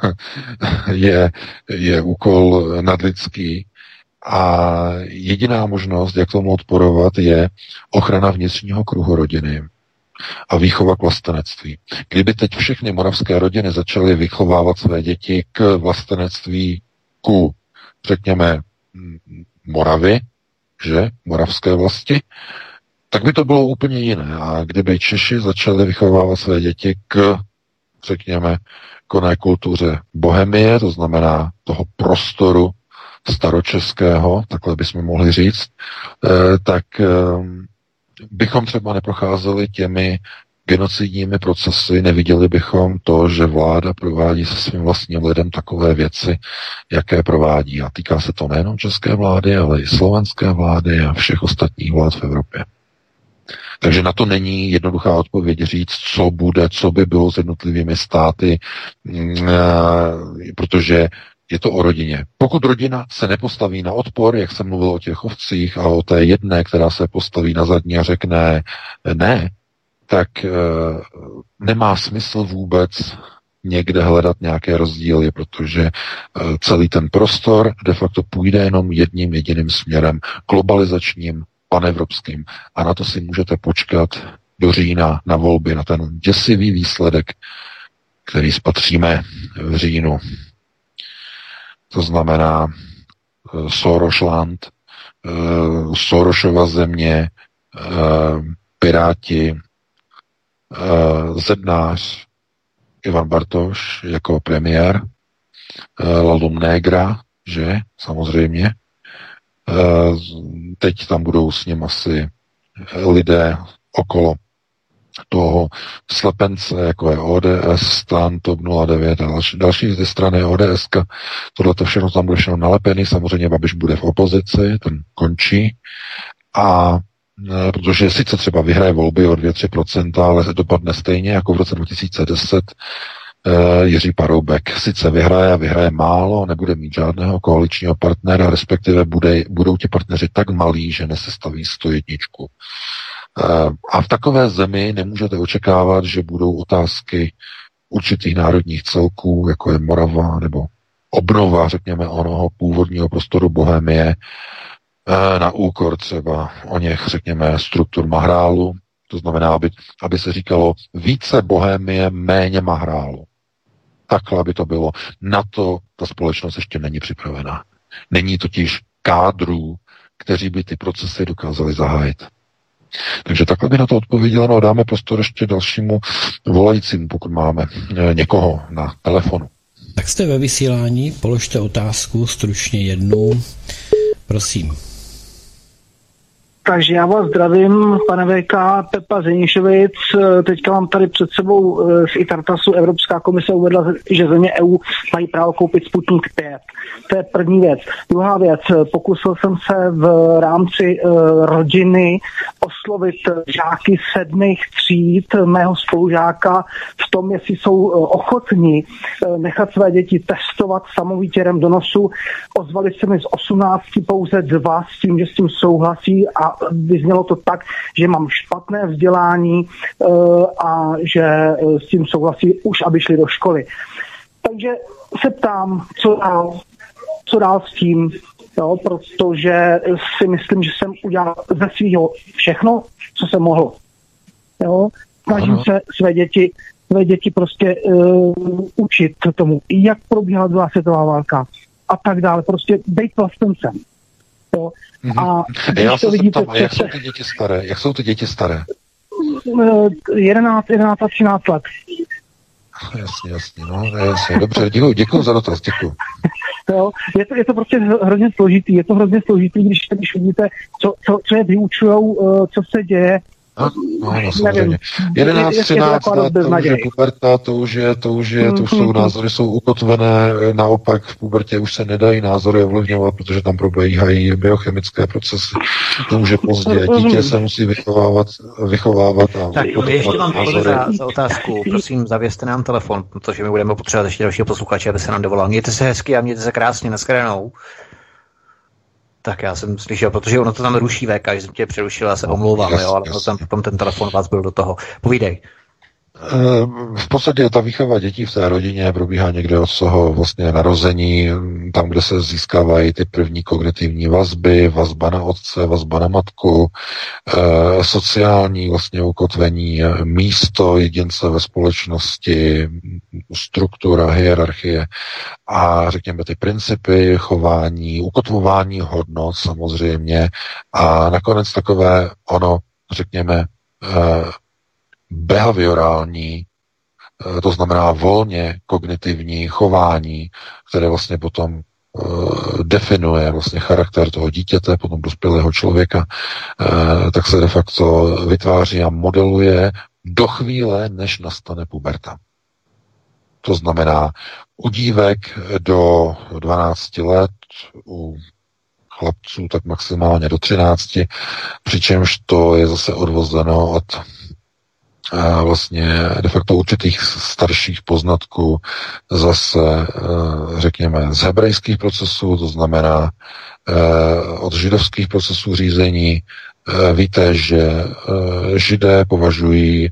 je úkol nadlidský a jediná možnost, jak tomu odporovat, je ochrana vnitřního kruhu rodiny a výchova k vlastenectví. Kdyby teď všechny moravské rodiny začaly vychovávat své děti k vlastenectví ku, řekněme, Moravy, že, moravské vlasti, tak by to bylo úplně jiné. A kdyby Češi začali vychovávat své děti k, řekněme, konné kultuře Bohemie, to znamená toho prostoru staročeského, takhle bychom mohli říct, tak bychom třeba neprocházeli těmi genocidními procesy, neviděli bychom to, že vláda provádí se svým vlastním lidem takové věci, jaké provádí. A týká se to nejenom české vlády, ale i slovenské vlády a všech ostatních vlád v Evropě. Takže na to není jednoduchá odpověď říct, co bude, co by bylo s jednotlivými státy, protože je to o rodině. Pokud rodina se nepostaví na odpor, jak jsem mluvil o těch ovcích a o té jedné, která se postaví na zadní a řekne ne, tak nemá smysl vůbec někde hledat nějaké rozdíly, protože celý ten prostor de facto půjde jenom jedním jediným směrem, globalizačním, panevropským. A na to si můžete počkat do října na volby, na ten děsivý výsledek, který spatříme v říjnu. To znamená Sorosland, Sorosova země, Piráti, Zednář, Ivan Bartoš jako premiér, Lalum Negra, že, samozřejmě. Teď tam budou s ním asi lidé okolo toho slepence, jako je ODS, STAN, TOP 09 a další ze strany ODS. Tohle všechno tam bude všechno nalepený. Samozřejmě Babiš bude v opozici, ten končí. A protože sice třeba vyhraje volby o 2-3%, ale dopadne stejně jako v roce 2010 Jiří Paroubek. Sice vyhraje málo, nebude mít žádného koaličního partnera, respektive budou ti partneři tak malí, že nesestaví 101. A v takové zemi nemůžete očekávat, že budou otázky určitých národních celků, jako je Morava, nebo obnova, řekněme, onoho původního prostoru Bohemie, na úkor třeba o něch, řekněme, struktur Mahrálu. To znamená, aby se říkalo více Bohemie, méně Mahrálu. Takhle by to bylo. Na to ta společnost ještě není připravená. Není totiž kádrů, kteří by ty procesy dokázali zahájit. Takže takhle by na to odpověděla, no a dáme prostor ještě dalšímu volajícímu, pokud máme někoho na telefonu. Tak jste ve vysílání, položte otázku, stručně jednu, prosím. Takže já vás zdravím, pane VK, Pepa Zenišovic. Teďka mám tady před sebou z Itartasu Evropská komise uvedla, že země EU mají právo koupit Sputnik 5. To je první věc. Druhá věc, pokusil jsem se v rámci rodiny oslovit žáky 7. tříd mého spolužáka v tom, jestli jsou ochotní nechat své děti testovat samovýtěrem do nosu. Ozvali se mi z 18 pouze 2 s tím, že s tím souhlasí a vyznělo to tak, že mám špatné vzdělání a že s tím souhlasí už, aby šli do školy. Takže se ptám, co dál s tím, jo, protože si myslím, že jsem udělal ze svého všechno, co jsem mohl. Jo. Snažím se své děti prostě učit tomu, jak probíhala druhá světová válka a tak dále. Prostě bejt vlastencem. Jo. A já se vidíte, zeptám, jak jsou ty děti staré? 11 a 13 let. Jasně, no, jasně, dobře, děkuju za dotaz, děkuju. Jo, je to prostě hrozně složitý, když vidíte, co je vyučujou, co se děje No, samozřejmě. 11-13 let, to už je puberta, to už jsou názory, jsou ukotvené, naopak v pubertě už se nedají názory ovlivňovat, protože tam probíhají biochemické procesy, to už je pozdě, dítě se musí vychovávat a tak ještě mám za otázku, prosím, zavěste nám telefon, protože my budeme potřebovat ještě dalšího posluchače, aby se nám dovolal. Mějte se hezky a mějte se krásně, nashledanou. Tak já jsem slyšel, protože ono to tam ruší VK, že jsem tě přerušil, já se omlouvám, jo, ale tam potom ten telefon vás byl do toho. Povídej. V podstatě ta výchova dětí v té rodině probíhá někde od toho vlastně narození, tam, kde se získávají ty první kognitivní vazby, vazba na otce, vazba na matku, sociální vlastně ukotvení, místo jedince ve společnosti, struktura, hierarchie a řekněme ty principy chování, ukotvování hodnot samozřejmě a nakonec takové ono, řekněme, behaviorální, to znamená volně kognitivní chování, které vlastně potom definuje vlastně charakter toho dítěte, potom dospělého člověka, tak se de facto vytváří a modeluje do chvíle, než nastane puberta. To znamená u dívek do 12 let, u chlapců tak maximálně do 13, přičemž to je zase odvozeno od vlastně de facto určitých starších poznatků zase, řekněme, z hebrejských procesů, to znamená od židovských procesů řízení. Víte, že Židé považují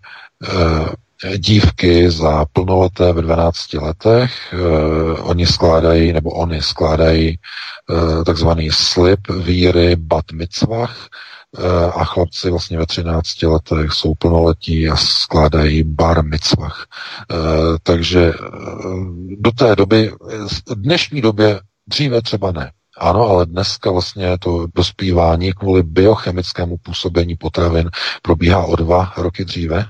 dívky za plnoleté ve 12 letech. Oni skládají takzvaný slib víry bat mitzvah, a chlapci vlastně ve 13 letech jsou plnoletí a skládají bar mitzvah. Takže do té doby, v dnešní době, dříve třeba ne. Ano, ale dneska vlastně to dospívání kvůli biochemickému působení potravin probíhá o 2 roky dříve.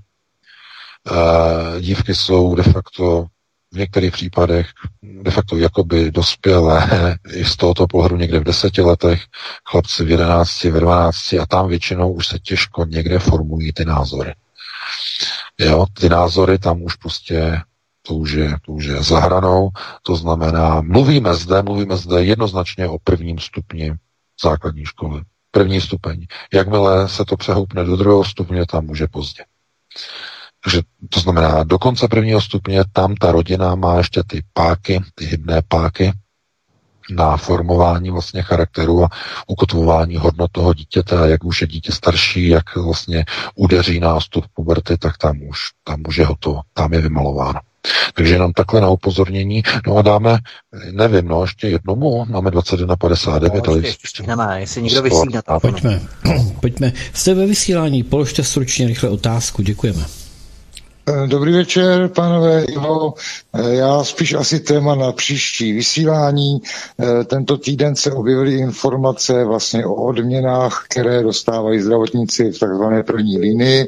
Dívky jsou de facto v některých případech de facto jakoby dospělé i z tohoto pohledu někde v 10 letech, chlapci v 11, ve 12 a tam většinou už se těžko někde formují ty názory. Jo, ty názory tam už prostě to už je za hranou, to znamená, mluvíme zde jednoznačně o prvním stupni základní školy. První stupeň. Jakmile se to přehoupne do 2. stupně, tam už je pozdě. Takže to znamená, do konce 1. stupně tam ta rodina má ještě ty páky, ty hybné páky na formování vlastně charakteru a ukotvování hodnot toho dítěte a jak už je dítě starší, jak vlastně udeří nástup puberty, tak tam už je hotovo, tam je vymalováno. Takže jenom takhle na upozornění. No a dáme, nevím, ještě jednomu, máme 21:59. No, ještě jestli někdo vysílí na to. Pojďme. Jste ve vysílání, položte stručně rychle otázku, děkujeme. Dobrý večer, pánové. Ivo, já spíš asi téma na příští vysílání. Tento týden se objevily informace vlastně o odměnách, které dostávají zdravotníci v takzvané první linii.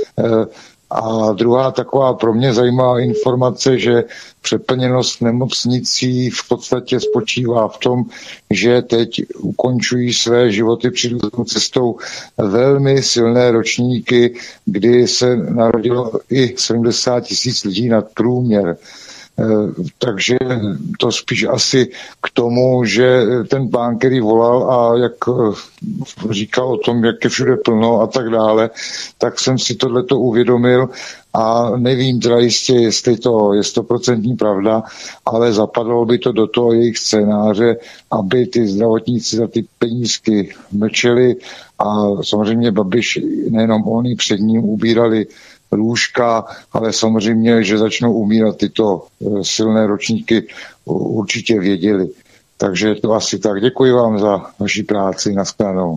A druhá taková pro mě zajímavá informace, že přeplněnost nemocnicí v podstatě spočívá v tom, že teď ukončují své životy přirozenou cestou velmi silné ročníky, kdy se narodilo i 70 000 lidí nad průměr. Takže to spíš asi k tomu, že ten pán, který volal a jak říkal o tom, jak je všude plno a tak dále, tak jsem si tohleto uvědomil a nevím teda jistě, jestli to je 100% pravda, ale zapadlo by to do toho jejich scénáře, aby ty zdravotníci za ty penízky mlčeli a samozřejmě Babiš, nejenom oni před ním ubírali lůžka, ale samozřejmě, že začnou umírat tyto silné ročníky, určitě věděli. Takže to asi tak. Děkuji vám za vaši práci. Nashledanou.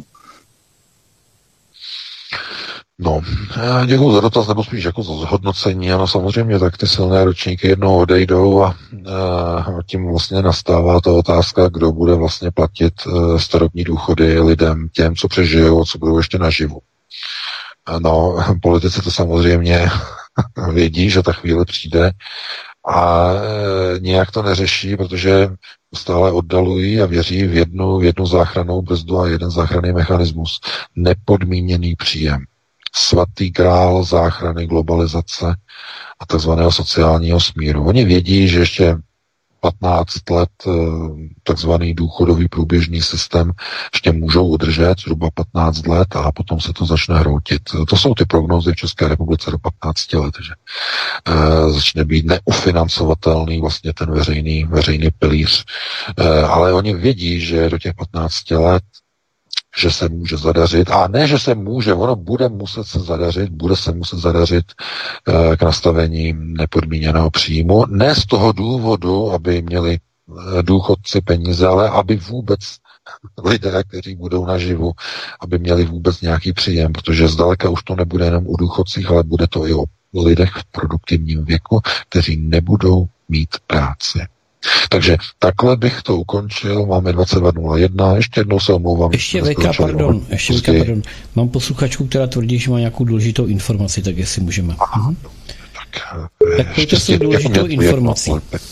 No, děkuji za dotaz, nebo spíš jako za zhodnocení. Ano, samozřejmě, tak ty silné ročníky jednou odejdou a tím vlastně nastává ta otázka, kdo bude vlastně platit starobní důchody lidem, těm, co přežijou a co budou ještě naživu. No, politici to samozřejmě vědí, že ta chvíle přijde a nějak to neřeší, protože stále oddalují a věří v jednu záchrannou brzdu a jeden záchranný mechanismus. Nepodmíněný příjem. svatý grál záchrany globalizace a takzvaného sociálního smíru. Oni vědí, že ještě 15 let takzvaný důchodový průběžný systém ještě můžou udržet, zhruba 15 let, a potom se to začne hroutit. To jsou ty prognózy v České republice do 15 let, že začne být neufinancovatelný vlastně ten veřejný pilíř. Ale oni vědí, že do těch 15 let že se může zadařit, a ne, že se může, ono bude se muset zadařit k nastavení nepodmíněného příjmu, ne z toho důvodu, aby měli důchodci peníze, ale aby vůbec lidé, kteří budou naživu, aby měli vůbec nějaký příjem, protože zdaleka už to nebude jenom u důchodcích, ale bude to i o lidech v produktivním věku, kteří nebudou mít práci. Takže takhle bych to ukončil, máme 22:01, ještě jednou se omlouvám. Ještě pardon. Mám posluchačku, která tvrdí, že má nějakou důležitou informaci, tak jestli můžeme. Tak pojďte s důležitou informací.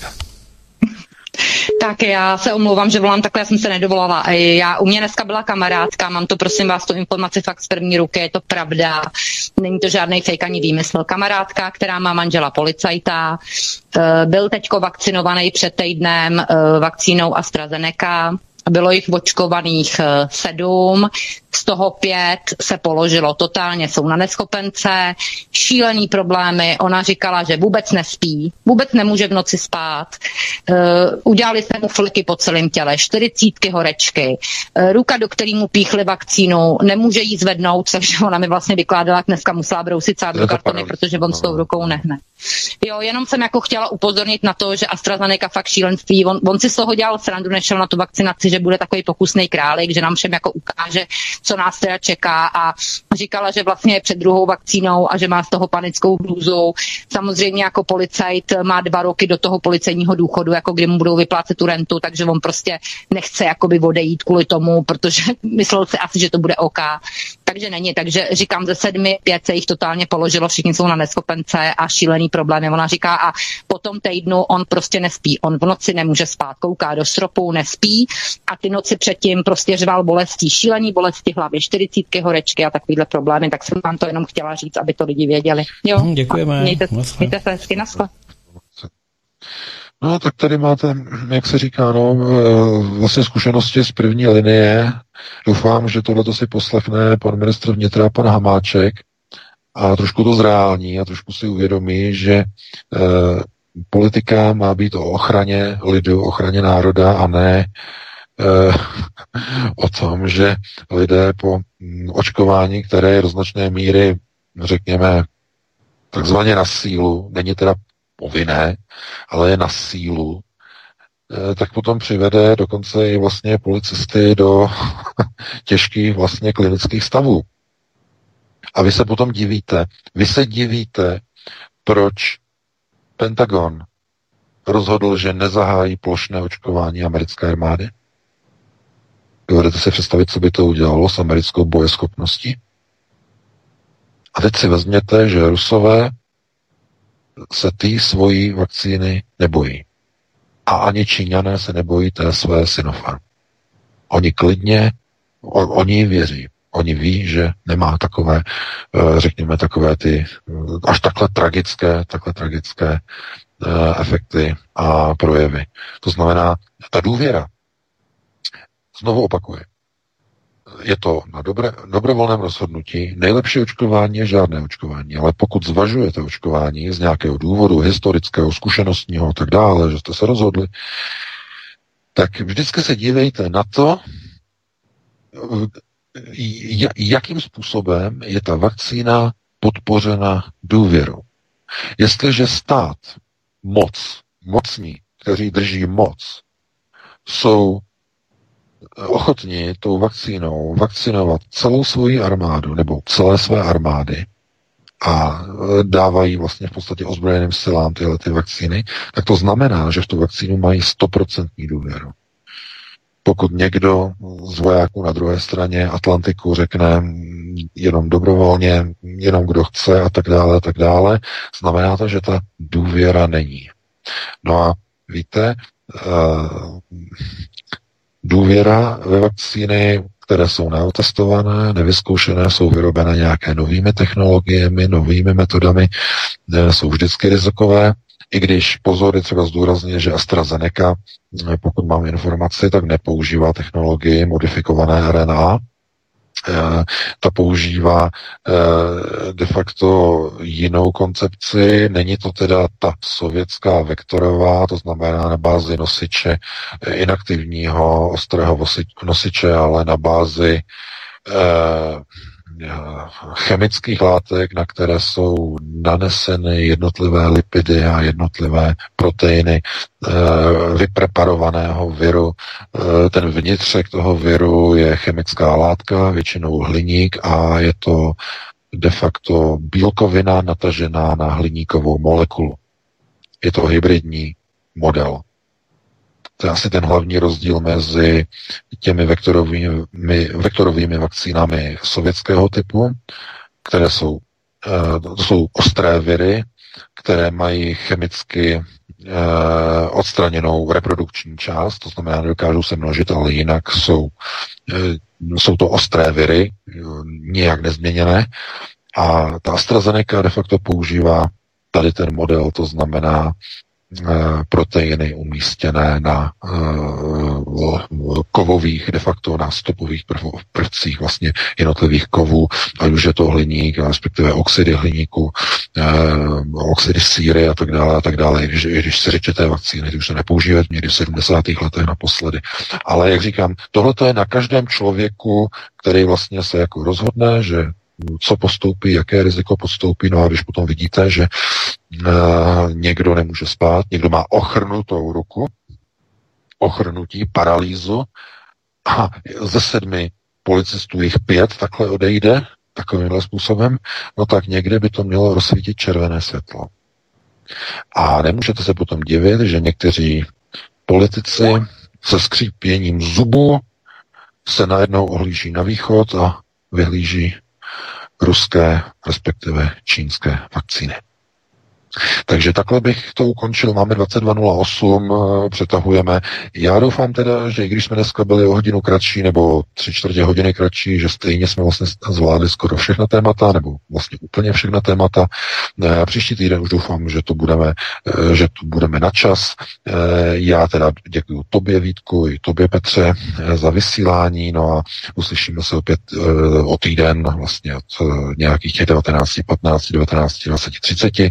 Tak já se omlouvám, že volám takhle, já jsem se nedovolala. U mě dneska byla kamarádka, mám to, prosím vás, tu informaci fakt z první ruky, je to pravda, není to žádný fake ani výmysl. Kamarádka, která má manžela policajta, byl teďko vakcinovaný před týdnem vakcínou AstraZeneca, bylo jich očkovaných 7, z toho 5 se položilo totálně, jsou na neschopence, šílený problémy, ona říkala, že vůbec nespí, vůbec nemůže v noci spát, udělali se mu fliky po celém těle, 40 horečky, ruka, do který mu píchli vakcínu, nemůže jí zvednout, takže ona mi vlastně vykládala, jak dneska musela brousit sádru kartony, protože on s tou rukou nehne. Jo, jenom jsem jako chtěla upozornit na to, že AstraZeneca fakt šílenství, on si z toho dělal srandu, nešel na tu vakcinaci, že bude takový pokusný králík, že nám všem jako ukáže, co nás teda čeká, a říkala, že vlastně je před druhou vakcínou a že má z toho panickou hrůzu. Samozřejmě jako policajt má 2 roky do toho policejního důchodu, jako kdy mu budou vyplácet tu rentu, takže on prostě nechce jakoby odejít kvůli tomu, protože myslel si asi, že to bude OK. Takže není, takže říkám, ze 7, 5 se jich totálně položilo, všichni jsou na neschopence a šílený problémy. Ona říká, a po tom týdnu on prostě nespí, on v noci nemůže spát, kouká do stropu, nespí, a ty noci předtím prostě řval bolestí, šílený bolesti hlavy, 40 horečky a takovýhle problémy, tak jsem vám to jenom chtěla říct, aby to lidi věděli. Jo, děkujeme. Mějte se hezky, naschle. No, tak tady máte, jak se říká, vlastně zkušenosti z první linie. Doufám, že tohleto si poslechne pan ministr vnitra, pan Hamáček, a trošku to zreální a trošku si uvědomí, že politika má být o ochraně lidu, ochraně národa, a ne o tom, že lidé po očkování, které je do značné míry, řekněme, takzvaně na sílu, není teda povinné, ale je na sílu, tak potom přivede dokonce i vlastně policisty do těžkých vlastně klinických stavů. A vy se potom divíte, proč Pentagon rozhodl, že nezahájí plošné očkování americké armády? Dovedete si představit, co by to udělalo s americkou bojeschopností? A teď si vezměte, že Rusové se té svojí vakcíny nebojí. A ani Číňané se nebojí té své Sinopharm. Oni klidně, oni věří. Oni ví, že nemá takové, řekněme, takové ty až takhle tragické efekty a projevy. To znamená, ta důvěra, znovu opakuje, je to na dobrovolném rozhodnutí. Nejlepší očkování je žádné očkování, ale pokud zvažujete očkování z nějakého důvodu, historického, zkušenostního a tak dále, že jste se rozhodli, tak vždycky se dívejte na to, jakým způsobem je ta vakcína podpořena důvěrou. Jestliže stát, mocní, kteří drží moc, jsou ochotní tou vakcínou vakcinovat celou svoji armádu nebo celé své armády a dávají vlastně v podstatě ozbrojeným silám tyhle ty vakcíny, tak to znamená, že v tu vakcínu mají 100% důvěru. Pokud někdo z vojáků na druhé straně Atlantiku řekne jenom dobrovolně, jenom kdo chce a tak dále, znamená to, že ta důvěra není. No a víte, důvěra ve vakcíny které jsou neotestované, nevyzkoušené, jsou vyrobené nějaké novými technologiemi, novými metodami, jsou vždycky rizikové, i když pozor je třeba zdůraznit, že AstraZeneca, pokud mám informaci, tak nepoužívá technologii modifikované RNA, ta používá de facto jinou koncepci, není to teda ta sovětská vektorová, to znamená na bázi nosiče, inaktivního ostrého nosiče, ale na bázi chemických látek, na které jsou naneseny jednotlivé lipidy a jednotlivé proteiny vypreparovaného viru. Ten vnitřek toho viru je chemická látka, většinou hliník, a je to de facto bílkovina natažená na hliníkovou molekulu. Je to hybridní model. To je asi ten hlavní rozdíl mezi těmi vektorovými vakcínami sovětského typu, které jsou ostré viry, které mají chemicky odstraněnou reprodukční část, to znamená, nedokážou se množit, ale jinak jsou to ostré viry, nijak nezměněné. A ta AstraZeneca de facto používá tady ten model, to znamená proteiny umístěné na kovových, de facto na stopových prvcích vlastně jednotlivých kovů, ať už je to hliník, respektive oxidy hliníku, oxidy síry a tak dále. Když se říče té vakcíny, ty už se nepoužívají, někdy v 70. letech naposledy. Ale jak říkám, tohle je na každém člověku, který vlastně se jako rozhodne, že co postoupí, jaké riziko postoupí, no a když potom vidíte, že někdo nemůže spát, někdo má ochrnutou ruku, ochrnutí, paralýzu a ze 7 policistů jich 5 takhle odejde takovýmhle způsobem, no tak někde by to mělo rozsvítit červené světlo. A nemůžete se potom divit, že někteří politici se skřípěním zubů se najednou ohlíží na východ a vyhlíží ruské, respektive čínské vakcíny. Takže takhle bych to ukončil. Máme 22:08, přetahujeme. Já doufám teda, že i když jsme dneska byli o hodinu kratší nebo 3/4 hodiny kratší, že stejně jsme vlastně zvládli skoro všechna témata, nebo vlastně úplně všechna témata. Příští týden už doufám, že tu budeme na čas. Já teda děkuji tobě, Vítku, i tobě, Petře, za vysílání, no a uslyšíme se opět o týden, vlastně od nějakých 19:15, 19:20, 30.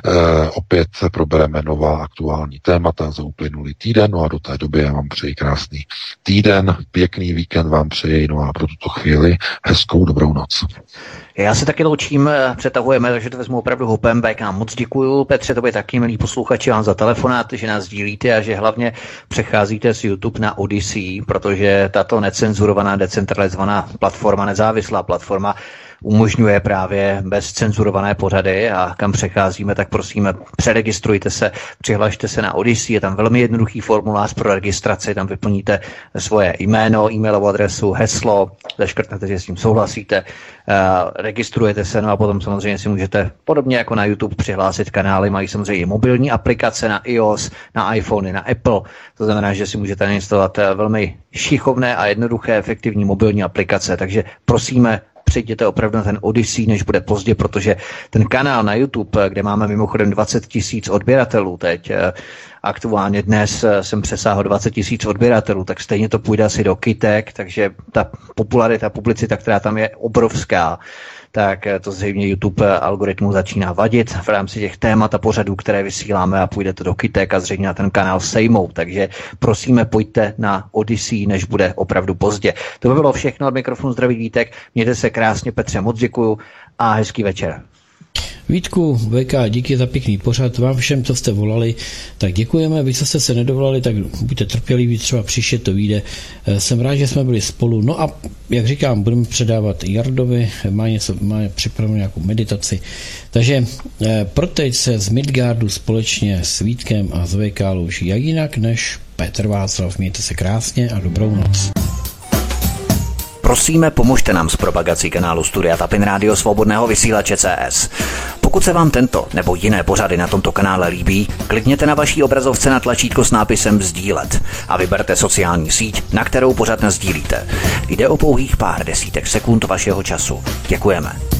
Opět probereme nová aktuální témata za uplynulý týden, no a do té doby já vám přeji krásný týden, pěkný víkend vám přeji, no a pro tuto chvíli hezkou dobrou noc. Já se taky loučím, přetahujeme, takže to vezmu opravdu hopem. BK, moc děkuju. Petře, tobě taky, milí posluchači, vám za telefonát, že nás dílíte a že hlavně přecházíte z YouTube na Odyssey, protože tato necenzurovaná, decentralizovaná platforma, nezávislá platforma umožňuje právě bezcenzurované pořady, a kam přecházíme, tak prosím, přeregistrujte se, přihlašte se na Odyssey, je tam velmi jednoduchý formulář pro registraci, tam vyplníte svoje jméno, e-mailovou adresu, heslo, zaškrtnete, že s tím souhlasíte, registrujete se, no a potom samozřejmě si můžete podobně jako na YouTube přihlásit kanály, mají samozřejmě mobilní aplikace na iOS, na iPhone, na Apple, to znamená, že si můžete nainstalovat velmi šikovné a jednoduché, efektivní mobilní aplikace, takže prosíme, přijděte opravdu na ten Odyssey, než bude pozdě, protože ten kanál na YouTube, kde máme mimochodem 20 000 odběratelů teď, aktuálně dnes jsem přesáhl 20 000 odběratelů, tak stejně to půjde asi do kytek, takže ta popularita, publicita, která tam je obrovská, tak to zřejmě YouTube algoritmu začíná vadit v rámci těch témat a pořadů, které vysíláme, a půjde to do kytek a zřejmě na ten kanál sejmou. Takže prosíme, pojďte na Odyssey, než bude opravdu pozdě. To by bylo všechno, od mikrofonu zdraví Vítek. Mějte se krásně, Petře, moc děkuju a hezký večer. Vítku, VK, díky za pěkný pořad, vám všem, co jste volali, tak děkujeme, vy, co jste se nedovolali, tak buďte trpěliví, třeba příště to vyjde. Jsem rád, že jsme byli spolu, no a jak říkám, budeme předávat Jardovi, má připravenou nějakou meditaci, takže pro teď se z Midgardu společně s Vítkem a s VK louží jak jinak než Petr Václav. Mějte se krásně a dobrou noc. Prosíme, pomožte nám s propagací kanálu Studia Tapin Rádio Svobodného vysílače CS. Pokud se vám tento nebo jiné pořady na tomto kanále líbí, klikněte na vaší obrazovce na tlačítko s nápisem sdílet a vyberte sociální síť, na kterou pořad nasdílíte. Jde o pouhých pár desítek sekund vašeho času. Děkujeme.